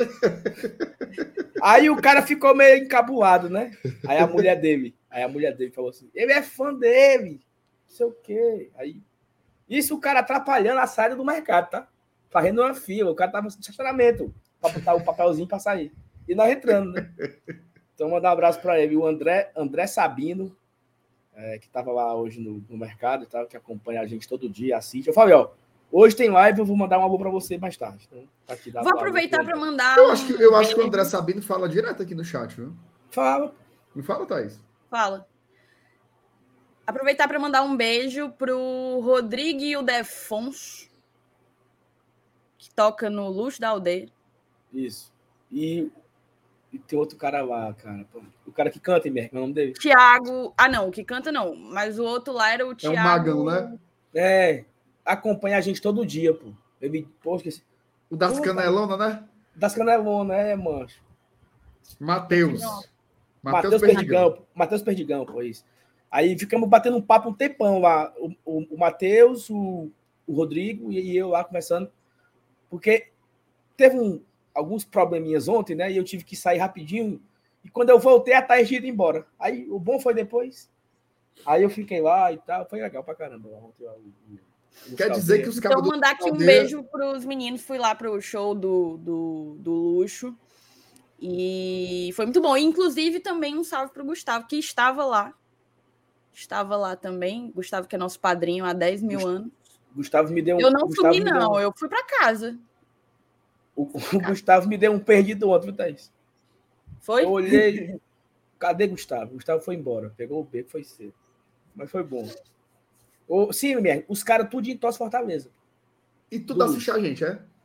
Aí o cara ficou meio encabulado, né? Aí a mulher dele, aí a mulher dele falou assim: ele é fã dele, não sei o quê. Aí, isso o cara atrapalhando a saída do mercado, tá? Fazendo uma fila, o cara tava de estacionamento para botar o papelzinho para sair. E nós entrando, né? Então, mandar um abraço para ele, o André, André Sabino, é, que tava lá hoje no, no mercado e tal, que acompanha a gente todo dia, assiste. Eu falei, ó, hoje tem live, eu vou mandar um alô para você mais tarde. Então, tá aqui, dá Vou um aproveitar para mandar. Eu um acho que, eu acho que o beijo. André Sabino fala direto aqui no chat, viu? Fala. Me fala, Thaís. Fala. Aproveitar para mandar um beijo pro Rodrigo e o Defonso, que toca no Luxo da Aldeia. Isso. E, e tem outro cara lá, cara. Pô. O cara que canta, em Merck, é o nome dele? Tiago. Ah, não, o que canta não. Mas o outro lá era o É Tiago. um magão, né? É, acompanha a gente todo dia, pô. Ele, pô, esqueci. O das Pô, canelonas, né? Das canelonas, é, mancho. Matheus. Não. Matheus Matheus Perdigão. Perdigão. Matheus Perdigão, pô, isso. Aí ficamos batendo um papo um tempão lá. O, o, o Matheus, o, o Rodrigo e eu lá conversando. Porque teve um, alguns probleminhas ontem, né? E eu tive que sair rapidinho. E quando eu voltei, a Thaís tinha ido embora. Aí o bom foi depois. Aí eu fiquei lá e tal. Foi legal pra caramba. Ontem, o, o, Quer dizer que os cabos Então, do mandar aqui um Aldeia- beijo pros meninos. Fui lá pro show do, do, do Luxo. E foi muito bom. Inclusive, também um salve pro Gustavo, que estava lá. Estava lá também. Gustavo, que é nosso padrinho há dez mil Gustavo, anos. Gustavo me deu um. Eu não Gustavo subi, me deu não. um, Eu fui para casa. o, o Gustavo me deu um perdido ontem, viu, Thaís? Foi? Eu olhei. Cadê Gustavo? Gustavo foi embora. Pegou o beco, foi cedo. Mas foi bom. O, sim, Mier, os caras tudo em Tosse Fortaleza. E tu Do assiste a gente, é?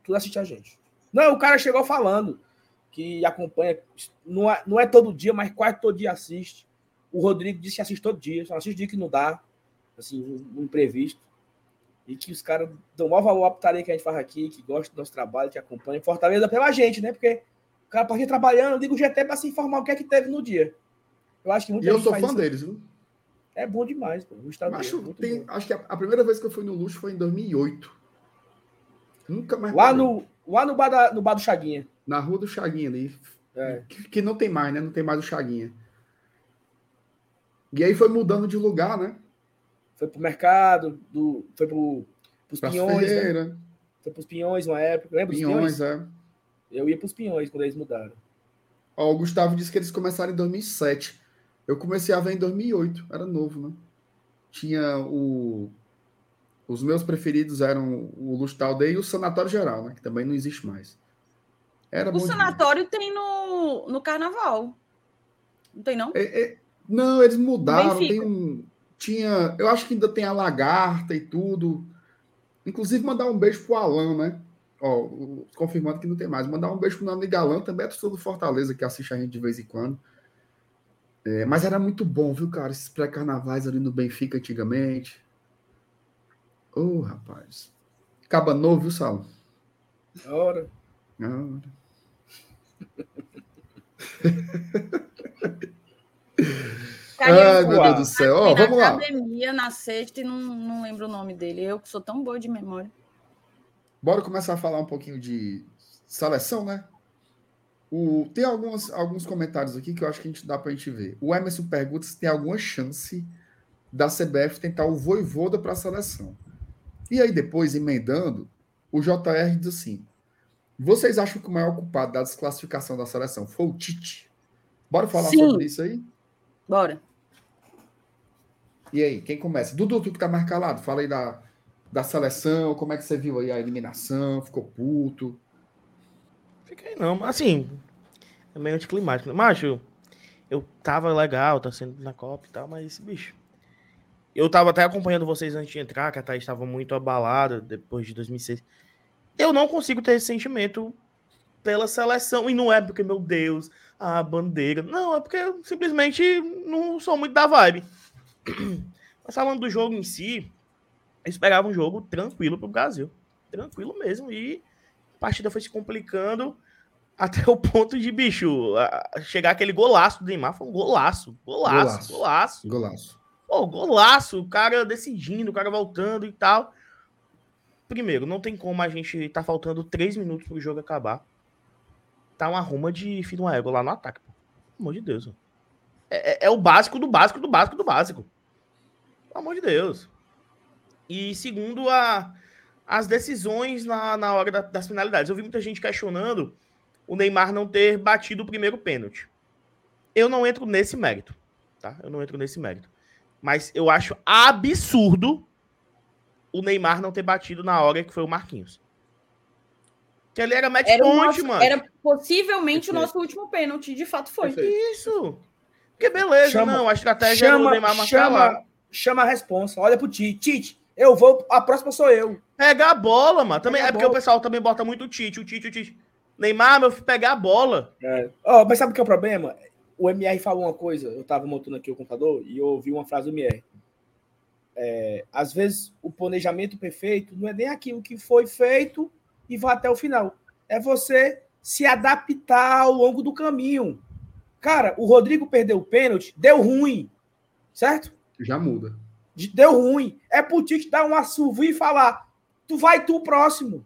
tudo assiste a gente. Não, o cara chegou falando que acompanha, não é, não é todo dia, mas quase todo dia assiste. O Rodrigo disse que assiste todo dia, só assiste o dia que não dá, assim, um, um imprevisto. E que os caras dão maior valor à putaria que a gente faz aqui, que gostam do nosso trabalho, que acompanham. Fortaleza pela gente, né? Porque o cara pode ir trabalhando, liga o G T para se informar o que é que teve no dia. Eu acho que muita E eu gente sou faz fã isso. deles, viu? É bom demais, pô. O estado Acho, é tem, bom. acho que a, a primeira vez que eu fui no Luxo foi em dois mil e oito. Nunca mais Lá parei. no, lá no bar, da, no bar do Chaguinha. Na rua do Chaguinha ali. É. Que, que não tem mais, né? Não tem mais o Chaguinha. E aí foi mudando de lugar, né? Foi pro mercado, do, foi pro, pros Praça Pinhões, Ferreira, né? Foi pros Pinhões uma época. Lembra dos Pinhões, Pinhões? é. Eu ia pros Pinhões quando eles mudaram. Ó, o Gustavo disse que eles começaram em dois mil e sete. Eu comecei a ver em dois mil e oito. Era novo, né? Tinha o... Os meus preferidos eram o Luxo da Aldeia e o Sanatório Geral, né? Que também não existe mais. Era O bom sanatório tem no, no carnaval. Não tem, não? É, é, não, eles mudaram. Benfica. Tem um. Tinha. Eu acho que ainda tem a Lagarta e tudo. Inclusive, mandar um beijo pro Alan, né? Ó, o- confirmando que não tem mais. Mandar um beijo pro Nando Galã, também é torcedor do Fortaleza, que assiste a gente de vez em quando. É, mas era muito bom, viu, cara? Esses pré-carnavais ali no Benfica antigamente. Ô, rapaz. Caba novo, viu, Salo? Ora. Ah. Cara, Ai, eu meu Deus do céu. Ó, fui na vamos lá. academia na sexta e não, não lembro o nome dele. Eu que sou tão boa de memória. Bora começar a falar um pouquinho de seleção, né? O, tem algumas, alguns comentários aqui que eu acho que a gente dá para a gente ver. O Emerson pergunta se tem alguma chance da C B F tentar o Vojvoda para a seleção. E aí depois, emendando, o J R diz assim, vocês acham que o maior culpado da desclassificação da seleção foi o Tite? Bora falar Sim. sobre isso aí? Bora. E aí, quem começa? Dudu, tu que tá mais calado, fala aí da, da seleção, como é que você viu aí a eliminação, ficou puto? Fiquei não, assim, é meio anticlimático. Macho, eu tava legal, tá sendo na Copa e tal, mas esse bicho. Eu tava até acompanhando vocês antes de entrar, que a Thaís estava muito abalada depois de dois mil e seis. Eu não consigo ter esse sentimento pela seleção, e não é porque, meu Deus, a bandeira. Não, é porque eu simplesmente não sou muito da vibe. Mas falando do jogo em si, eu esperava um jogo tranquilo pro Brasil. Tranquilo mesmo, e a partida foi se complicando até o ponto de, bicho, a- chegar aquele golaço do Neymar. Foi um golaço, golaço, golaço. Golaço. Pô, golaço, o cara decidindo, o cara voltando e tal. Primeiro, não tem como a gente tá faltando três minutos pro jogo acabar. Tá uma ruma de filho de uma égua lá no ataque, pô. Pelo amor de Deus. É, é, é o básico do básico do básico do básico. Pelo amor de Deus. E segundo, a, as decisões na, na hora da, das finalidades. Eu vi muita gente questionando o Neymar não ter batido o primeiro pênalti. Eu não entro nesse mérito, tá? Eu não entro nesse mérito. Mas eu acho absurdo o Neymar não ter batido na hora que foi o Marquinhos. Que ali era match Era, o point, nosso- mano. era possivelmente Perfeito. o nosso último pênalti, de fato foi. Perfeito. Isso. Porque beleza, Chama- não, a estratégia era o Chama, Neymar marcar lá. chama, chama a responsa. Olha pro Tite. Tite, eu vou, a próxima sou eu. Pega a bola, mano. Também, Pega é a porque bola. o pessoal também bota muito o Tite, o Tite, o Tite. Neymar, meu filho, pegar a bola. É. Ó, mas sabe o que é o problema? O M R falou uma coisa, eu tava montando aqui o computador e eu ouvi uma frase do M R. É, às vezes o planejamento perfeito não é nem aquilo que foi feito e vai até o final. É você se adaptar ao longo do caminho. Cara, o Rodrigo perdeu o pênalti, deu ruim, certo? Já muda. De- Deu ruim. É pro Tite dar um assovo e falar, tu vai tu próximo.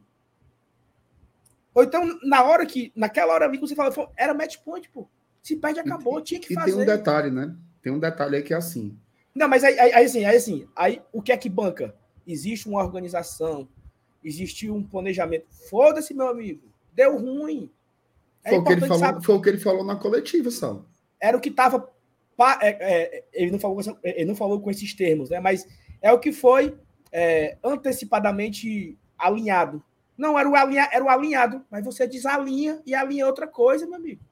Ou então, na hora que, naquela hora ali que você falou, era match point, pô. Se perde, acabou, tinha que E fazer. tem um detalhe, né? Tem um detalhe aí que é assim. Não, mas aí, aí, aí, assim, aí assim, aí o que é que banca? Existe uma organização, existe um planejamento. Foda-se, meu amigo. Deu ruim. É Foi, o que ele importante falou, saber. foi o que ele falou na coletiva, Sal. Era o que estava. É, é, ele, não falou com essa- ele não falou com esses termos, né? Mas é o que foi é, antecipadamente alinhado. Não, era o, alinha, era o alinhado, mas você desalinha e alinha outra coisa, meu amigo.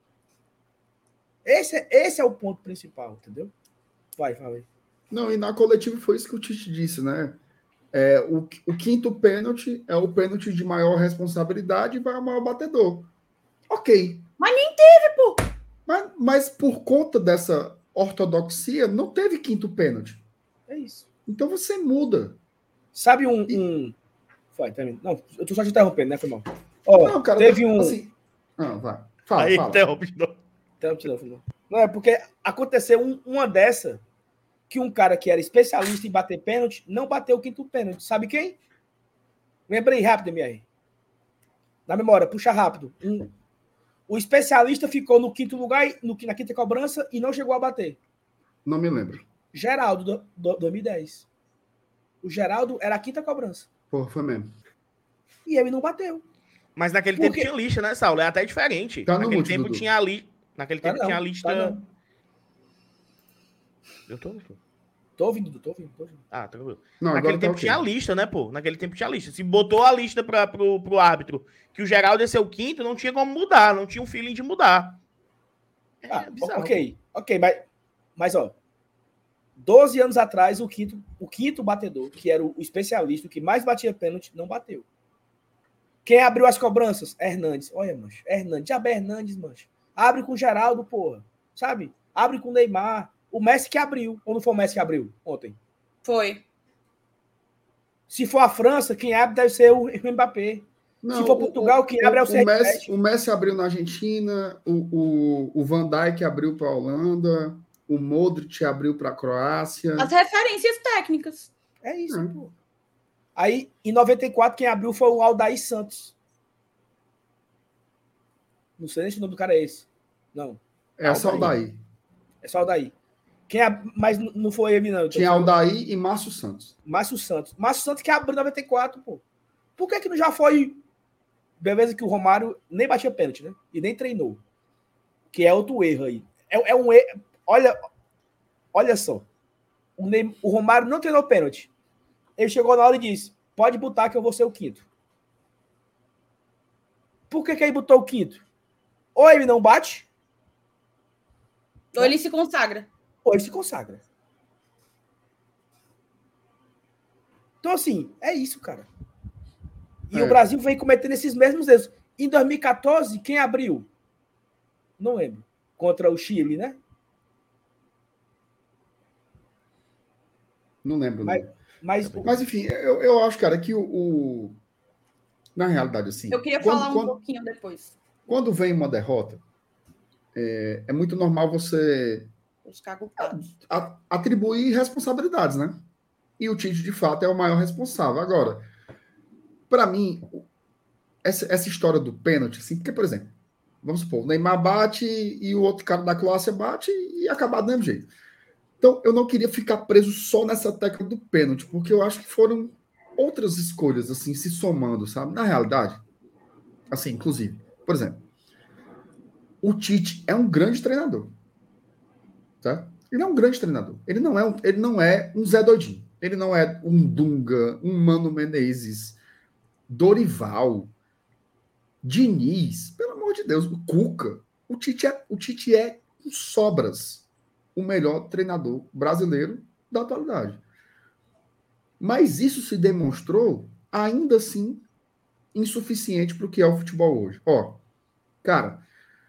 Esse, é- esse é o ponto principal, entendeu? Vai, fala aí. Não, e na coletiva foi isso que o Tite disse, né? É, o, o quinto pênalti é o pênalti de maior responsabilidade e vai ao maior batedor. Ok. Mas nem teve, pô. Mas, mas por conta dessa ortodoxia, não teve quinto pênalti. É isso. Então você muda. Sabe um... E- um... Vai, termina. Não, eu tô só te interrompendo, né, foi mal. Ó, Não, cara, teve tá- um... assim... Não, vai. Fala, Aí fala. interrompe de novo. Interrompe, não, foi mal. Não, é porque aconteceu um- uma dessa que um cara que era especialista em bater pênalti não bateu o quinto pênalti. Sabe quem? Lembrei rápido, M R. Na memória, puxa rápido. Um... O especialista ficou no quinto lugar, no, na quinta cobrança, e não chegou a bater. Não me lembro. Geraldo, do, do, dois mil e dez. O Geraldo era a quinta cobrança. Porra, foi mesmo. E ele não bateu. Mas naquele Por tempo quê? tinha lista, né, Saulo? É até diferente. Tá no naquele mute, tempo Dudu. tinha ali. Naquele Tá tempo não, tinha a tá lista. não. Eu tô. Tô ouvindo, Dudu, tô ouvindo, tô ouvindo. Ah, tranquilo. Não, Naquele agora tá tempo ok. tinha a lista, né, pô? Naquele tempo tinha a lista. Se botou a lista pra, pro, pro árbitro que o Geraldo ia ser o quinto, não tinha como mudar. Não tinha um feeling de mudar. É Ah, bizarro, ok, ok, mas, mas ó, doze anos atrás, o quinto, o quinto batedor, que era o especialista, o que mais batia pênalti, não bateu. Quem abriu as cobranças? Hernandes. Olha, mancho, Hernandes, já é Hernandes, mancho. Abre com o Geraldo, porra, sabe? Abre com o Neymar. O Messi que abriu, ou não foi o Messi que abriu ontem? Foi. Se for a França, quem abre deve ser o Mbappé. Não, Se for o- Portugal, o, quem abre é o o, o, Messi, C R sete. o Messi abriu na Argentina, o, o, o Van Dijk abriu para a Holanda, o Modric abriu para a Croácia. As referências técnicas. É isso, Hum. pô. Aí, em noventa e quatro, quem abriu foi o Aldair Santos. Não sei nem se o nome do cara é esse. Não. É só o daí. É só o Aldair. Quem ab... Mas não foi ele, não. Então, Tinha foi Aldair e Márcio Santos. Márcio Santos. Márcio Santos que abriu em noventa e quatro, pô. Por que que não já foi... Beleza que o Romário nem batia pênalti, né? E nem treinou. Que é outro erro aí. É, é um erro... Olha, olha só. O, Neym... o Romário não treinou pênalti. Ele chegou na hora e disse, pode botar que eu vou ser o quinto. Por que que ele botou o quinto? Ou ele não bate, Ou ele se consagra. ou ele se consagra. Então, assim, é isso, cara. E É. o Brasil vem cometendo esses mesmos erros. Em dois mil e quatorze, quem abriu? Não lembro. Contra o Chile, né? Não lembro. Mas, não. mas, Mas enfim, eu, eu acho, cara, que o, o- na realidade, assim. Eu queria quando, falar um quando, pouquinho depois. quando vem uma derrota, é, é muito normal você Buscar culpados. a- atribuir responsabilidades, né? E o Tite, de fato, é o maior responsável. Agora, para mim, essa, essa história do pênalti, assim, porque, por exemplo, vamos supor, o Neymar bate e o outro cara da Croácia bate e acabar do mesmo jeito. Então, eu não queria ficar preso só nessa tecla do pênalti, porque eu acho que foram outras escolhas, assim, se somando, sabe? Na realidade, assim, inclusive, por exemplo, o Tite é um grande treinador, tá? Ele é um grande treinador. Ele não é um, ele não é um Zé Doidinho. Ele não é um Dunga, um Mano Menezes, Dorival, Diniz, pelo amor de Deus, o Cuca. O Tite é, o Tite é com sobras o melhor treinador brasileiro da atualidade. Mas isso se demonstrou, ainda assim, insuficiente para o que é o futebol hoje. Ó, cara,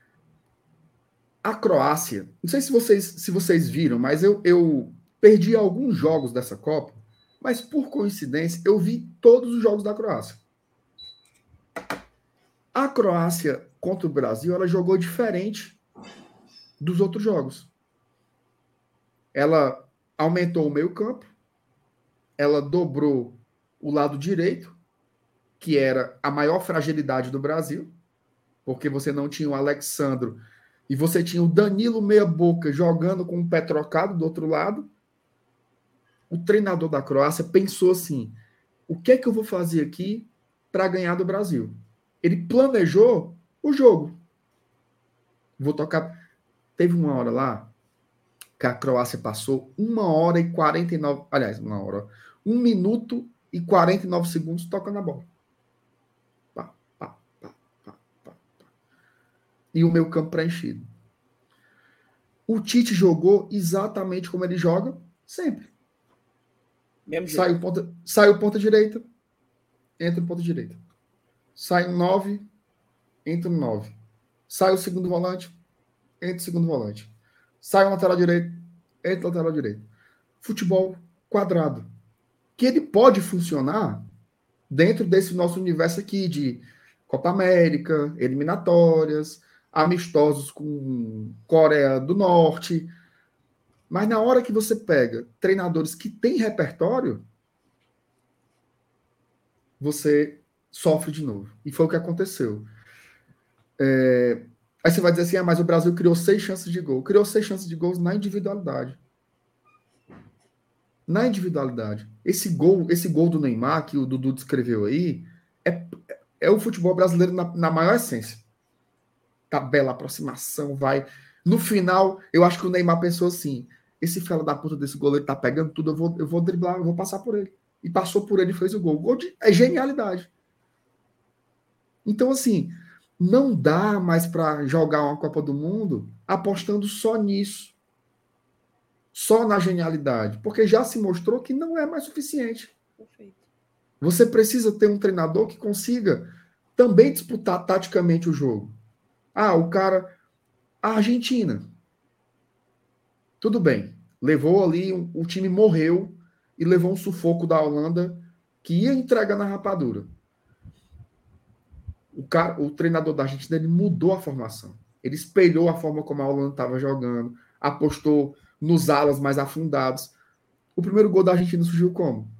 a Croácia, não sei se vocês, se vocês viram, mas eu, eu perdi alguns jogos dessa Copa, mas por coincidência eu vi todos os jogos da Croácia. A Croácia contra o Brasil, ela jogou diferente dos outros jogos. Ela aumentou o meio-campo, ela dobrou o lado direito, que era a maior fragilidade do Brasil, porque você não tinha o Alexandro e você tinha o Danilo meia-boca jogando com o pé trocado do outro lado. O treinador da Croácia pensou assim: o que é que eu vou fazer aqui para ganhar do Brasil? Ele planejou o jogo. Vou tocar. Teve uma hora lá que a Croácia passou uma hora e quarenta e nove. Aliás, uma hora. Um minuto e quarenta e nove segundos tocando a bola. Pá, pá, pá, pá, pá, pá. E o meu campo preenchido. O Tite jogou exatamente como ele joga sempre. Sai o ponta, sai o ponta direita, entra o ponta direita. Sai um nove, entra um nove. Sai o segundo volante, entra o segundo volante. Sai o lateral direito, entra o lateral direito. Futebol quadrado. Que ele pode funcionar dentro desse nosso universo aqui de Copa América, eliminatórias, amistosos com Coreia do Norte. Mas na hora que você pega treinadores que têm repertório, você sofre de novo. E foi o que aconteceu. É... Aí você vai dizer assim, ah, mas o Brasil criou seis chances de gol. Criou seis chances de gols na individualidade. Na individualidade. Esse gol, esse gol do Neymar, que o Dudu descreveu aí, é, é o futebol brasileiro na, na maior essência. Tabela, aproximação, vai. No final, eu acho que o Neymar pensou assim, esse fela da puta desse goleiro tá pegando tudo, eu vou, eu vou driblar, eu vou passar por ele. E passou por ele e fez o gol. O gol de, é genialidade. Então, assim, não dá mais para jogar uma Copa do Mundo apostando só nisso. Só na genialidade. Porque já se mostrou que não é mais suficiente. Perfeito. Você precisa ter um treinador que consiga também disputar taticamente o jogo. Ah, o cara... A Argentina. Tudo bem. Levou ali, o, o time morreu e levou um sufoco da Holanda que ia entregar na rapadura. O, cara, o treinador da Argentina ele mudou a formação. Ele espelhou a forma como a Holanda estava jogando, apostou nos alas mais afundados. O primeiro gol da Argentina surgiu como?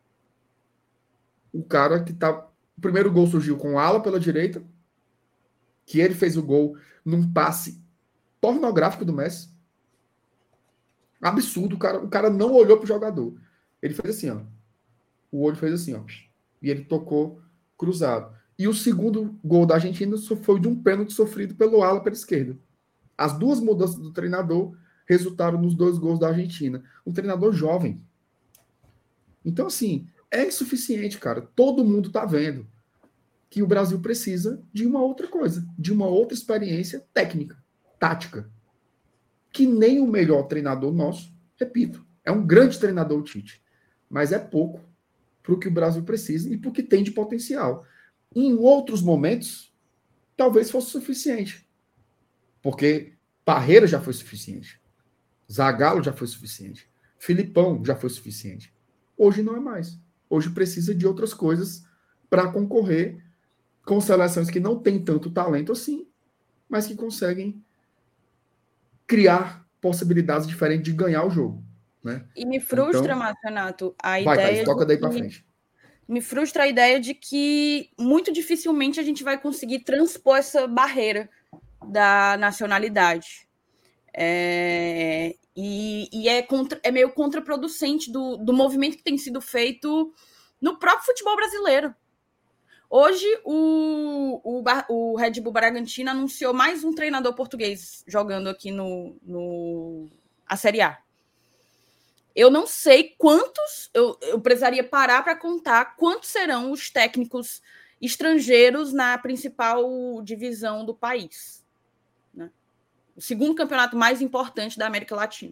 O cara que tá... O primeiro gol surgiu com o ala pela direita, que ele fez o gol num passe pornográfico do Messi. Absurdo. O cara, o cara não olhou pro jogador. Ele fez assim, ó. O olho fez assim, ó. E ele tocou cruzado. E o segundo gol da Argentina foi de um pênalti sofrido pelo ala pela esquerda. As duas mudanças do treinador resultaram nos dois gols da Argentina. Um treinador jovem. Então, assim, é insuficiente, cara. Todo mundo tá vendo que o Brasil precisa de uma outra coisa, de uma outra experiência técnica, tática. Que nem o melhor treinador nosso, repito, é um grande treinador o Tite, mas é pouco para o que o Brasil precisa e para o que tem de potencial. Em outros momentos, talvez fosse suficiente, porque Parreira já foi suficiente, Zagallo já foi suficiente, Filipão já foi suficiente. Hoje não é mais. Hoje precisa de outras coisas para concorrer com seleções que não têm tanto talento assim, mas que conseguem criar possibilidades diferentes de ganhar o jogo. Né? E me frustra, então, Marcanato, a vai, ideia. Thaís, toca daí que... para frente. Me frustra a ideia de que muito dificilmente a gente vai conseguir transpor essa barreira da nacionalidade. É... E, e é, contra... é meio contraproducente do, do movimento que tem sido feito no próprio futebol brasileiro. Hoje, o, o, o Red Bull Bragantino anunciou mais um treinador português jogando aqui no, no a Série A. Eu não sei quantos, eu, eu precisaria parar para contar quantos serão os técnicos estrangeiros na principal divisão do país. Né? O segundo campeonato mais importante da América Latina.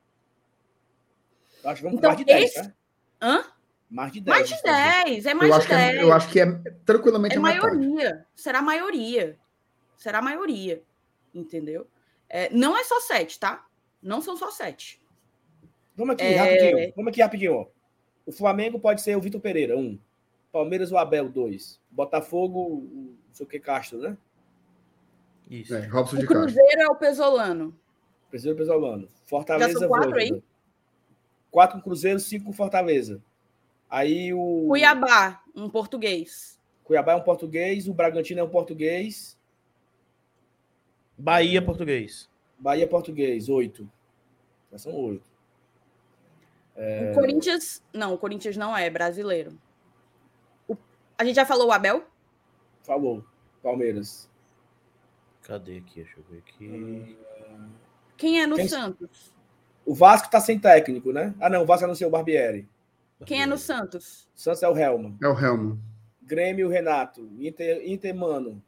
Eu acho que vamos então, mais de dez, esse... tá? Hã? Mais de dez. Mais de dez, é mais eu de acho dez. Que é, eu acho que é tranquilamente é a maioria. metade. Será a maioria. Será a maioria. Entendeu? É, não é só sete, tá? Não são só sete. Vamos aqui, é... rapidinho. Vamos aqui, rapidinho. Ó. O Flamengo pode ser o Vitor Pereira, um. Palmeiras, o Abel, dois. Botafogo, o não sei o que, Castro, né? Isso. É, Robson o de Cruzeiro Castro. é o Pesolano. Cruzeiro Pesolano. Fortaleza, Já são quatro Voivoda. aí? Quatro com Cruzeiro, cinco com Fortaleza. Aí o... Cuiabá, um português. Cuiabá é um português, o Bragantino é um português. Bahia, português. Bahia, português, oito. Já são oito. É... O Corinthians... Não, o Corinthians não é brasileiro. O... A gente já falou o Abel? Falou. Palmeiras. Cadê aqui? Deixa eu ver aqui. Quem é no Quem... Santos? O Vasco tá sem técnico, né? Ah, não, o Vasco anunciou o Barbieri. Quem é no Santos? Santos é o Helman. É o Helman. Grêmio, Renato. Inter, Inter Mano.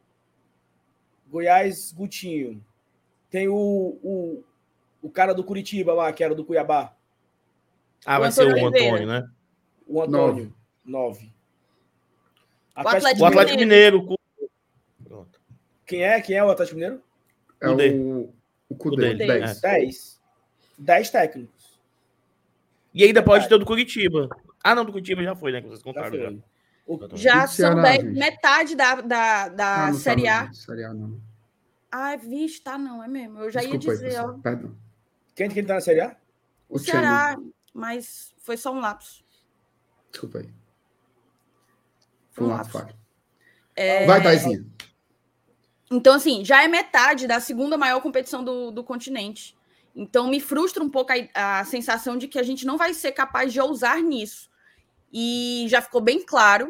Goiás, Gutinho. Tem o, o, o cara do Curitiba lá, que era do Cuiabá. Ah, O vai Antônio ser o Oliveira. Antônio, né? O Antônio, nove. Atlético O Atlético Mineiro. cu- Pronto. Quem é? Quem é o Atlético Mineiro? É Kudê. o, o Kudê, Kudê, dez. dez. dez técnicos. E ainda pode Verdade. ter o do Curitiba. Ah, não, do Curitiba já foi, né? Que vocês Já contaram já. foi. O- E Já do são Ceará, dez, gente? metade da, da, da Ah, não Série tá A. no Série A, não. Ah, vixe, tá não, é mesmo. Eu já Desculpa ia aí, dizer, pessoal. ó, Perdão. Quem, quem tá na Série A? o, O Ceará, mas foi só um lapso. Desculpa aí. Foi Foi um um ato lapso. falho. É, Vai, Taizinha. Então, assim, já é metade da segunda maior competição do, do continente. Então, me frustra um pouco a, a sensação de que a gente não vai ser capaz de ousar nisso. E já ficou bem claro,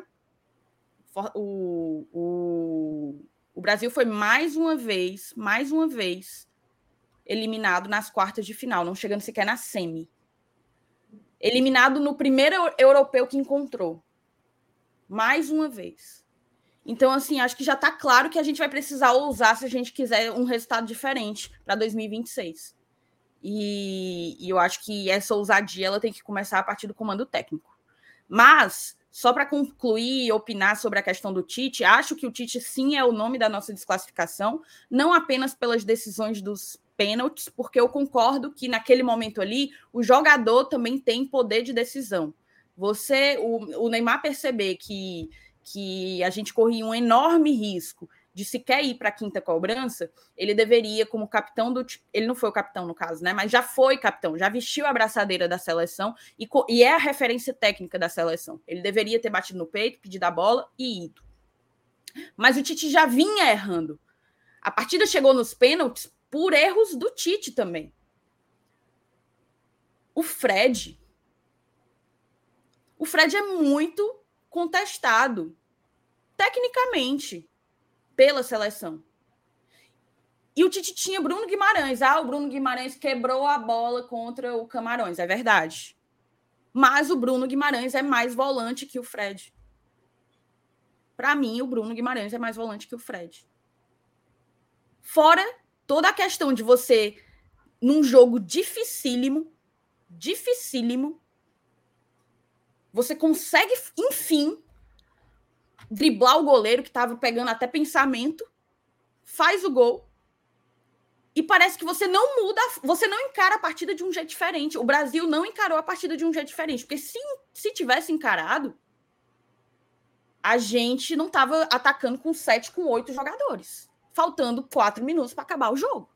o, o, o Brasil foi mais uma vez, mais uma vez, eliminado nas quartas de final, não chegando sequer na semi. Eliminado no primeiro europeu que encontrou. Mais uma vez. Então, assim, acho que já está claro que a gente vai precisar ousar se a gente quiser um resultado diferente para dois mil e vinte e seis. E, e eu acho que essa ousadia ela tem que começar a partir do comando técnico. Mas, só para concluir e opinar sobre a questão do Tite, acho que o Tite sim é o nome da nossa desclassificação, não apenas pelas decisões dos pênaltis, porque eu concordo que naquele momento ali o jogador também tem poder de decisão. Você, o, o Neymar perceber que, que a gente corria um enorme risco de sequer ir para a quinta cobrança, ele deveria, como capitão do... Ele não foi o capitão, no caso, né? Mas já foi capitão, já vestiu a abraçadeira da seleção e, e é a referência técnica da seleção. Ele deveria ter batido no peito, pedido a bola e ido. Mas o Tite já vinha errando. A partida chegou nos pênaltis por erros do Tite também. O Fred... O Fred é muito contestado, tecnicamente, pela seleção. E o Tite tinha Bruno Guimarães. Ah, o Bruno Guimarães quebrou a bola contra o Camarões. É verdade. Mas o Bruno Guimarães é mais volante que o Fred. Para mim, o Bruno Guimarães é mais volante que o Fred. Fora toda a questão de você, num jogo dificílimo, dificílimo, você consegue, enfim, driblar o goleiro que estava pegando até pensamento, faz o gol e parece que você não muda, você não encara a partida de um jeito diferente. O Brasil não encarou a partida de um jeito diferente, porque se, se tivesse encarado, a gente não estava atacando com sete, com oito jogadores, faltando quatro minutos para acabar o jogo.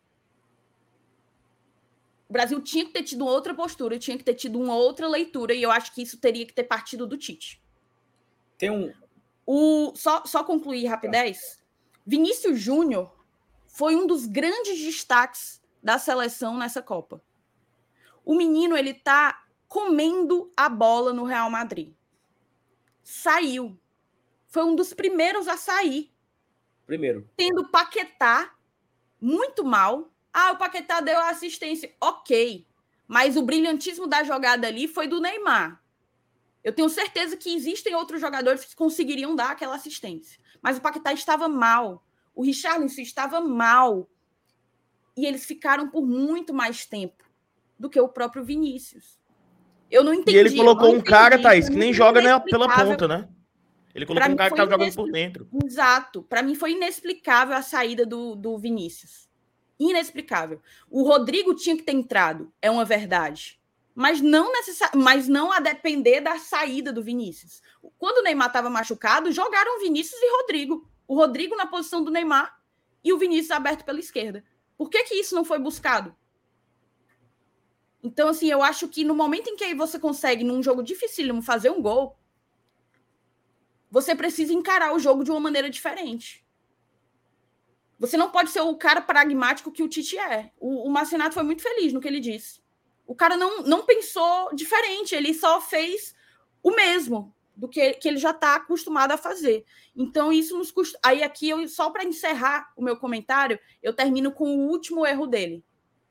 O Brasil tinha que ter tido outra postura, tinha que ter tido uma outra leitura, e eu acho que isso teria que ter partido do Tite. Tem um... O, só, só concluir rapidez. Vinícius Júnior foi um dos grandes destaques da seleção nessa Copa. O menino, ele tá comendo a bola no Real Madrid. Saiu. Foi um dos primeiros a sair. Primeiro. Tendo Paquetá muito mal. Ah, o Paquetá deu a assistência. Ok. Mas o brilhantismo da jogada ali foi do Neymar. Eu tenho certeza que existem outros jogadores que conseguiriam dar aquela assistência. Mas o Paquetá estava mal. O Richarlison estava mal. E eles ficaram por muito mais tempo do que o próprio Vinícius. Eu não entendi. E ele colocou um entendi, cara, Thaís, que mim nem foi joga nem pela inexplicável. ponta, né? Ele colocou Pra um cara mim que tava foi jogando por dentro. Exato. Para mim foi inexplicável a saída do, do Vinícius. Inexplicável. O Rodrigo tinha que ter entrado, é uma verdade. Mas não, necessari- mas não a depender da saída do Vinícius. Quando o Neymar estava machucado, jogaram Vinícius e Rodrigo. O Rodrigo na posição do Neymar e o Vinícius aberto pela esquerda. Por que que isso não foi buscado? Então, assim, eu acho que no momento em que você consegue, num jogo dificílimo, fazer um gol, você precisa encarar o jogo de uma maneira diferente. Você não pode ser o cara pragmático que o Tite é. O, o Marcinato foi muito feliz no que ele disse. O cara não, não pensou diferente, ele só fez o mesmo do que, que ele já está acostumado a fazer. Então, isso nos custa. Aí, aqui, eu, só para encerrar o meu comentário, eu termino com o último erro dele.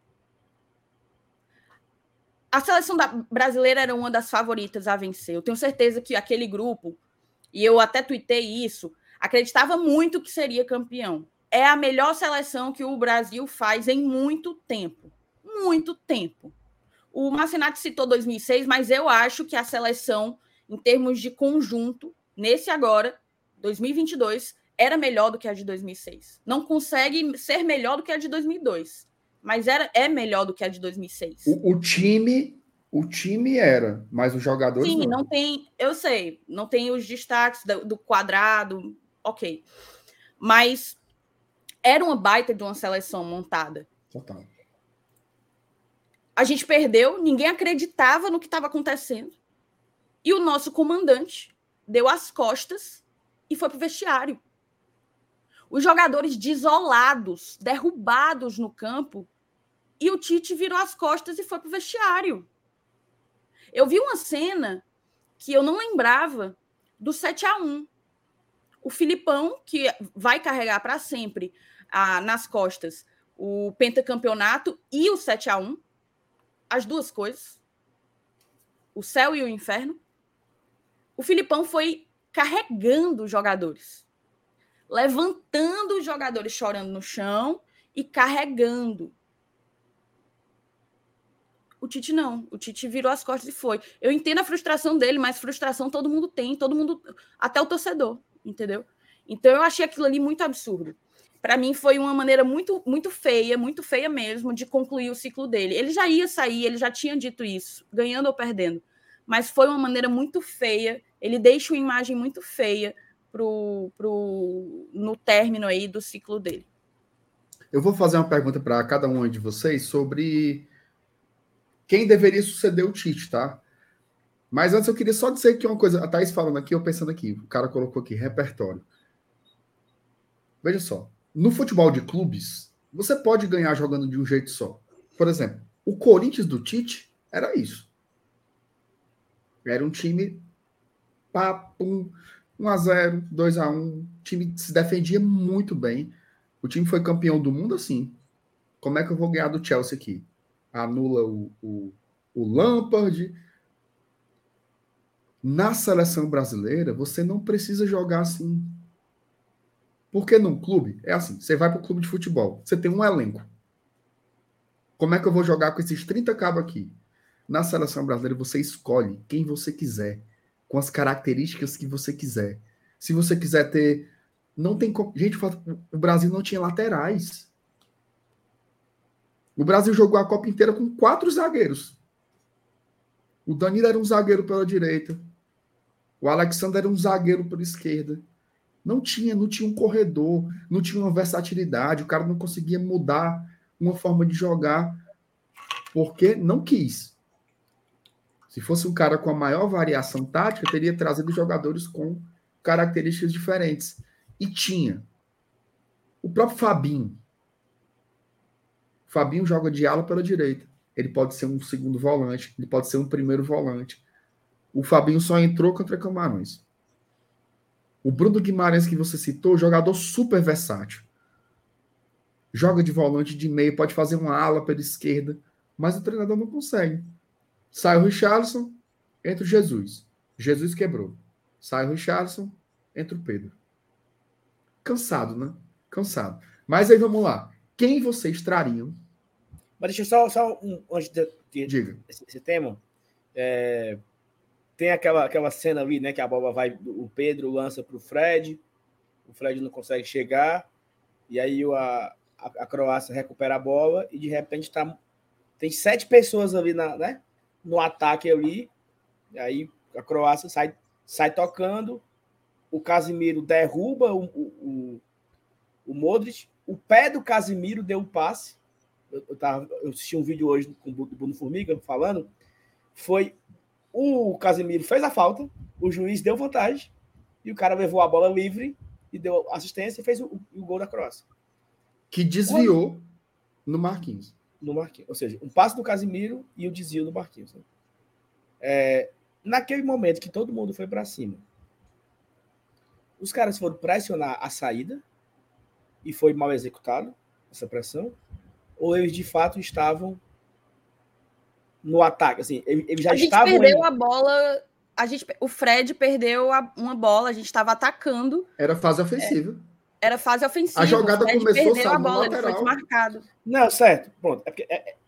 A seleção da... brasileira era uma das favoritas a vencer. Eu tenho certeza que aquele grupo, e eu até tuitei isso, acreditava muito que seria campeão. É a melhor seleção que o Brasil faz em muito tempo. Muito tempo. O Marcinati citou dois mil e seis, mas eu acho que a seleção, em termos de conjunto, nesse agora, dois mil e vinte e dois, era melhor do que a de dois mil e seis. Não consegue ser melhor do que a de dois mil e dois, mas era, é melhor do que a de dois mil e seis. O, o time, o time era, mas os jogadores Sim, não. não tem, eu sei, não tem os destaques do, do quadrado, ok. Mas era uma baita de uma seleção montada. Total. A gente perdeu, ninguém acreditava no que estava acontecendo. E o nosso comandante deu as costas e foi para o vestiário. Os jogadores desolados, derrubados no campo, e o Tite virou as costas e foi para o vestiário. Eu vi uma cena que eu não lembrava do sete a um. O Filipão, que vai carregar para sempre ah, nas costas o pentacampeonato e o sete a um, as duas coisas, o céu e o inferno. O Filipão foi carregando os jogadores, levantando os jogadores chorando no chão e carregando. O Tite não. O Tite virou as costas e foi. Eu entendo a frustração dele, mas frustração todo mundo tem, todo mundo, até o torcedor, entendeu? Então eu achei aquilo ali muito absurdo. Para mim foi uma maneira muito, muito feia, muito feia mesmo, de concluir o ciclo dele. Ele já ia sair, ele já tinha dito isso, ganhando ou perdendo. Mas foi uma maneira muito feia. Ele deixa uma imagem muito feia pro, pro, no término aí do ciclo dele. Eu vou fazer uma pergunta para cada um de vocês sobre quem deveria suceder o Tite, tá? Mas antes eu queria só dizer que uma coisa, a Thaís falando aqui, eu pensando aqui, o cara colocou aqui, repertório. Veja só, no futebol de clubes, você pode ganhar jogando de um jeito só. Por exemplo, o Corinthians do Tite era isso. Era um time pá, pum, um a zero, dois a um, o time se defendia muito bem. O time foi campeão do mundo assim. Como é que eu vou ganhar do Chelsea aqui? Anula o, o, o Lampard. Na seleção brasileira, você não precisa jogar assim. Porque num clube, é assim, você vai para o clube de futebol, você tem um elenco. Como é que eu vou jogar com esses trinta cabos aqui? Na seleção brasileira, você escolhe quem você quiser, com as características que você quiser. Se você quiser ter... Não tem... Gente, o Brasil não tinha laterais. O Brasil jogou a Copa inteira com quatro zagueiros. O Danilo era um zagueiro pela direita. O Alexandre era um zagueiro pela esquerda. Não tinha, não tinha um corredor, não tinha uma versatilidade, o cara não conseguia mudar uma forma de jogar, porque não quis. Se fosse um cara com a maior variação tática, teria trazido jogadores com características diferentes. E tinha. O próprio Fabinho. O Fabinho joga de ala pela direita. Ele pode ser um segundo volante, ele pode ser um primeiro volante. O Fabinho só entrou contra Camarões. O Bruno Guimarães, que você citou, jogador super versátil. Joga de volante de meio, pode fazer uma ala pela esquerda, mas o treinador não consegue. Sai o Richarlison, entra o Jesus. Jesus quebrou. Sai o Richarlison, entra o Pedro. Cansado, né? Cansado. Mas aí vamos lá. Quem vocês trariam? Mas deixa eu só, só um, antes de, de Diga. Esse, esse tema. É... Tem aquela, aquela cena ali, né? Que a bola vai. O Pedro lança para o Fred. O Fred não consegue chegar. E aí a, a, a Croácia recupera a bola. E de repente tá, tem sete pessoas ali na, né, no ataque ali. E aí a Croácia sai, sai tocando. O Casimiro derruba o, o, o, o Modric. O pé do Casimiro deu um passe. Eu, eu, tava, eu assisti um vídeo hoje com o Bruno Formiga falando. Foi. O Casemiro fez a falta, o juiz deu vantagem e o cara levou a bola livre e deu assistência e fez o, o gol da Croácia. Que desviou Quando... no Marquinhos. No Marquinhos. Ou seja, um passe do Casemiro e o desvio do Marquinhos. Né? É, naquele momento que todo mundo foi para cima, os caras foram pressionar a saída e foi mal executado essa pressão, ou eles de fato estavam no ataque, assim, eles já a gente estavam... perdeu em... a bola, a gente, o Fred perdeu a, uma bola, a gente estava atacando. Era fase ofensiva. É, era fase ofensiva. A jogada o Fred começou, perdeu sabe, a bola, no ele foi lateral. desmarcado. Não, certo, pronto. É porque, é,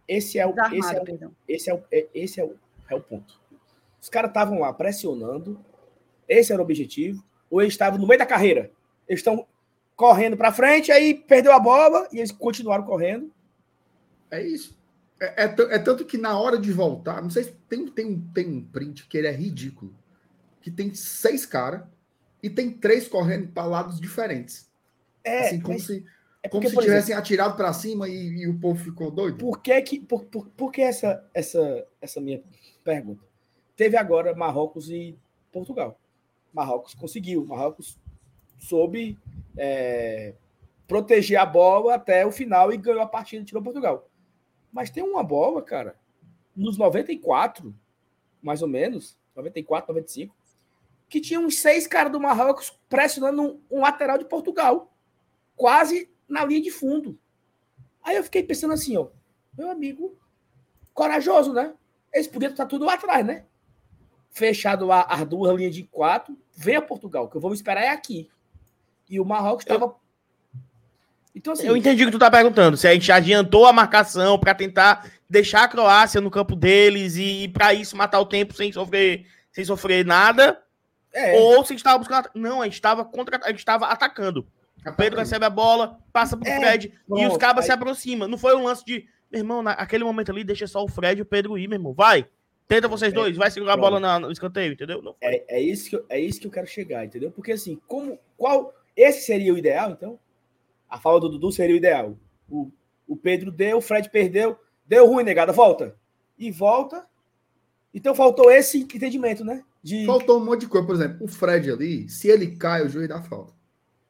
esse é o, Desarmado, esse é o, perdão. esse é o, é- esse é o, é o ponto. Os caras estavam lá pressionando, esse era o objetivo, ou eles estavam no meio da carreira. Eles estão correndo para frente, aí perdeu a bola e eles continuaram correndo. É isso. É, é, t- é tanto que na hora de voltar, não sei se tem, tem, um, tem um print que ele é ridículo. Que tem seis caras e tem três correndo para lados diferentes. É, assim, como mas se, é como porque, se por tivessem exemplo, atirado para cima e, e o povo ficou doido. por que, que, por, por, por que essa, essa, essa minha pergunta? Teve agora Marrocos e Portugal. Marrocos conseguiu. Marrocos soube é, proteger a bola até o final e ganhou a partida, tirou Portugal. Mas tem uma bola, cara, nos noventa e quatro, mais ou menos, noventa e quatro, noventa e cinco, que tinha uns seis caras do Marrocos pressionando um, um lateral de Portugal, quase na linha de fundo. Aí eu fiquei pensando assim, ó, meu amigo, corajoso, né? Eles podiam estar tudo lá atrás, né? Fechado lá as duas linhas de quatro, venha Portugal, que eu vou me esperar é aqui. E o Marrocos estava... Eu... Então, assim... Eu entendi o que tu tá perguntando, se a gente adiantou a marcação para tentar deixar a Croácia no campo deles e, e para isso matar o tempo sem sofrer, sem sofrer nada, É. ou se a gente tava buscando... Não, a gente tava, contra... a gente tava atacando. O Pedro recebe a bola, passa pro É, Fred pronto, e os cabas aí- se aproximam. Não foi um lance de, meu irmão, naquele momento ali, deixa só o Fred e o Pedro ir, meu irmão. Vai, tenta vocês dois, vai segurar a pronto. bola na- no escanteio, entendeu? Não foi. É, é, isso que eu, é isso que eu quero chegar, entendeu? Porque assim, como, qual, esse seria o ideal, então? A fala do Dudu seria o ideal. O, o Pedro deu, o Fred perdeu, deu ruim, negada, volta. E volta. Então faltou esse entendimento, né? De... Faltou um monte de coisa. Por exemplo, o Fred ali, se ele cai, o juiz dá falta.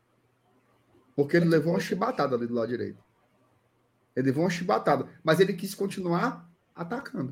Porque ele levou uma chibatada ali do lado direito. Ele levou uma chibatada. Mas ele quis continuar atacando.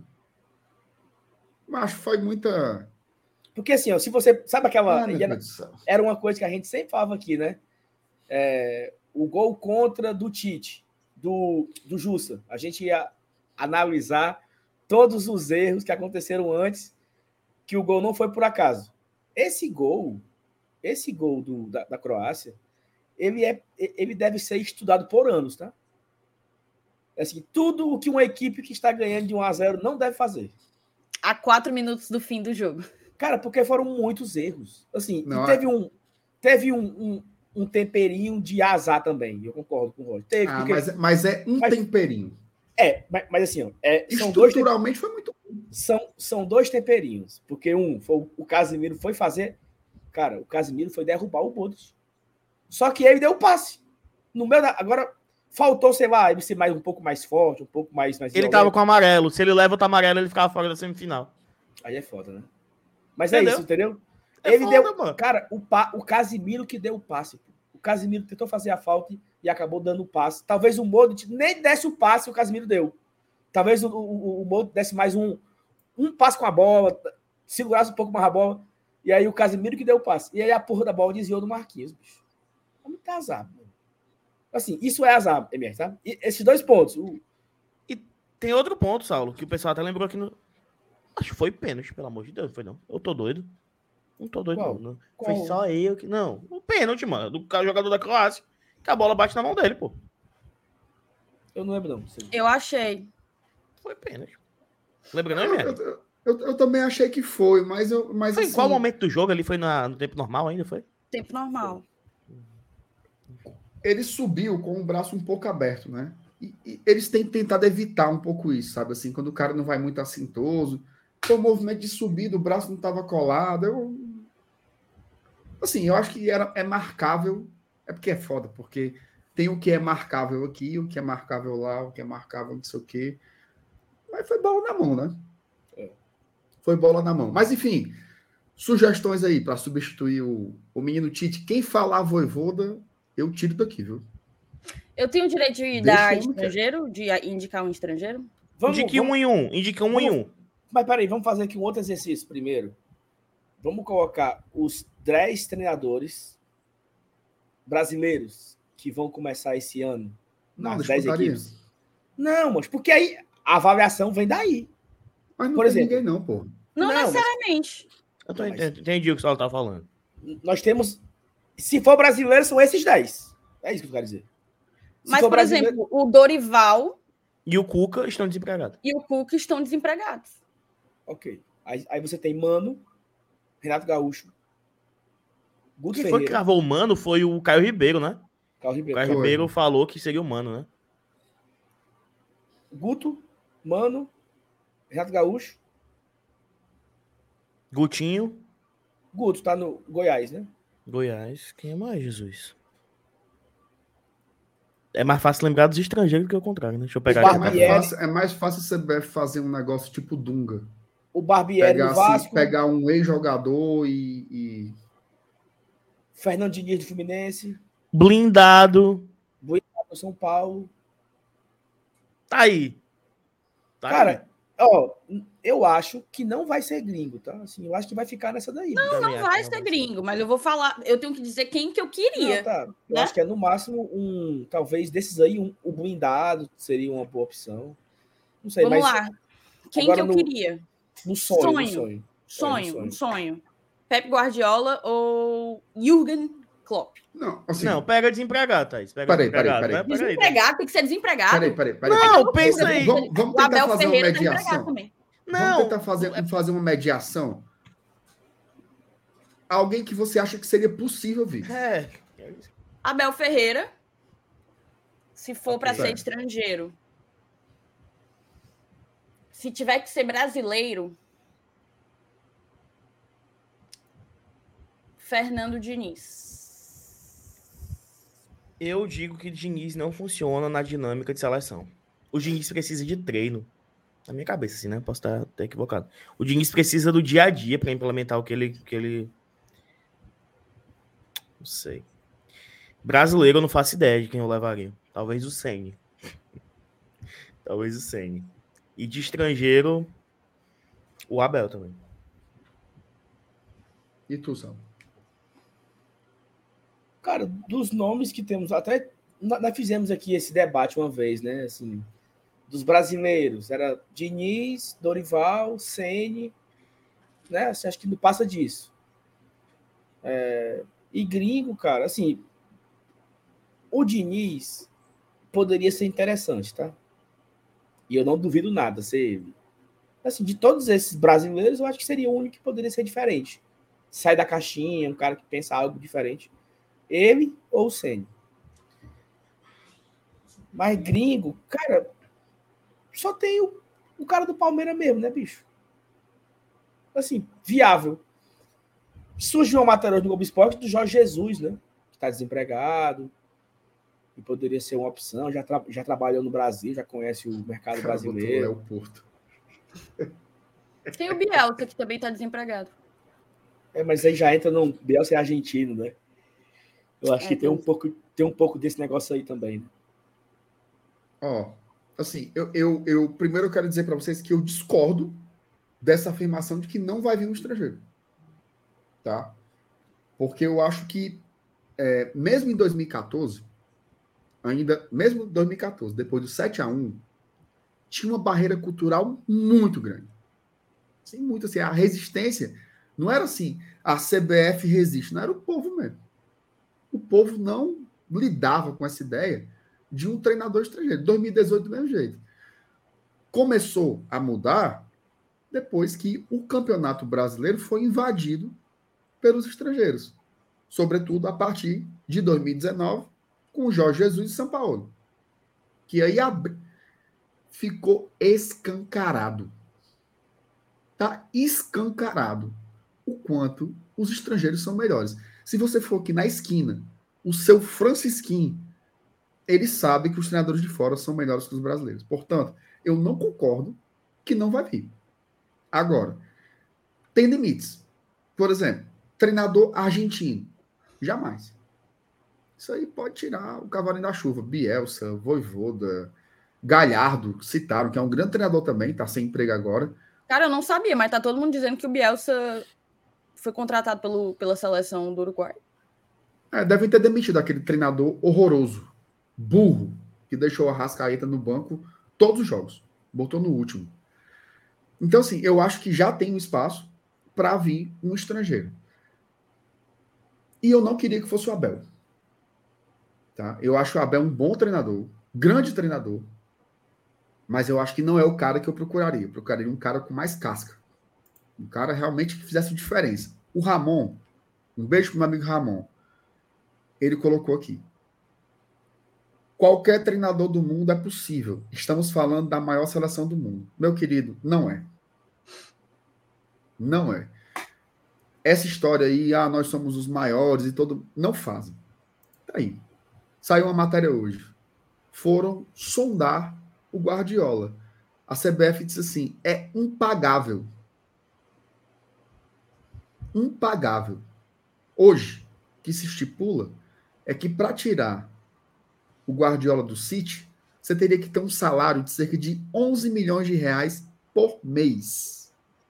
Mas foi muita... Porque assim, ó, se você... Sabe aquela... Ah, meu era, Deus do céu. era uma coisa que a gente sempre falava aqui, né? É, o gol contra do Tite, do, do Jussa. A gente ia analisar todos os erros que aconteceram antes, que o gol não foi por acaso. Esse gol, esse gol do, da, da Croácia, ele, é, ele deve ser estudado por anos, tá? Assim, tudo o que uma equipe que está ganhando de um a zero não deve fazer. A quatro minutos do fim do jogo. Cara, porque foram muitos erros. Assim, Não, e teve um, teve um, um, um temperinho de azar também. Eu concordo com o Roger. Teve, Ah, porque, mas, mas é um mas- temperinho. é, mas, mas assim, ó, é, são, dois, tem- Estruturalmente foi muito... são, são dois temperinhos. Porque um, foi, o Casemiro foi fazer... Cara, o Casemiro foi derrubar o Modric. Só que ele deu o passe. No meio da, agora, faltou, sei lá, ele ser mais, um pouco mais forte, um pouco mais... mais Ele violento. tava com amarelo. Se ele leva o amarelo, ele ficava fora da semifinal. Aí é foda, né? Mas Entendeu? é isso, entendeu? É Ele foda, deu. mano. Cara, o, pa, o Casimiro que deu o passe. Pô. O Casimiro tentou fazer a falta e acabou dando o passe. Talvez o Modric nem desse o passe, o Casimiro deu. Talvez o, o, o Modric desse mais um, um passe com a bola, segurasse um pouco mais a bola. E aí o Casimiro que deu o passe. E aí a porra da bola desviou do Marquinhos, bicho. É muito azar, mano. Assim, isso é azar, M R, tá? E esses dois pontos. O, E tem outro ponto, Saulo, que o pessoal até lembrou aqui no... Acho que foi pênalti, pelo amor de Deus, foi não. Eu tô doido. Não tô doido, Qual? não. não. Qual? Foi só eu que... Não, o pênalti, mano, do cara- jogador da Croácia, que a bola bate na mão dele, pô. eu não lembro, não. Eu achei. Foi pênalti. Lembra não, Eu, Emerson? eu, eu, eu também achei que foi, mas eu... Mas Foi em assim, qual momento do jogo ali? Foi na, no tempo normal ainda, foi? Tempo normal. ele subiu com o braço um pouco aberto, né? E, e eles têm tentado evitar um pouco isso, sabe? Assim, quando o cara não vai muito assintoso. Então, o movimento de subida, o braço não estava colado. Eu... Assim, eu acho que era, é marcável. É porque é foda, porque tem o que é marcável aqui, o que é marcável lá, o que é marcável não sei o quê. Mas foi bola na mão, né? Foi bola na mão. Mas, enfim, sugestões aí para substituir o, o menino Tite. Quem falar Voivoda, eu tiro daqui, viu? Eu tenho o direito de Deixa dar o homem estrangeiro, de indicar um estrangeiro? Vamos, Indique vamos, um em um. Indique um em um. Mas peraí, vamos fazer aqui um outro exercício primeiro. Vamos colocar os dez treinadores brasileiros que vão começar esse ano Não, nas deixa eu dez botaria. equipes. Não, mas porque aí a avaliação vem daí. Mas não Por tem exemplo. ninguém, não, pô. Não, Não, mas- necessariamente. Eu tô, Não, mas- entendi, entendi o que o Saulo tá falando. Nós temos. Se for brasileiro, são esses dez. É isso que eu quero dizer. Se Mas, for por brasileiro- exemplo, o Dorival E o Cuca estão desempregados. E o Cuca estão desempregados. Ok. Aí, aí você tem Mano, Renato Gaúcho, Guto Quem Ferreira. foi que cravou o Mano foi o Caio Ribeiro, né? Caio O Ribeiro. Caio Foi. Ribeiro falou que seria o Mano, né? Guto, Mano, Renato Gaúcho. Gutinho, Guto tá no Goiás, né? Goiás. Quem é mais, Jesus? É mais fácil lembrar dos estrangeiros do que o contrário, né? Deixa eu pegar O aqui. É mais Barbieri. fácil, é mais fácil a C B F fazer um negócio tipo Dunga. O Barbieri Pegar, no assim, Vasco. pegar um ex-jogador e, e- Fernando Diniz do Fluminense. Blindado. Buiado do São Paulo. Tá aí. Tá Cara, ó, eu acho que não vai ser gringo, tá? Assim, eu acho que vai ficar nessa daí. aí. Não, Também não acho vai que ser gringo, mas eu vou falar, eu tenho que dizer quem que eu queria. Não, tá. Eu né? acho que é no máximo um, talvez desses aí, um, o blindado seria uma boa opção. Não sei, Vamos mas lá. Quem agora que eu no- queria? no sonho, Sonho. no sonho. Sonho, sonho. um sonho. Pep Guardiola ou Jürgen Klopp? Não, assim. Não, pega desempregado, Thaís. Pega Peraí, peraí, desempregado. peraí. Né? Peraí, Thaís. Desempregado, tem que ser desempregado. Peraí, peraí, peraí. Não, peraí. pensa Vamos- aí. Vamos, vamos O tentar Abel fazer uma Ferreira tá empregado mediação. também. Vamos Não. tentar fazer, fazer uma mediação. Alguém que você acha que seria possível vir. É. Abel Ferreira, se for para Ok. ser estrangeiro. Se tiver que ser brasileiro, Fernando Diniz. Eu digo que Diniz não funciona na dinâmica de seleção. O Diniz precisa de treino. Na minha cabeça, assim, né? Posso estar até equivocado. O Diniz precisa do dia a dia para implementar o que ele, que ele. Não sei. Brasileiro, eu não faço ideia de quem eu levaria. Talvez o Ceni. Talvez o Ceni. E de estrangeiro, o Abel também. E tu, Sal? Cara, dos nomes que temos, até nós fizemos aqui esse debate uma vez, né? Assim, dos brasileiros, era Diniz, Dorival, Ceni, né? Assim, acho que não passa disso. É, e gringo, cara, assim, o Diniz poderia ser interessante, tá? E eu não duvido nada ser ele. Assim, de todos esses brasileiros, eu acho que seria o único que poderia ser diferente. Sai da caixinha, um cara que pensa algo diferente. Ele ou o Ceni. Mas gringo, cara, só tem o, o cara do Palmeiras mesmo, né, bicho? Assim, viável. Surgiu uma matéria no Globo Esporte do Jorge Jesus, né? Que tá desempregado. E poderia ser uma opção. Já, tra já trabalhou no Brasil, já conhece o mercado Cara, botou brasileiro. Léo Porto. Tem o Bielsa, que também está desempregado. É, mas aí já entra no Bielsa é argentino, né? Eu acho É, que tem um, tem. pouco, tem um pouco desse negócio aí também, né? Ó, assim, eu, eu, eu primeiro eu quero dizer para vocês que eu discordo dessa afirmação de que não vai vir um estrangeiro. Tá? Porque eu acho que, é, mesmo em dois mil e quatorze, ainda, mesmo em dois mil e quatorze, depois do sete a um, tinha uma barreira cultural muito grande. Assim, muito assim, a resistência não era assim, a C B F resiste, não era o povo mesmo. O povo não lidava com essa ideia de um treinador estrangeiro. dois mil e dezoito, do mesmo jeito. Começou a mudar depois que o Campeonato Brasileiro foi invadido pelos estrangeiros. Sobretudo a partir de dois mil e dezenove, com o Jorge Jesus e São Paulo. Que aí ab... ficou escancarado. Tá escancarado o quanto os estrangeiros são melhores. Se você for aqui na esquina, o seu Francisquinho, ele sabe que os treinadores de fora são melhores que os brasileiros. Portanto, eu não concordo que não vai vir. Agora, tem limites. Por exemplo, treinador argentino. Jamais. Isso aí pode tirar o cavalinho da chuva. Bielsa, Vojvoda, Galhardo, citaram, que é um grande treinador também, está sem emprego agora. Cara, eu não sabia, mas tá todo mundo dizendo que o Bielsa foi contratado pelo, pela seleção do Uruguai. É, devem ter demitido aquele treinador horroroso, burro, que deixou a Arrascaeta no banco todos os jogos. Botou no último. Então, assim, eu acho que já tem um espaço para vir um estrangeiro. E eu não queria que fosse o Abel. Tá? Eu acho o Abel um bom treinador, grande treinador. Mas eu acho que não é o cara que eu procuraria. Eu procuraria um cara com mais casca. Um cara realmente que fizesse diferença. O Ramon, um beijo pro meu amigo Ramon. Ele colocou aqui. Qualquer treinador do mundo é possível. Estamos falando da maior seleção do mundo. Meu querido, não é. Não é. Essa história aí, ah, nós somos os maiores e todo... Não fazem. Tá aí. Saiu uma matéria hoje. Foram sondar o Guardiola. A C B F disse assim, é impagável. Impagável. Hoje, o que se estipula é que para tirar o Guardiola do City, você teria que ter um salário de cerca de onze milhões de reais por mês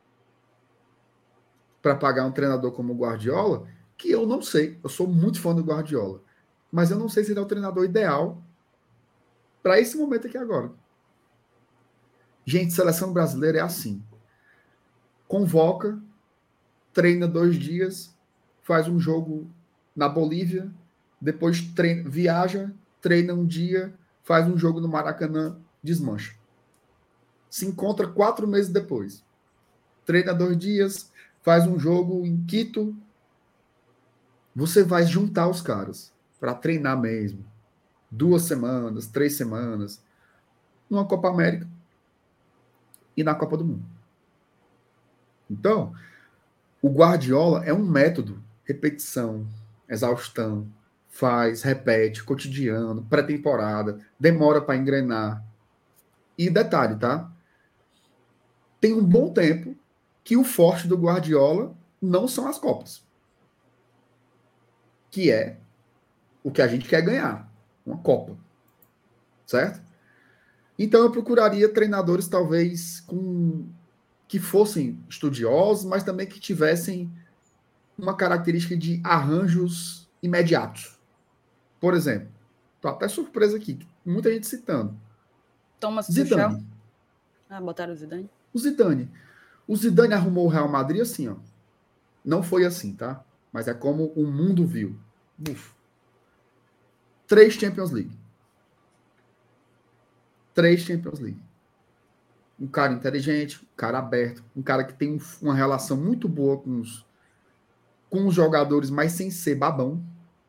para pagar um treinador como o Guardiola, que eu não sei. Eu sou muito fã do Guardiola, mas eu não sei se ele é o treinador ideal para esse momento aqui agora. Gente, seleção brasileira é assim. Convoca, treina dois dias, faz um jogo na Bolívia, depois treina, viaja, treina um dia, faz um jogo no Maracanã, desmancha. Se encontra quatro meses depois. Treina dois dias, faz um jogo em Quito. Você vai juntar os caras para treinar mesmo. Duas semanas, três semanas, numa Copa América e na Copa do Mundo. Então, o Guardiola é um método, repetição, exaustão, faz, repete, cotidiano, pré-temporada, demora para engrenar. E detalhe, tá? Tem um bom tempo que o forte do Guardiola não são as Copas. Que é o que a gente quer ganhar, uma Copa. Certo? Então eu procuraria treinadores talvez com que fossem estudiosos, mas também que tivessem uma característica de arranjos imediatos. Por exemplo, tô até surpresa aqui, muita gente citando. Thomas Zidane. Tuchel. Ah, botaram o Zidane? O Zidane. O Zidane arrumou o Real Madrid assim, ó. Não foi assim, tá? Mas é como o mundo viu. Uf. Três Champions League. Três Champions League. Um cara inteligente, um cara aberto, um cara que tem uma relação muito boa com os, com os jogadores, mas sem ser babão.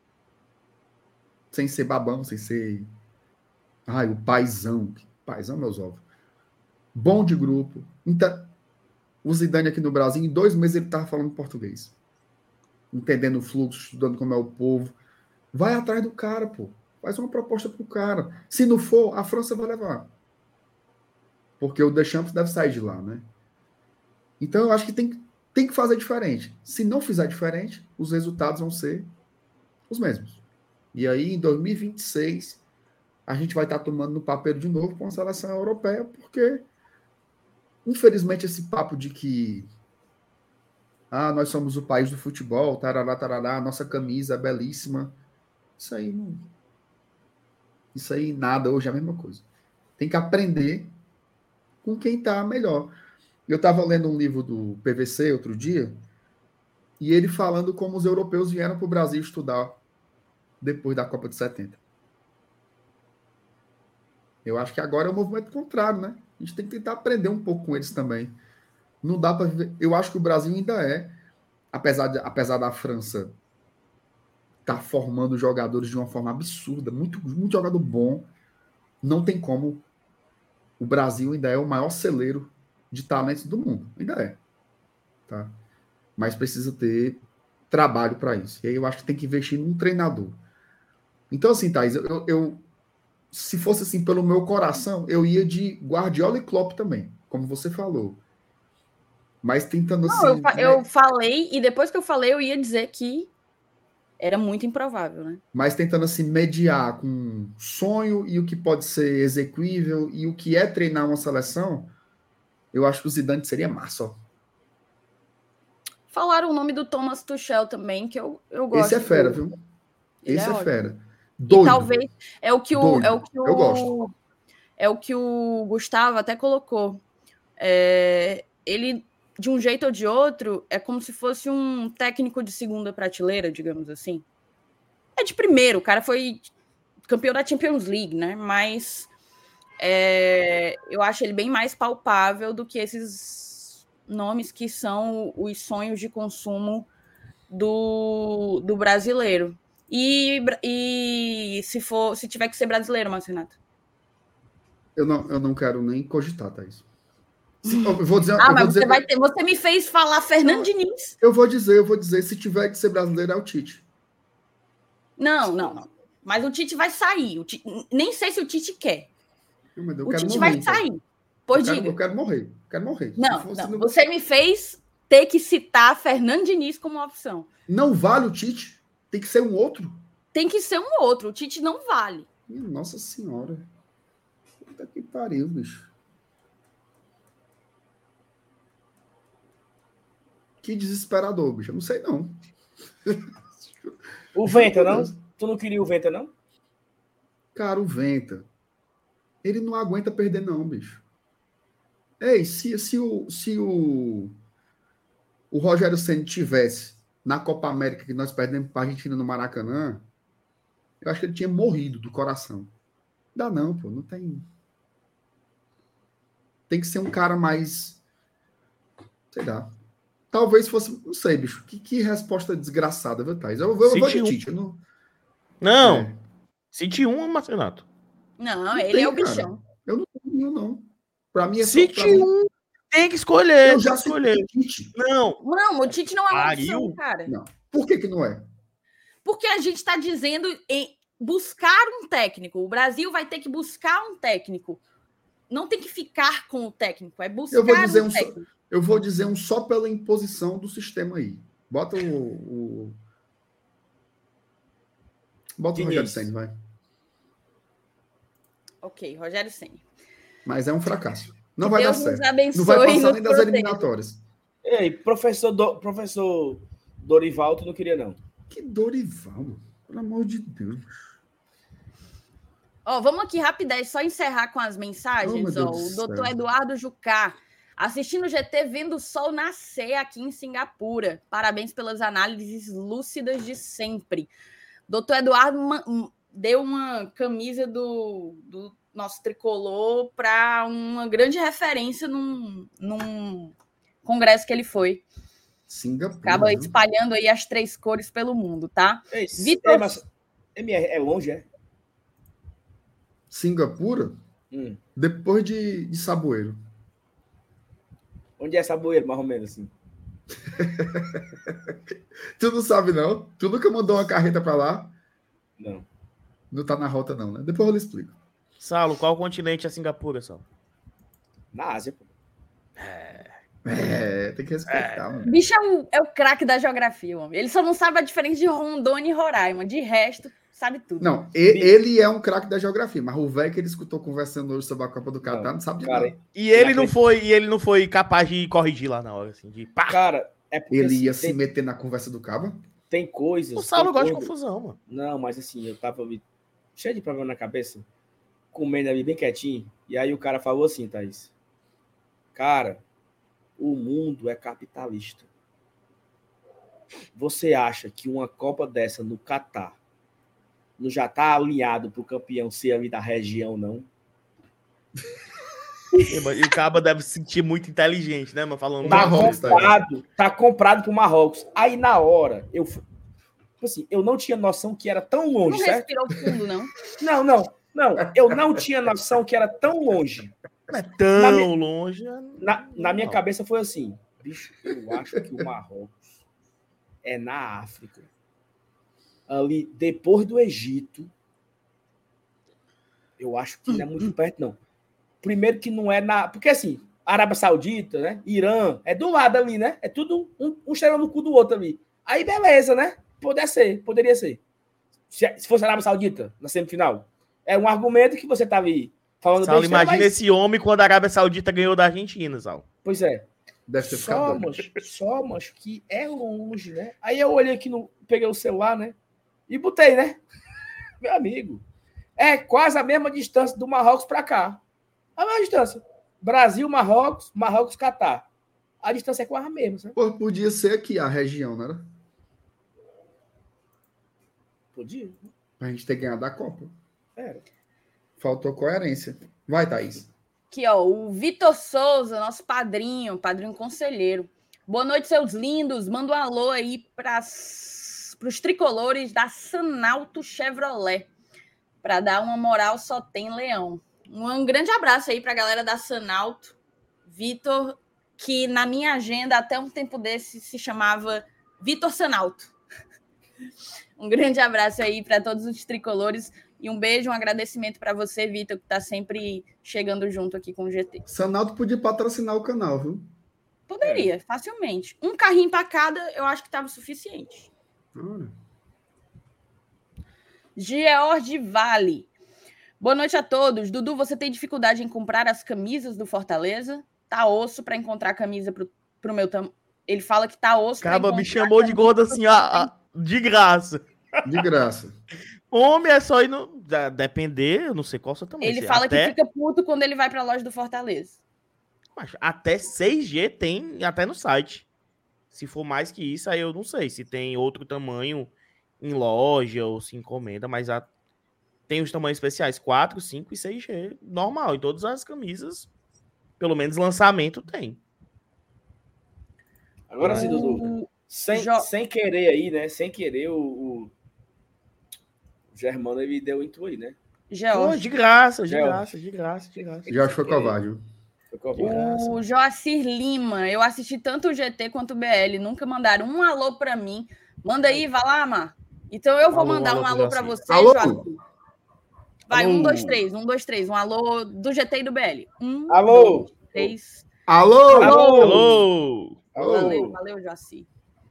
Sem ser babão, sem ser... Ai, o paizão. Paizão, meus ovos. Bom de grupo. Então, o Zidane aqui no Brasil, em dois meses ele estava falando português. Entendendo o fluxo, estudando como é o povo. Vai atrás do cara, pô. Faz uma proposta pro cara. Se não for, a França vai levar. Porque o Deschamps deve sair de lá, né? Então, eu acho que tem, tem que fazer diferente. Se não fizer diferente, os resultados vão ser os mesmos. E aí, em dois mil e vinte e seis, a gente vai estar tomando no papel de novo com a seleção europeia, porque, infelizmente, esse papo de que ah, nós somos o país do futebol, tarará, tarará, nossa camisa é belíssima. Isso aí não... Isso aí nada, hoje é a mesma coisa. Tem que aprender com quem está melhor. Eu estava lendo um livro do P V C outro dia, e ele falando como os europeus vieram para o Brasil estudar depois da Copa de setenta. Eu acho que agora é o movimento contrário, né? A gente tem que tentar aprender um pouco com eles também. Não dá para viver. Eu acho que o Brasil ainda é, apesar, de, apesar da França estar tá formando jogadores de uma forma absurda, muito, muito jogador bom, não tem como. O Brasil ainda é o maior celeiro de talentos do mundo. Ainda é. Tá? Mas precisa ter trabalho para isso. E aí eu acho que tem que investir num treinador. Então, assim, Thaís, eu, eu se fosse assim pelo meu coração, eu ia de Guardiola e Klopp também, como você falou. Mas tentando Não, assim... eu, fa né? eu falei, e depois que eu falei, eu ia dizer que era muito improvável, né? Mas tentando assim mediar com sonho e o que pode ser execuível e o que é treinar uma seleção, eu acho que o Zidane seria massa, ó. Falaram o nome do Thomas Tuchel também, que eu, eu gosto. Esse é fera, do... viu? Ele Esse é, é ótimo. fera. Doido. E talvez é o que o, Doido. é o que o, eu gosto. É o que o Gustavo até colocou. É, ele, de um jeito ou de outro, é como se fosse um técnico de segunda prateleira, digamos assim. É de primeiro, o cara foi campeão da Champions League, né? Mas é, eu acho ele bem mais palpável do que esses nomes que são os sonhos de consumo do, do brasileiro. E, e se for, se tiver que ser brasileiro, Márcio Renato? Eu não, eu não quero nem cogitar, Thaís. Se, eu vou dizer, ah, eu mas vou você, dizer, vai ter, você me fez falar Fernando Diniz. Eu vou dizer, eu vou dizer, se tiver que ser brasileiro, é o Tite. Não, não, não. Mas o Tite vai sair. O Tite, nem sei se o Tite quer. Eu, eu o Tite morrer, vai então. sair. Pois eu diga. Quero, eu quero morrer. Eu quero morrer. Não, fosse, não, não, você me fez ter que citar Fernando Diniz como opção. Não vale o Tite? Tem que ser um outro? Tem que ser um outro. O Tite não vale. Minha Nossa Senhora. Puta que pariu, bicho. Que desesperador, bicho. Eu não sei, não. O Venta, não? Tu não queria o Venta, não? Cara, o Venta. Ele não aguenta perder, não, bicho. Ei, se, se, o, se o, o Rogério Ceni tivesse na Copa América que nós perdemos para a Argentina no Maracanã, eu acho que ele tinha morrido do coração. Dá não, pô. Não tem... Tem que ser um cara mais... Sei lá. Talvez fosse... Não sei, bicho. Que, que resposta desgraçada, viu, Thaís? Eu, eu, eu vou de Tite. Eu não, não é. Cite um, Marcenato. Não, não ele tem, é o bichão. Cara. Eu não tenho, não. Pra mim é só... Cite mim... um. Tem que escolher. Eu já tem que escolher. Tite. Não. Não, o Tite não é uma Pariu. opção, cara. Não. Por que que não é? Porque a gente está dizendo em buscar um técnico. O Brasil vai ter que buscar um técnico. Não tem que ficar com o técnico, é buscar eu vou dizer um, um técnico. Só, eu vou dizer um só pela imposição do sistema aí. Bota o... o... Bota o Rogério Ceni, vai. Ok, Rogério Ceni. Mas é um fracasso. Não que vai Deus dar certo. Abençoe, não vai passar nem das proteja. eliminatórias. Ei, professor, Do, professor Dorival, tu não queria, não? Que Dorival, pelo amor de Deus. Ó, vamos aqui rapidez, só encerrar com as mensagens. Oh, ó, o doutor Eduardo Jucá, assistindo o G T, vendo o sol nascer aqui em Singapura. Parabéns pelas análises lúcidas de sempre. doutor Eduardo deu uma camisa do, do nosso tricolor para uma grande referência num, num congresso que ele foi. Singapura. Acaba espalhando aí as três cores pelo mundo, tá? Ei, Vitor... Ei, mas M R é longe, é? Singapura? Hum. Depois de, de Saboeiro. Onde é Saboeiro, mais ou menos assim? Tu não sabe, não? Tu nunca mandou uma carreta para lá? Não. Não tá na rota, não, né? Depois eu lhe explico. Saulo, qual continente é Singapura, Saulo? Na Ásia, pô. É, é tem que respeitar, é. mano. Bicho é o, é o craque da geografia, homem. Ele só não sabe a diferença de Rondônia e Roraima. De resto, sabe tudo. Não, ele, ele é um craque da geografia, mas o velho que ele escutou conversando hoje sobre a Copa do Catar não, não sabe de cara, nada. E ele não foi, e ele não foi capaz de corrigir lá na hora, assim, de pá. Cara, é porque ele ia assim, se tem, meter na conversa do cabo? Tem coisas. O Saulo gosta coisa... de confusão, mano. Não, mas assim, eu tava cheio de problema na cabeça, comendo ali bem quietinho, e aí o cara falou assim, Thaís, cara, o mundo é capitalista. Você acha que uma Copa dessa no Catar não já tá alinhado pro campeão ser ali da região, não? E o Caba deve se sentir muito inteligente, né, mano? Falando tá comprado, tá comprado pro Marrocos. Aí na hora, eu assim, eu não tinha noção que era tão longe, não certo? Não respirou fundo, não? Não, não, não. Eu não tinha noção que era tão longe. Não é tão na minha, longe. Na, na minha cabeça foi assim, bicho, eu acho que o Marrocos é na África. Ali, depois do Egito, eu acho que não é muito perto, não. Primeiro que não é na... Porque, assim, Arábia Saudita, né? Irã, é do lado ali, né? É tudo um, um cheirando no cu do outro ali. Aí, beleza, né? Poderia ser, poderia ser. Se, se fosse a Arábia Saudita, na semifinal. É um argumento que você tá ali falando... Saulo, besteira, imagina mas... esse homem quando a Arábia Saudita ganhou da Argentina, Saulo. Pois é. Deve ter só, ficado mas, só, mas que é longe, né? Aí eu olhei aqui, no, peguei o celular, né? E botei, né? Meu amigo, é quase a mesma distância do Marrocos para cá. A mesma distância. Brasil, Marrocos, Marrocos, Catar. A distância é quase a mesma, sabe? Pô, podia ser aqui a região, não era? Podia. Pra gente ter ganhado a Copa. Era. Faltou coerência. Vai, Thaís. Aqui, ó, o Vitor Souza, nosso padrinho, padrinho conselheiro. Boa noite, seus lindos. Manda um alô aí para os tricolores da Sanalto Chevrolet. Para dar uma moral, só tem leão. Um, um grande abraço aí para a galera da Sanalto. Vitor, que na minha agenda, até um tempo desse, se chamava Vitor Sanalto. Um grande abraço aí para todos os tricolores. E um beijo, um agradecimento para você, Vitor, que está sempre chegando junto aqui com o G T. Sanalto podia patrocinar o canal, viu? Poderia, é. facilmente. Um carrinho para cada, eu acho que estava suficiente. Hum. George Vale. Boa noite a todos. Dudu, você tem dificuldade em comprar as camisas do Fortaleza? Tá osso para encontrar camisa pro, pro meu tamanho. Ele fala que tá osso para encontrar. Acaba me chamou de gordo assim, ó, de graça. De graça. Homem, é só ir no... Depender, eu não sei qual é o seu tamanho. Ele fala até... que fica puto quando ele vai pra loja do Fortaleza. Mas até seis G tem até no site. Se for mais que isso, aí eu não sei se tem outro tamanho em loja ou se encomenda, mas a... tem os tamanhos especiais, quatro, cinco e seis G. Normal, em todas as camisas, pelo menos lançamento tem. Agora sim, Dudu. Sem, jo... sem querer aí, né? Sem querer, o, o... Germano, ele deu intu aí, né? Pô, de graça, de George. graça, de graça, de graça. Já foi covarde. Foi covarde. O Joacir Lima, eu assisti tanto o G T quanto o B L, nunca mandaram um alô pra mim. Manda aí, vai lá, Mar. Então eu vou alô, mandar alô, um alô pra você, alô? Joacir. Vai, alô. um, dois, três, um, dois, três. Um alô do G T e do B L. Um, alô. dois, três. Alô. Alô. Alô. Valeu, valeu, Joacir.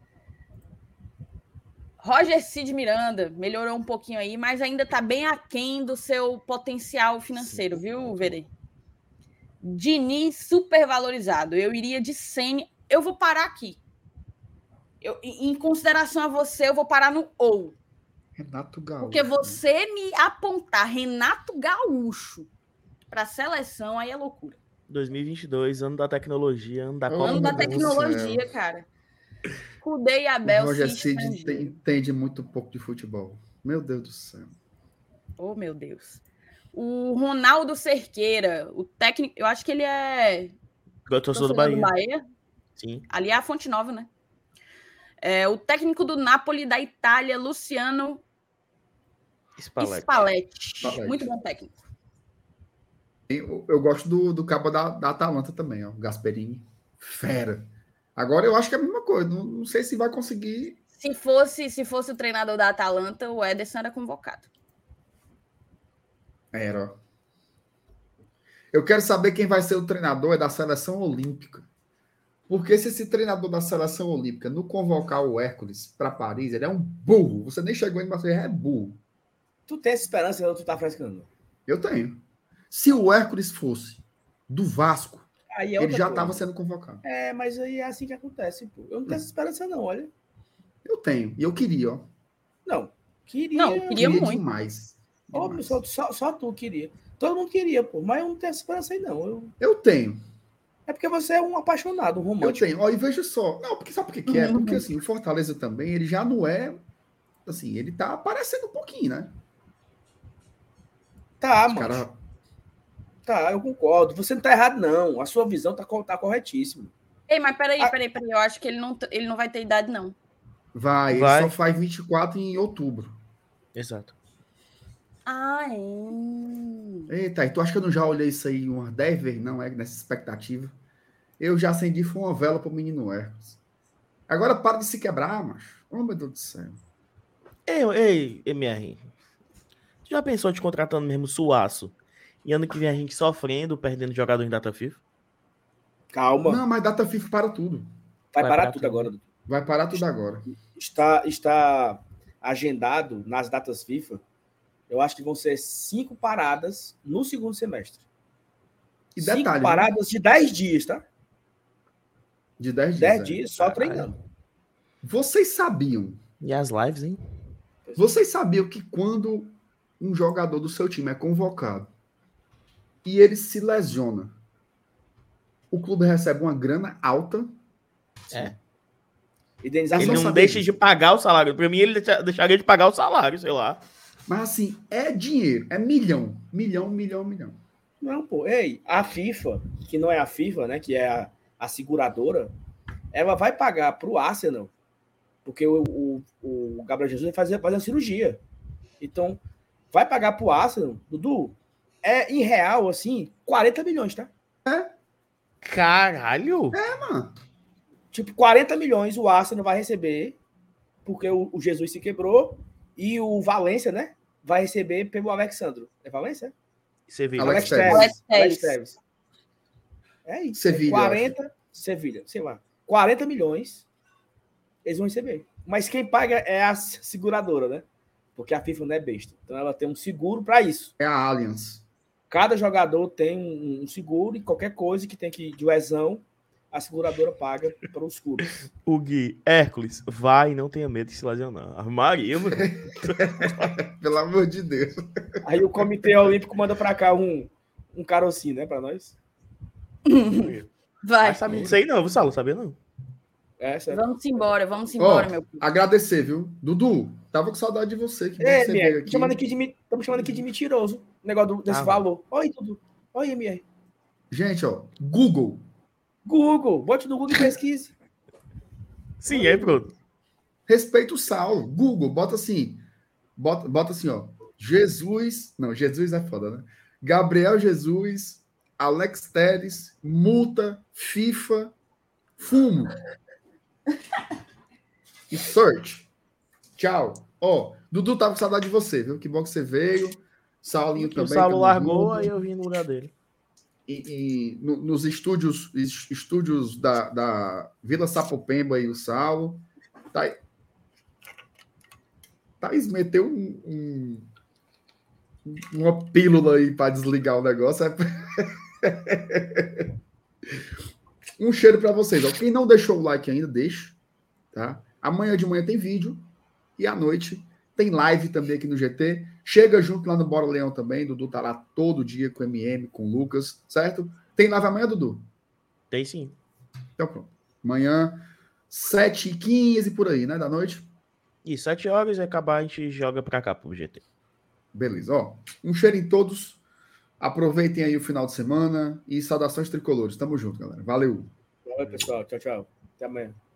Roger Cid Miranda melhorou um pouquinho aí, mas ainda está bem aquém do seu potencial financeiro, sim, viu, Verê? Diniz supervalorizado. Eu iria de Ceni. Eu vou parar aqui. Eu, em consideração a você, eu vou parar no ou. Renato Gaúcho. Porque você me apontar Renato Gaúcho para a seleção, aí é loucura. dois mil e vinte e dois, ano da tecnologia, ano da Copa. Oh, ano da tecnologia, cara. Cudei e Abel. O Roger Cid entende muito pouco de futebol. Meu Deus do céu. Oh, meu Deus. O Ronaldo Cerqueira, o técnico, eu acho que ele é torcedor do Bahia. do Bahia. Sim. Ali é a Fonte Nova, né? É, o técnico do Napoli da Itália, Luciano Spalletti. Spalletti. Spalletti. Muito bom técnico. Eu, eu gosto do, do cabo da, da Atalanta também, ó, Gasperini. Fera. Agora eu acho que é a mesma coisa. Não, não sei se vai conseguir. Se fosse, se fosse o treinador da Atalanta, o Ederson era convocado. Era. Eu quero saber quem vai ser o treinador é da seleção olímpica. Porque se esse treinador da seleção olímpica não convocar o Hércules para Paris, ele é um burro. Você nem chegou em Marseille, é burro. Tu tem essa esperança ou tu tá frescando? Eu tenho. Se o Hércules fosse do Vasco, aí é ele já estava coisa. sendo convocado. É, mas aí é assim que acontece, pô. Eu não tenho essa esperança, não, olha. Eu tenho. E eu queria, ó. Não. Queria. Não, queria, queria muito. Demais. Óbvio, só, só, só tu queria. Todo mundo queria, pô. Mas eu não tenho essa esperança aí, não. Eu, eu tenho. É porque você é um apaixonado, um romântico. Eu tenho. Ó, e veja só. Não, porque sabe por que, que é? Porque, assim, o Fortaleza também, ele já não é... Assim, ele tá aparecendo um pouquinho, né? Tá, mano. Cara... Tá, eu concordo. Você não tá errado, não. A sua visão tá, tá corretíssima. Ei, mas peraí, a... peraí, peraí. Eu acho que ele não, ele não vai ter idade, não. Vai, vai. Ele só faz vinte e quatro em outubro. Exato. Ah, é. Eita, e tu acha que eu não já olhei isso aí umas dez vezes? Não, é nessa expectativa. Eu já acendi foi uma vela pro menino Hércules. Agora para de se quebrar, macho. Oh, meu Deus do céu. Ei, ei, M R. Tu já pensou te contratando mesmo suaço? E ano que vem a gente sofrendo, perdendo jogador em data FIFA? Calma. Não, mas data FIFA para tudo. Vai, Vai parar, parar tudo, tudo agora. Vai parar tudo agora. Está, está agendado nas datas FIFA. Eu acho que vão ser cinco paradas no segundo semestre. E detalhe, cinco paradas né? de dez dias, tá? De dez dias. dez dias só treinando. Vocês sabiam? E as lives, hein? Vocês sabiam que quando um jogador do seu time é convocado e ele se lesiona, o clube recebe uma grana alta? É. Indenização ele não deixa de pagar o salário. Para mim, ele deixaria de pagar o salário, sei lá. Mas assim, é dinheiro, é milhão, milhão, milhão, milhão. Não, pô, ei, a FIFA, que não é a FIFA, né, que é a, a seguradora, ela vai pagar pro Arsenal, porque o, o, o Gabriel Jesus vai fazer, fazer a cirurgia. Então, vai pagar pro Arsenal, Dudu, é em real, assim, quarenta milhões, tá? Caralho! É, mano. Tipo, quarenta milhões o Arsenal vai receber, porque o, o Jesus se quebrou, e o Valência, né, vai receber pelo Alexandro. É Valência? Sevilha. Alex Alex Telles. Telles. Alex Telles. É isso. Sevilha, É quarenta, Sevilha, sei lá. quarenta milhões eles vão receber. Mas quem paga é a seguradora, né? Porque a FIFA não é besta. Então ela tem um seguro para isso. É a Allianz. Cada jogador tem um seguro e qualquer coisa que tem que de lesão, a seguradora paga para os clubes. O Gui, Hércules, vai, não tenha medo de se lesionar. Maria, mano. Pelo amor de Deus. Aí o Comitê Olímpico manda para cá um, um carocinho, né, para nós. Vai. Mas sabe disso aí não, você não sabia não. É, certo. Vamos embora, vamos embora, Ó, meu filho. agradecer, viu? Dudu, tava com saudade de você. Que bom É, que você M R, veio aqui. chamando aqui de, estamos chamando aqui de mentiroso. O negócio do, desse Ah, valor. Olha tudo. Olha, M R. Gente, ó, Google. Google. Bote no Google e pesquise. Sim, aí pronto. Respeita o Saulo. Google, bota assim. Bota, bota assim, ó. Jesus. Não, Jesus é foda, né? Gabriel Jesus, Alex Telles, multa, FIFA, fumo. E search. Tchau. Ó, Dudu tava com saudade de você, viu? Que bom que você veio. Saulinho Que também. o Saulo tamo largou, junto. aí eu vim no lugar dele. E, e no- nos estúdios, es- estúdios da, da Vila Sapopemba e o Saulo. Tá, Thaís meteu um, um- uma pílula aí para desligar o negócio. Um cheiro para vocês. Ó. Quem não deixou o like ainda, deixa. Tá? Amanhã de manhã tem vídeo e à noite tem live também aqui no G T. Chega junto lá no Bora Leão também. Dudu tá lá todo dia com o M M, com o Lucas, certo? Tem live amanhã, Dudu? Tem sim. Então pronto. Amanhã, sete e quinze por aí, né? Da noite. E sete horas e acabar, a gente joga pra cá pro G T. Beleza. Ó, um cheiro em todos. Aproveitem aí o final de semana e saudações tricolores. Tamo junto, galera. Valeu. Valeu, pessoal. Tchau, tchau. Até amanhã.